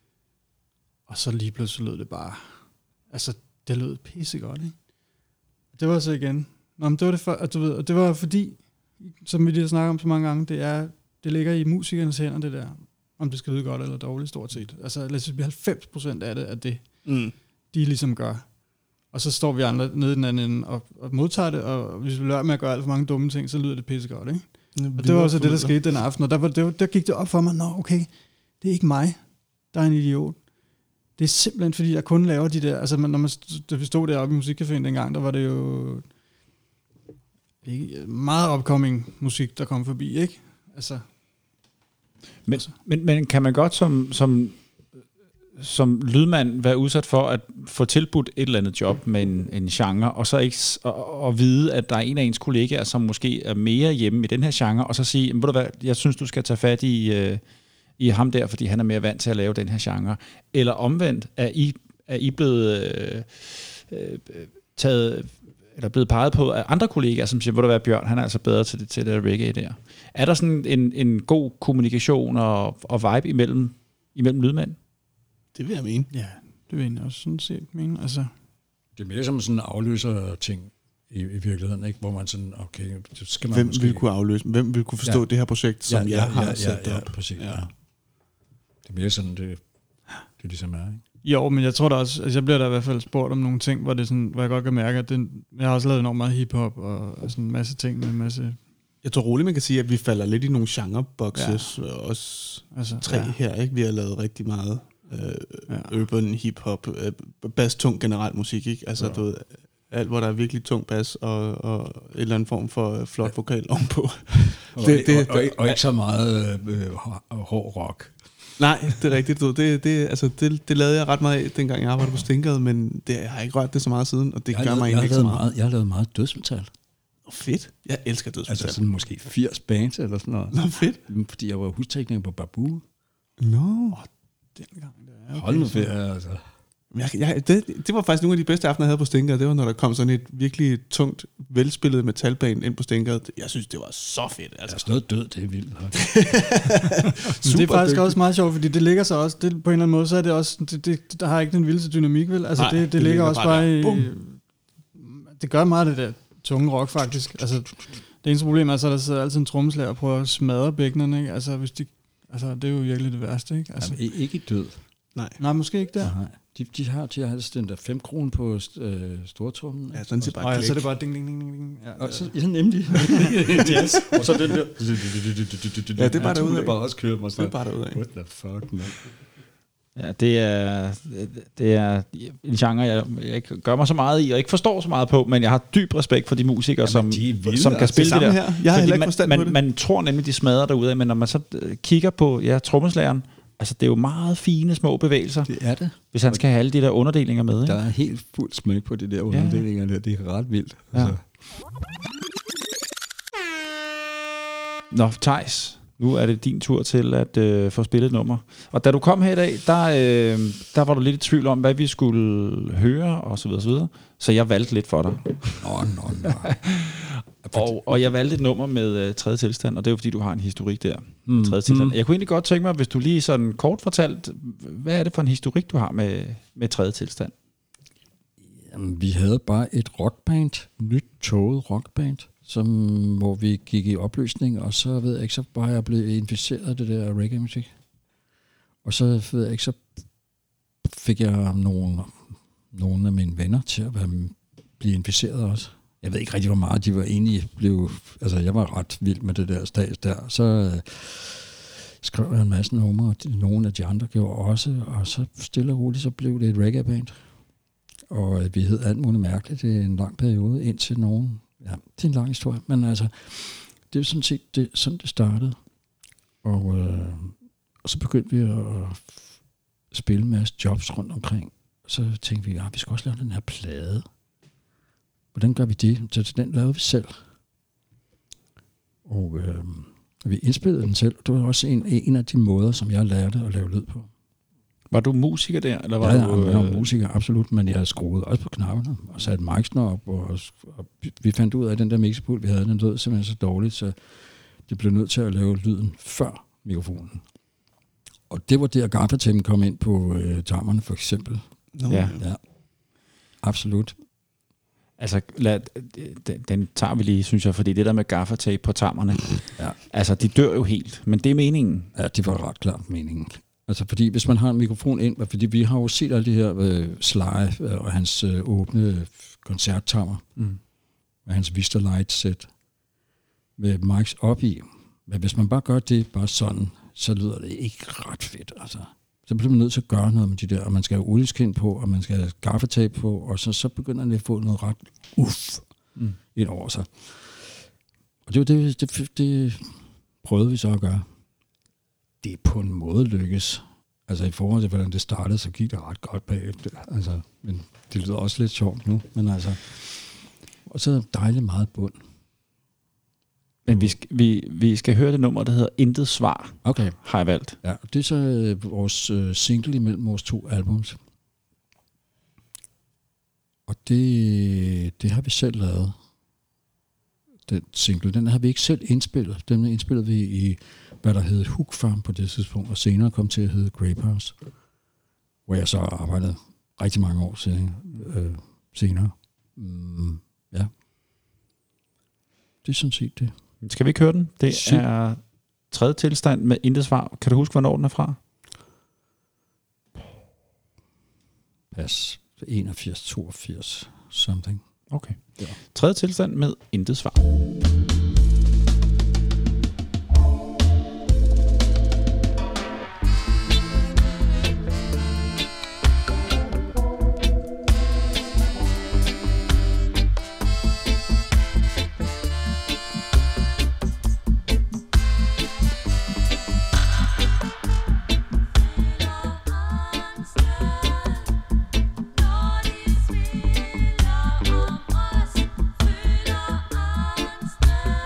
Og så lige pludselig lød det bare, altså det lød pissegodt, ikke? Det var så igen, nå, men det var det for, at du ved, og det var fordi, som vi lige har snakket om så mange gange, det er, det ligger i musikernes hænder, det der, om det skal lyde godt eller dårligt stort set. Altså lad os sige, halvfems procent af det er det, mm. de ligesom gør. Og så står vi andre nede i den anden ende og, og modtager det, og hvis vi lader med at gøre alt for mange dumme ting, så lyder det pissegodt, ikke? Ja, og det var også det, der skete den aften, og der, var, der, der gik det op for mig, nå okay, det er ikke mig, der er en idiot. Det er simpelthen, fordi jeg kun laver de der, altså når man, da vi stod deroppe i Musikcaféen dengang, der var det jo ikke, meget upcoming musik, der kom forbi, ikke? Altså. Men, men, men kan man godt som, som, som lydmand være udsat for at få tilbudt et eller andet job med en, en genre, og så ikke og, og vide, at der er en af ens kollegaer, som måske er mere hjemme i den her genre, og så sige, ved du hvad, jeg synes, du skal tage fat i... Øh, i ham der, fordi han er mere vant til at lave den her genre. Eller omvendt, er I, er I blevet øh, øh, taget, eller blevet peget på af andre kollegaer, som siger, hvor du være Bjørn, han er altså bedre til det, til det reggae der. Er der sådan en, en god kommunikation og, og vibe imellem, imellem lydmænd? Det vil jeg mene. Ja, det vil jeg også sådan set mene. Altså. Det er mere som sådan en afløser ting i, i virkeligheden, ikke? Hvor man sådan, okay, det skal man Hvem måske... vil kunne afløse? Hvem vil kunne forstå ja. det her projekt, som ja, jeg ja, har ja, sat ja, op? Ja, præcis, ja. Ja. Det er mere sådan, det, det ligesom er, ikke? Jo, men jeg tror da også, altså jeg bliver da i hvert fald spurgt om nogle ting, hvor, det sådan, hvor jeg godt kan mærke, at det, jeg har også lavet enormt meget hiphop og, og sådan en masse ting med en masse... Jeg tror roligt, man kan sige, at vi falder lidt i nogle genreboxes, ja. Også altså, tre ja. her, ikke? Vi har lavet rigtig meget øh, ja. urban, hiphop, øh, bass-tung generelt musik, ikke? Altså, ja. du ved, alt, hvor der er virkelig tung bass og, og en eller anden form for flot vokal ovenpå. Og, det, det, og, og, og ikke så meget øh, hård rock. Nej, det er rigtigt. Det, det, altså, det, det lavede jeg ret meget af, dengang jeg arbejdede på Stinkeret, men det, jeg har ikke rørt det så meget siden, og det gør lavet, mig egentlig ikke så meget. meget. Jeg har lavet meget dødsmetal. Oh, fedt. Jeg elsker dødsmetal. Altså sådan måske firs bands eller sådan noget. Nå, fedt. Fordi jeg var hustekniker på Babu. Nå. No. Oh, dengang der er okay. Hold nu ferie, altså. Jeg, jeg, det, det var faktisk nogle af de bedste aftener, jeg havde på Stinkeret. Det var, når der kom sådan et virkelig tungt, velspillet metalband ind på Stinkeret. Jeg synes, det var så fedt. Altså. Der er noget død, det er vildt. Det er faktisk også meget sjovt, fordi det ligger så også, det, på en eller anden måde, så er det også, det, det, der har ikke den vildeste dynamik, vel? Altså, Nej, det, det, det ligger, ligger også bare, bare i... Det gør meget det der tunge rock, faktisk. Altså, det eneste problem er, så der sidder altid en trommeslager og prøver at smadre bækkenerne, ikke? Altså, hvis de, altså, det er jo virkelig det værste, ikke? Altså, Jamen, ikke død. Nej. Nej, måske ikke der. Nej. De, de har de har den der fem kroner på øh, stortrummen. Ja, sådan set bare og, ja, så er det bare ding, ding, ding, ding. Ja, og så, ja, nemlig. Yes. Og så den der. Ja, det er bare derude af. Det bare også kørt mig. Det er bare derude af. What the fuck, man. Ja, det er, det er en genre, jeg, jeg ikke gør mig så meget i, og ikke forstår så meget på, men jeg har dyb respekt for de musikere, ja, som, de vilde, som kan spille det der. Her. Jeg har heller ikke forstand man, på det. Man, man tror nemlig, de smadrer derude, men når man så kigger på ja, trommeslageren, altså det er jo meget fine små bevægelser. Det er det. Hvis han skal have alle de der underdelinger med. Ikke? Der er helt fuld smæk på de der underdelinger der. Det er ret vildt. Ja. Altså. Nå, Theis. Nu er det din tur til at øh, få spillet et nummer. Og da du kom her i dag, der, øh, der var du lidt i tvivl om, hvad vi skulle høre, og så videre, så videre. Så jeg valgte lidt for dig. Nå, nå, nå. og, og jeg valgte et nummer med øh, tredje tilstand, og det er jo fordi, du har en historik der. Mm. Tredje tilstand. Mm. Jeg kunne egentlig godt tænke mig, hvis du lige sådan kort fortalt, hvad er det for en historik, du har med, med tredje tilstand? Jamen, vi havde bare et rockband, nyt toget rockband, som, hvor vi gik i opløsning, og så ved jeg ikke, så bare jeg blev inficeret af det der reggae-musik. Og så ved jeg ikke, så fik jeg nogle, nogle af mine venner til at være, blive inficeret også. Jeg ved ikke rigtig, hvor meget de var egentlig blev... Altså, jeg var ret vild med det der stats der. Så øh, skrev jeg en masse numre, og nogle af de andre gjorde også, og så stille og roligt, så blev det et reggae-band. Og øh, vi hed alt muligt mærkeligt i en lang periode, indtil nogen... Ja, det er en lang historie, men altså, det er sådan set det, sådan det startede. Og, øh, og så begyndte vi at spille en masse jobs rundt omkring. Så tænkte vi, ja, vi skal også lave den her plade. Hvordan gør vi det? Så den lavede vi selv. Og øh, vi indspillede den selv. Det var også en, en af de måder, som jeg lærte at lave lyd på. Var du musiker der? Eller var ja, du, jeg var musiker, absolut, men jeg skruede også på knapperne og satte mic'erne op, og, og vi fandt ud af, at den der mixerpult, vi havde, den lød simpelthen så dårligt, så det blev nødt til at lave lyden før mikrofonen. Og det var der, gaffatepen kom ind på øh, tarmerne, for eksempel. No. Ja. Ja, absolut. Altså, lad, den, den tager vi lige, synes jeg, fordi det der med gaffatape på tarmerne, ja. Altså, de dør jo helt, men det er meningen. Ja, det var ret klart meningen. Altså, fordi hvis man har en mikrofon ind, fordi vi har jo set alle de her øh, Sly øh, og hans øh, åbne koncerttammer, mm. med hans Vista Light-sæt, med mics op i. Men hvis man bare gør det bare sådan, så lyder det ikke ret fedt, altså. Så bliver man nødt til at gøre noget med de der, og man skal have olieskind på, og man skal have gaffatape på, og så, så begynder man at få noget ret uff mm. ind over sig. Og det, det, det, det prøvede vi så at gøre. Det på en måde lykkes. Altså i forhold til, hvordan det startede, så gik det ret godt bagefter. Altså, men det lyder også lidt sjovt nu. Men altså, og så dejligt meget bund. Men vi skal, vi, vi skal høre det nummer, der hedder Intet Svar, okay. har jeg valgt. Ja, det er så øh, vores øh, single imellem vores to albums. Og det, det har vi selv lavet. Den single, den har vi ikke selv indspillet. Den indspillede vi i, hvad der hed Hook Farm på det tidspunkt, og senere kom til at hedde Grape House, hvor jeg så arbejdede rigtig mange år siden, øh, senere. Mm, ja. Det er sådan set det. Skal vi ikke høre den? Det Sy- er tredje tilstand med Intet Svar. Kan du huske, hvornår den er fra? Pas. enogfirs, toogfirs, something. Okay. Ja. Tredje tilstand med Intet Svar. Full of monster.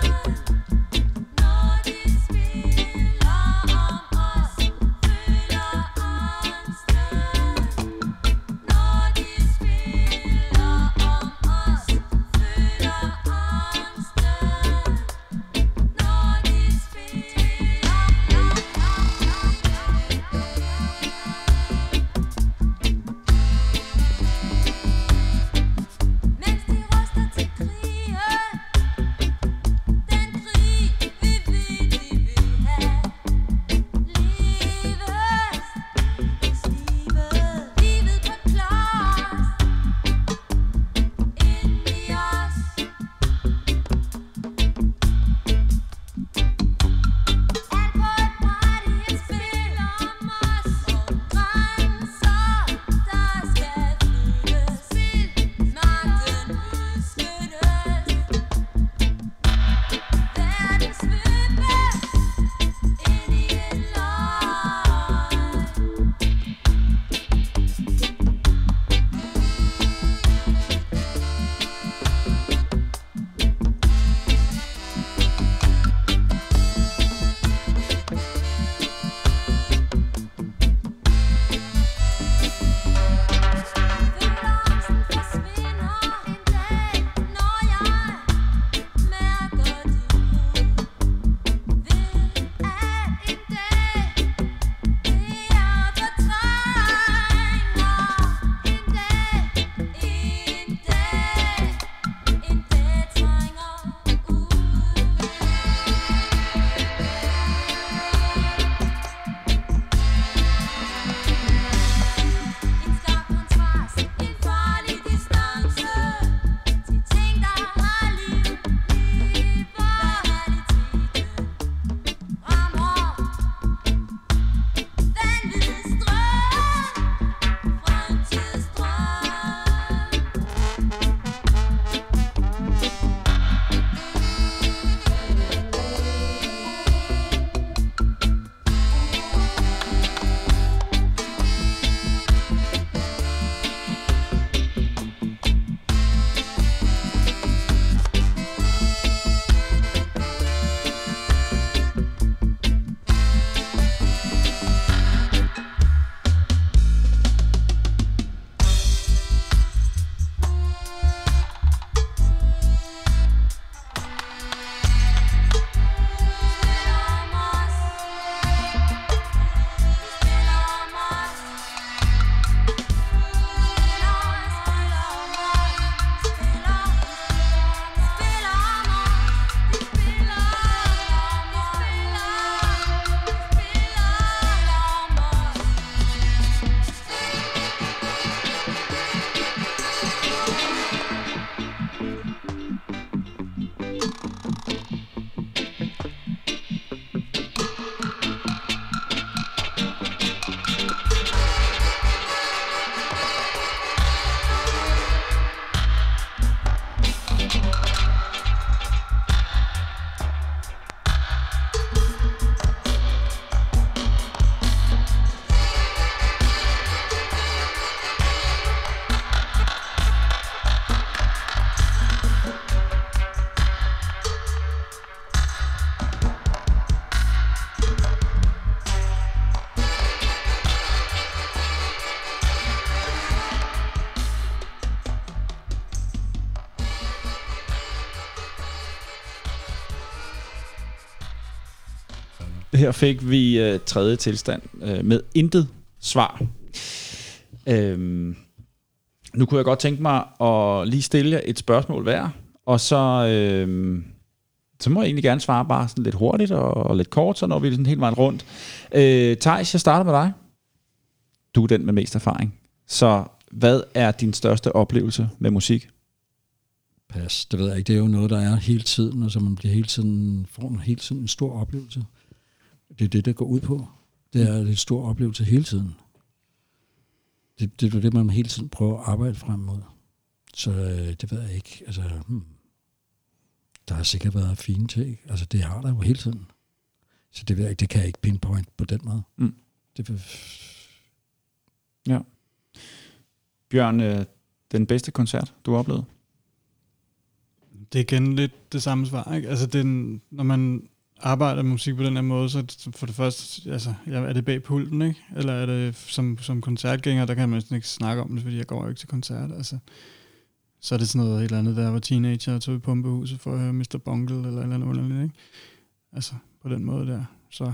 Her fik vi øh, tredje tilstand øh, med intet svar. Øhm, nu kunne jeg godt tænke mig at lige stille jer et spørgsmål hver, og så, øh, så må jeg egentlig gerne svare bare sådan lidt hurtigt og, og lidt kort, så når vi sådan helt vejen rundt. Øh, Theis, jeg starter med dig. Du er den med mest erfaring. Så hvad er din største oplevelse med musik? Pas, det ved jeg ikke. Det er jo noget, der er hele tiden, og så man bliver hele tiden, får en hele tiden en stor oplevelse. Det er det, det går ud på. Det er en stor oplevelse hele tiden. Det, det er det, man hele tiden prøver at arbejde frem mod. Så øh, det ved jeg ikke. Altså, hmm. Der har sikkert været fine ting. Altså, det har der jo hele tiden. Så det ved jeg ikke. Det kan jeg ikke pinpoint på den måde. Mm. Det vil... Ja. Bjørn, øh, den bedste koncert, du har oplevet? Det er igen lidt det samme svar, ikke? Altså, den, når man arbejder med musik på den her måde, så for det første, altså, er det bag pulten, ikke? Eller er det som, som koncertgænger, der kan man næsten ikke snakke om det, fordi jeg går jo ikke til koncert, altså. Så er det sådan noget et eller andet, der var teenager og tog i Pumpehuset for at høre mister Bungle eller et eller andet underligt, ikke? Altså, på den måde der, så.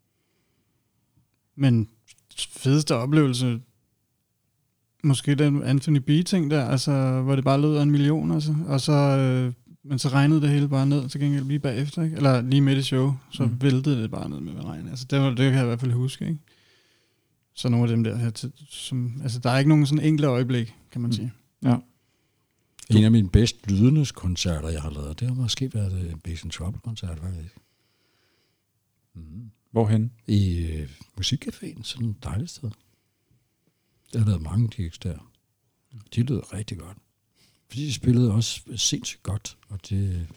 Men fedeste oplevelse, måske den Anthony B-ting der, altså, hvor det bare lød af en million, altså, og så, øh, men så regnede det hele bare ned, til gengæld lige bagefter, ikke? Eller lige midt i show, så mm. væltede det bare ned med regn. Altså, det, var, det kan jeg i hvert fald huske, ikke? Så nogle af dem der her, som, altså, der er ikke nogen sådan enkle øjeblik, kan man sige. Ja. En af mine bedst lydende koncerter, jeg har lavet, det har måske været en Bass and Trouble-koncert, faktisk. Mm. Hvorhen? I øh, Musikcaféen, sådan et dejligt sted. Der har lavet mange gigs der. De lød rigtig godt. Fordi de spillede også sindssygt godt, og det...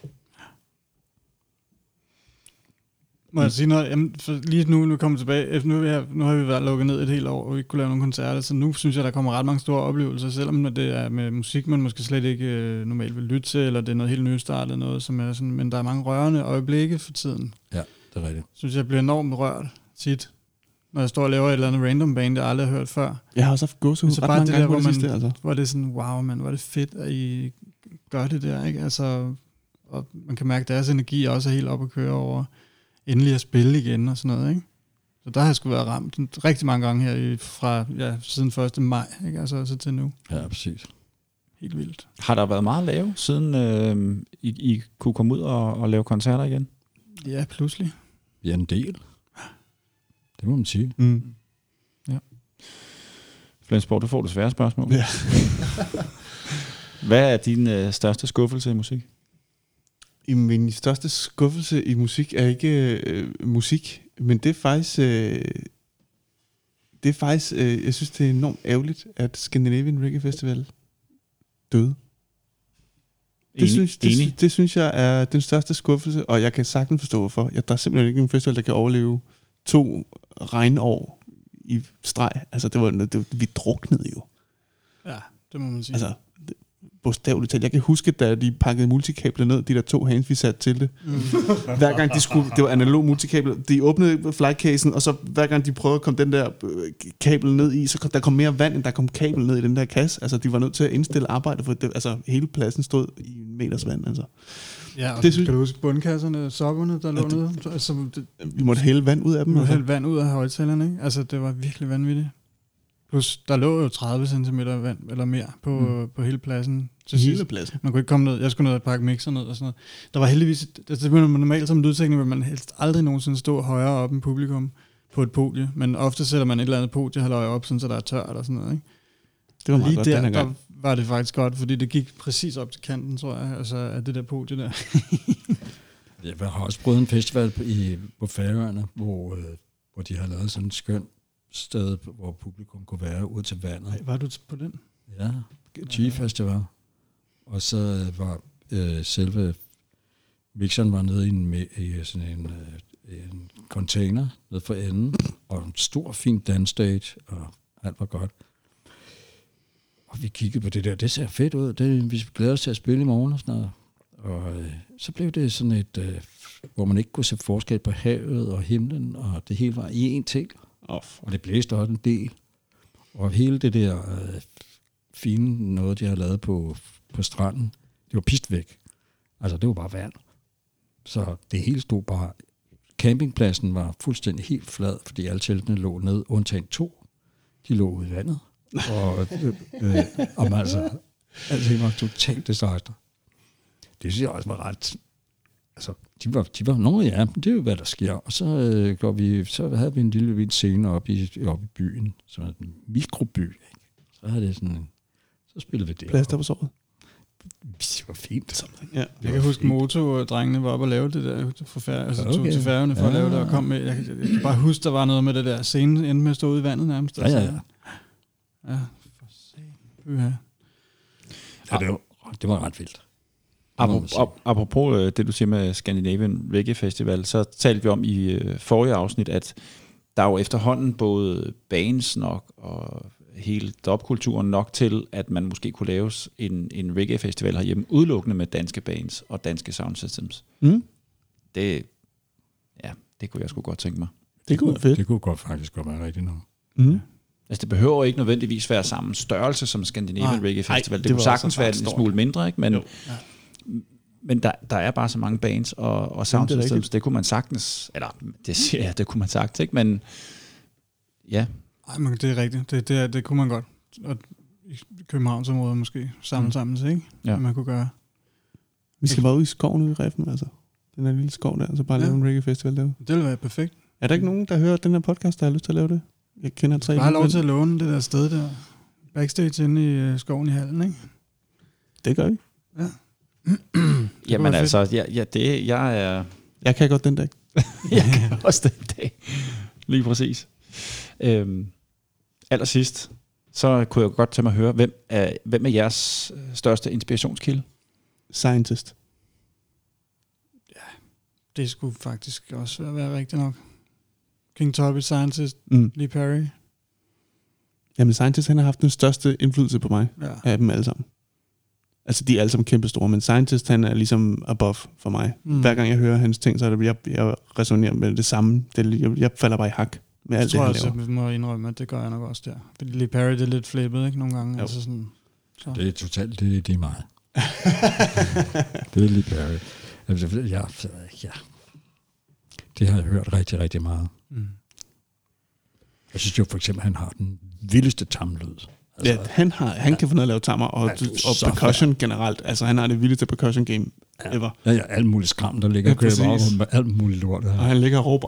Må jeg sige noget? Jamen, for lige nu, nu kommer tilbage, nu, jeg, nu har vi været lukket ned et helt år, og vi ikke kunne lave nogle koncerter, så nu synes jeg, der kommer ret mange store oplevelser, selvom det er med musik, man måske slet ikke øh, normalt vil lytte til, eller det er noget helt nystartet, noget, som er sådan, men der er mange rørende øjeblikke for tiden. Ja, det er rigtigt. Synes jeg bliver enormt rørt tit, når jeg står og laver et eller andet random band, jeg aldrig har hørt før. Jeg har også haft gåsehud så ret bare mange det der, gange hvor, på det man, sidste, altså. hvor det er sådan, wow, man, hvor er det fedt, at I gør det der, ikke? Altså, og man kan mærke, at deres energi også er helt op at køre over endelig at spille igen og sådan noget, ikke? Så der har jeg sgu været ramt rigtig mange gange her i, fra ja, siden første maj, ikke? Altså så til nu. Ja, præcis. Helt vildt. Har der været meget lave, siden øh, I, I kunne komme ud og, og lave koncerter igen? Ja, pludselig. Ja, en del. Det må man sige. Mm. Ja. Flensborg, du får det svære spørgsmål. Ja. Hvad er din øh, største skuffelse i musik? I min største skuffelse i musik er ikke øh, musik, men det er faktisk, øh, det er faktisk, øh, jeg synes det er enormt ærgerligt, at Scandinavian Reggae Festival døde. Det, Enig, synes, det, enig. det synes jeg er den største skuffelse, og jeg kan sagtens forstå hvorfor. Jeg, der er simpelthen ikke en festival, der kan overleve to regnår i streg. Altså det var, det, vi druknede jo. Ja, det må man sige. Altså, bogstaveligt talt. Jeg kan huske, da de pakkede multikabler ned, de der to hands, vi satte til det. Mm. Hver gang de skulle, det var analog multikabler, de åbnede flightcasen, og så hver gang de prøvede at komme den der kabel ned i, så kom, der kom mere vand, end der kom kabel ned i den der kasse. Altså, de var nødt til at indstille arbejde, for det, altså, hele pladsen stod i en meters vand, altså. Ja, og det synes, kan du huske bundkasserne, sokkerne, der lå det, nede? Altså, det, vi måtte hælde vand ud af dem. Vi måtte altså. hælde vand ud af højtalerne, ikke? Altså, det var virkelig vanvittigt. Plus, der lå jo tredive centimeter vand eller mere på, mm. på hele pladsen. Hele pladsen? Man kunne ikke komme ned. Jeg skulle ned og pakke mixer ned og sådan noget. Der var heldigvis, altså det var normalt som lydtekniker, vil man helst aldrig nogensinde stå højere op end publikum på et podie. Men ofte sætter man et eller andet podie halvøje op, sådan, så der er tørt og sådan noget, ikke? Det var meget lige godt, der, den der var det faktisk godt, fordi det gik præcis op til kanten, tror jeg, altså af det der podie der. Jeg har også prøvet en festival i, på Færøerne, hvor, øh, hvor de har lavet sådan en skøn sted, hvor publikum kunne være ud til vandet. Ej, var du på den? Ja, G-festival. Og så var øh, selve mixeren var nede i, en, i sådan en, øh, en container nede for enden, og en stor, fin dance stage, og alt var godt. Og vi kiggede på det der, det ser fedt ud, det, vi glæder os til at spille i morgen og sådan noget. Og øh, så blev det sådan et, øh, hvor man ikke kunne se forskel på havet og himlen, og det hele var i én ting. Oh, og det blæste også en del. Og hele det der øh, fine noget, de har lavet på, på stranden, det var pist væk. Altså, det var bare vand. Så det hele stod bare campingpladsen var fuldstændig helt flad, fordi alle teltene lå ned, undtagen to. De lå ude i vandet. Og, øh, øh, og altså, alting var totalt disaster. Det synes jeg også var ret... Altså, de var, de var nogle af jer, det er jo, hvad der sker. Og så, øh, går vi, så havde vi en lille vild scene oppe i, oppe i byen, som er en mikroby. Ikke? Så havde det sådan... Så spillede vi det. Plaster på såret. Det var fint. Ja. Jeg kan huske, Moto-drengene var oppe og lave det der for færre, altså Okay. tog til færgerne for ja. at lave det og kom med. Jeg, jeg, jeg kan bare huske, der var noget med det der scene, endte med at stå ude i vandet nærmest. Ja, ja, ja. Ja, for satan. Ja. Ja, det var, det var ret vildt. Apropos, apropos øh, det, du siger med Scandinavian Reggae Festival, så talte vi om i øh, forrige afsnit, at der er jo efterhånden både bands nok og hele dubkulturen nok til, at man måske kunne laves en, en reggae festival herhjemme, udelukkende med danske bands og danske sound systems. Mm. Det, ja, det kunne jeg sgu godt tænke mig. Det kunne være fedt. Det kunne godt faktisk godt være rigtigt nok. Mm. Altså det behøver ikke nødvendigvis være samme størrelse som Scandinavian Nej, Reggae Festival. ej, det, det det kunne var sagtens også være ret en stort. smule mindre, ikke? Men, Jo. ja. men der, der er bare så mange bands og, og sound Jamen, det er systems. rigtigt. Det kunne man sagtens, eller det siger jeg, det kunne man sagtens, ikke? Men ja. Ej, men det er rigtigt. Det, det, er, det kunne man godt. Og i Københavnsområdet måske samle Mm. sammen sig, ikke? Ja. Det man kunne gøre. Vi skal bare ud i skoven ude i Reffen, altså. Den er lille skov der, så bare Ja. lave en reggae festival derude. Det ville være perfekt. Er der ikke nogen, der hører den her podcast, der har lyst til at lave det? Jeg kender tre. Bare have lov mænd. til at låne det der sted der. Backstage inde i øh, skoven i hallen, ikke? Det gør vi. Ja. Jamen være altså, ja, ja, det, jeg er... Jeg kan godt den dag. jeg kan også den dag. Lige præcis. Øhm, allersidst, så kunne jeg godt tænke mig at høre, hvem er, hvem er jeres største inspirationskilde? Scientist. Det skulle faktisk også være rigtigt nok. King Tubby, Scientist, Mm. Lee Perry. Jamen, Scientist, han har haft den største indflydelse på mig Ja. af dem alle sammen. Altså, de er alle sammen kæmpe store, men Scientist, han er ligesom above for mig. Mm. Mm. Hver gang jeg hører hans ting, så er det, jeg, jeg resonerer med det samme. Det, jeg, jeg falder bare i hak med Jeg alt det, tror han også, laver. jeg må indrømme, at det gør jeg nok også der. Fordi Lee Perry, det er lidt flippet, ikke? Nogle gange. Jo. Altså sådan, så. Det er totalt, det, det er mig. Det er lige Perry. Altså, ja, ja. Det har jeg hørt rigtig, rigtig meget. Mm. Jeg synes jo for eksempel, han har den vildeste tamlyd. Altså, Ja, han, har, han kan få noget at lave tammer, og, Ja, du er og så percussion generelt. Altså, han har det vildeste percussion game ja. ever. Ja, ja, alt muligt skram, der ligger Ja, og kører præcis. bare med alt muligt lort. Og Her. han ligger og råber.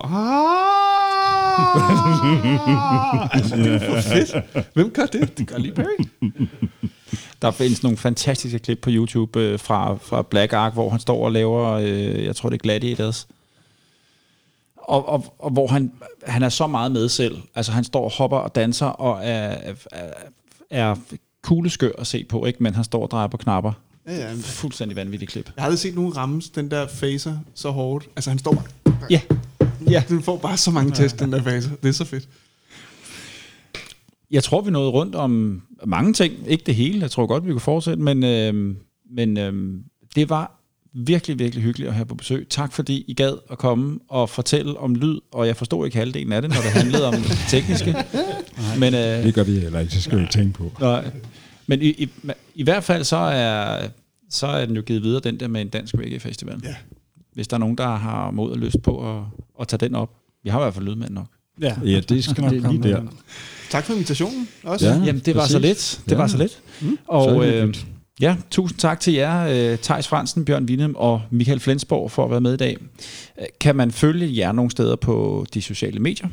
"Ah!" Altså, det er for fedt. Hvem gør det? Det gør Lee Perry. Der findes nogle fantastiske klip på YouTube øh, fra, fra Black Ark, hvor han står og laver, øh, jeg tror det er Gladiators. Og, og, og hvor han, han er så meget med selv. Altså han står og hopper og danser og er, er, er kugleskør at se på, ikke? Men han står og drejer på knapper. Ja, ja. Fuldstændig vanvittig klip. Jeg har aldrig set nogen rammes den der phaser så hårdt. Altså, han står bare... Ja. Ja. Den får bare så mange test, den der phaser. Det er så fedt. Jeg tror, vi nåede rundt om mange ting. Ikke det hele. Jeg tror godt, vi kunne fortsætte. Men, øh, men øh, det var virkelig, virkelig hyggeligt at have på besøg. Tak fordi I gad at komme og fortælle om lyd. Og jeg forstod ikke halvdelen af det, når det handlede om det tekniske. Men, øh, Det gør vi heller ikke, det skal vi ikke tænke på. nej. Men i, i, i hvert fald så er, så er den jo givet videre, den der med en dansk reggae festival. Ja. Hvis der er nogen, der har mod og lyst på at, at tage den op. Vi har i hvert fald lydmænd nok. Ja, Ja, det skal nok det komme lige der. noget. Tak for invitationen også. Ja. Jamen, det var præcis. så lidt. Det Ja. var så lidt. Mm. Så Og er det øh, hyggeligt. ja, tusind tak til jer, øh, Theis Fransen, Bjørn Windem og Michael Flensborg for at være med i dag. Øh, Kan man følge jer nogle steder på de sociale medier?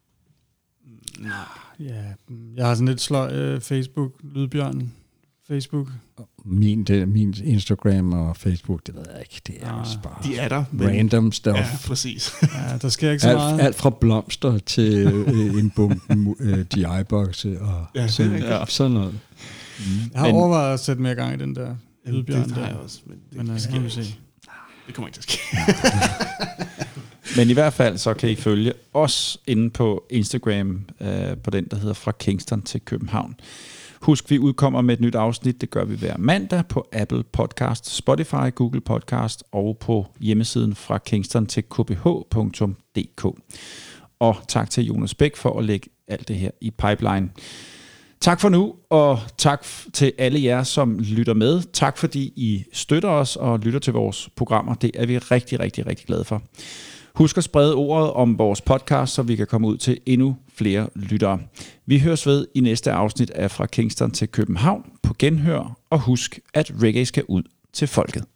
Ja, jeg har sådan lidt sløj øh, Facebook, Lydbjørn, Facebook. Min, det, min Instagram og Facebook, det ved jeg ikke. Det er Ah, også bare De er der. Men... random stuff. Ja, præcis. Ja, der sker ikke så Alt, meget. alt fra blomster til øh, en bunke øh, D I-bokse og Ja, det er sådan, rigtigt. ja, sådan noget. Jeg har Men- overvejet at sætte mere gang i den der Jamen, Lydbjørn det har der. jeg også, men det, Men øh, sker skal vi ikke. se. Det kommer ikke til at ske. Men i hvert fald så kan I følge os inde på Instagram, øh, på den, der hedder Fra Kingston til København. Husk, vi udkommer med et nyt afsnit. Det gør vi hver mandag på Apple Podcast, Spotify, Google Podcast og på hjemmesiden fra kingston til k b h punktum d k. Og tak til Jonas Bæk for at lægge alt det her i pipeline. Tak for nu, og tak f- til alle jer, som lytter med. Tak fordi I støtter os og lytter til vores programmer. Det er vi rigtig, rigtig, rigtig glade for. Husk at sprede ordet om vores podcast, så vi kan komme ud til endnu flere lyttere. Vi høres ved i næste afsnit af Fra Kingston til København på genhør, og husk, at reggae skal ud til folket.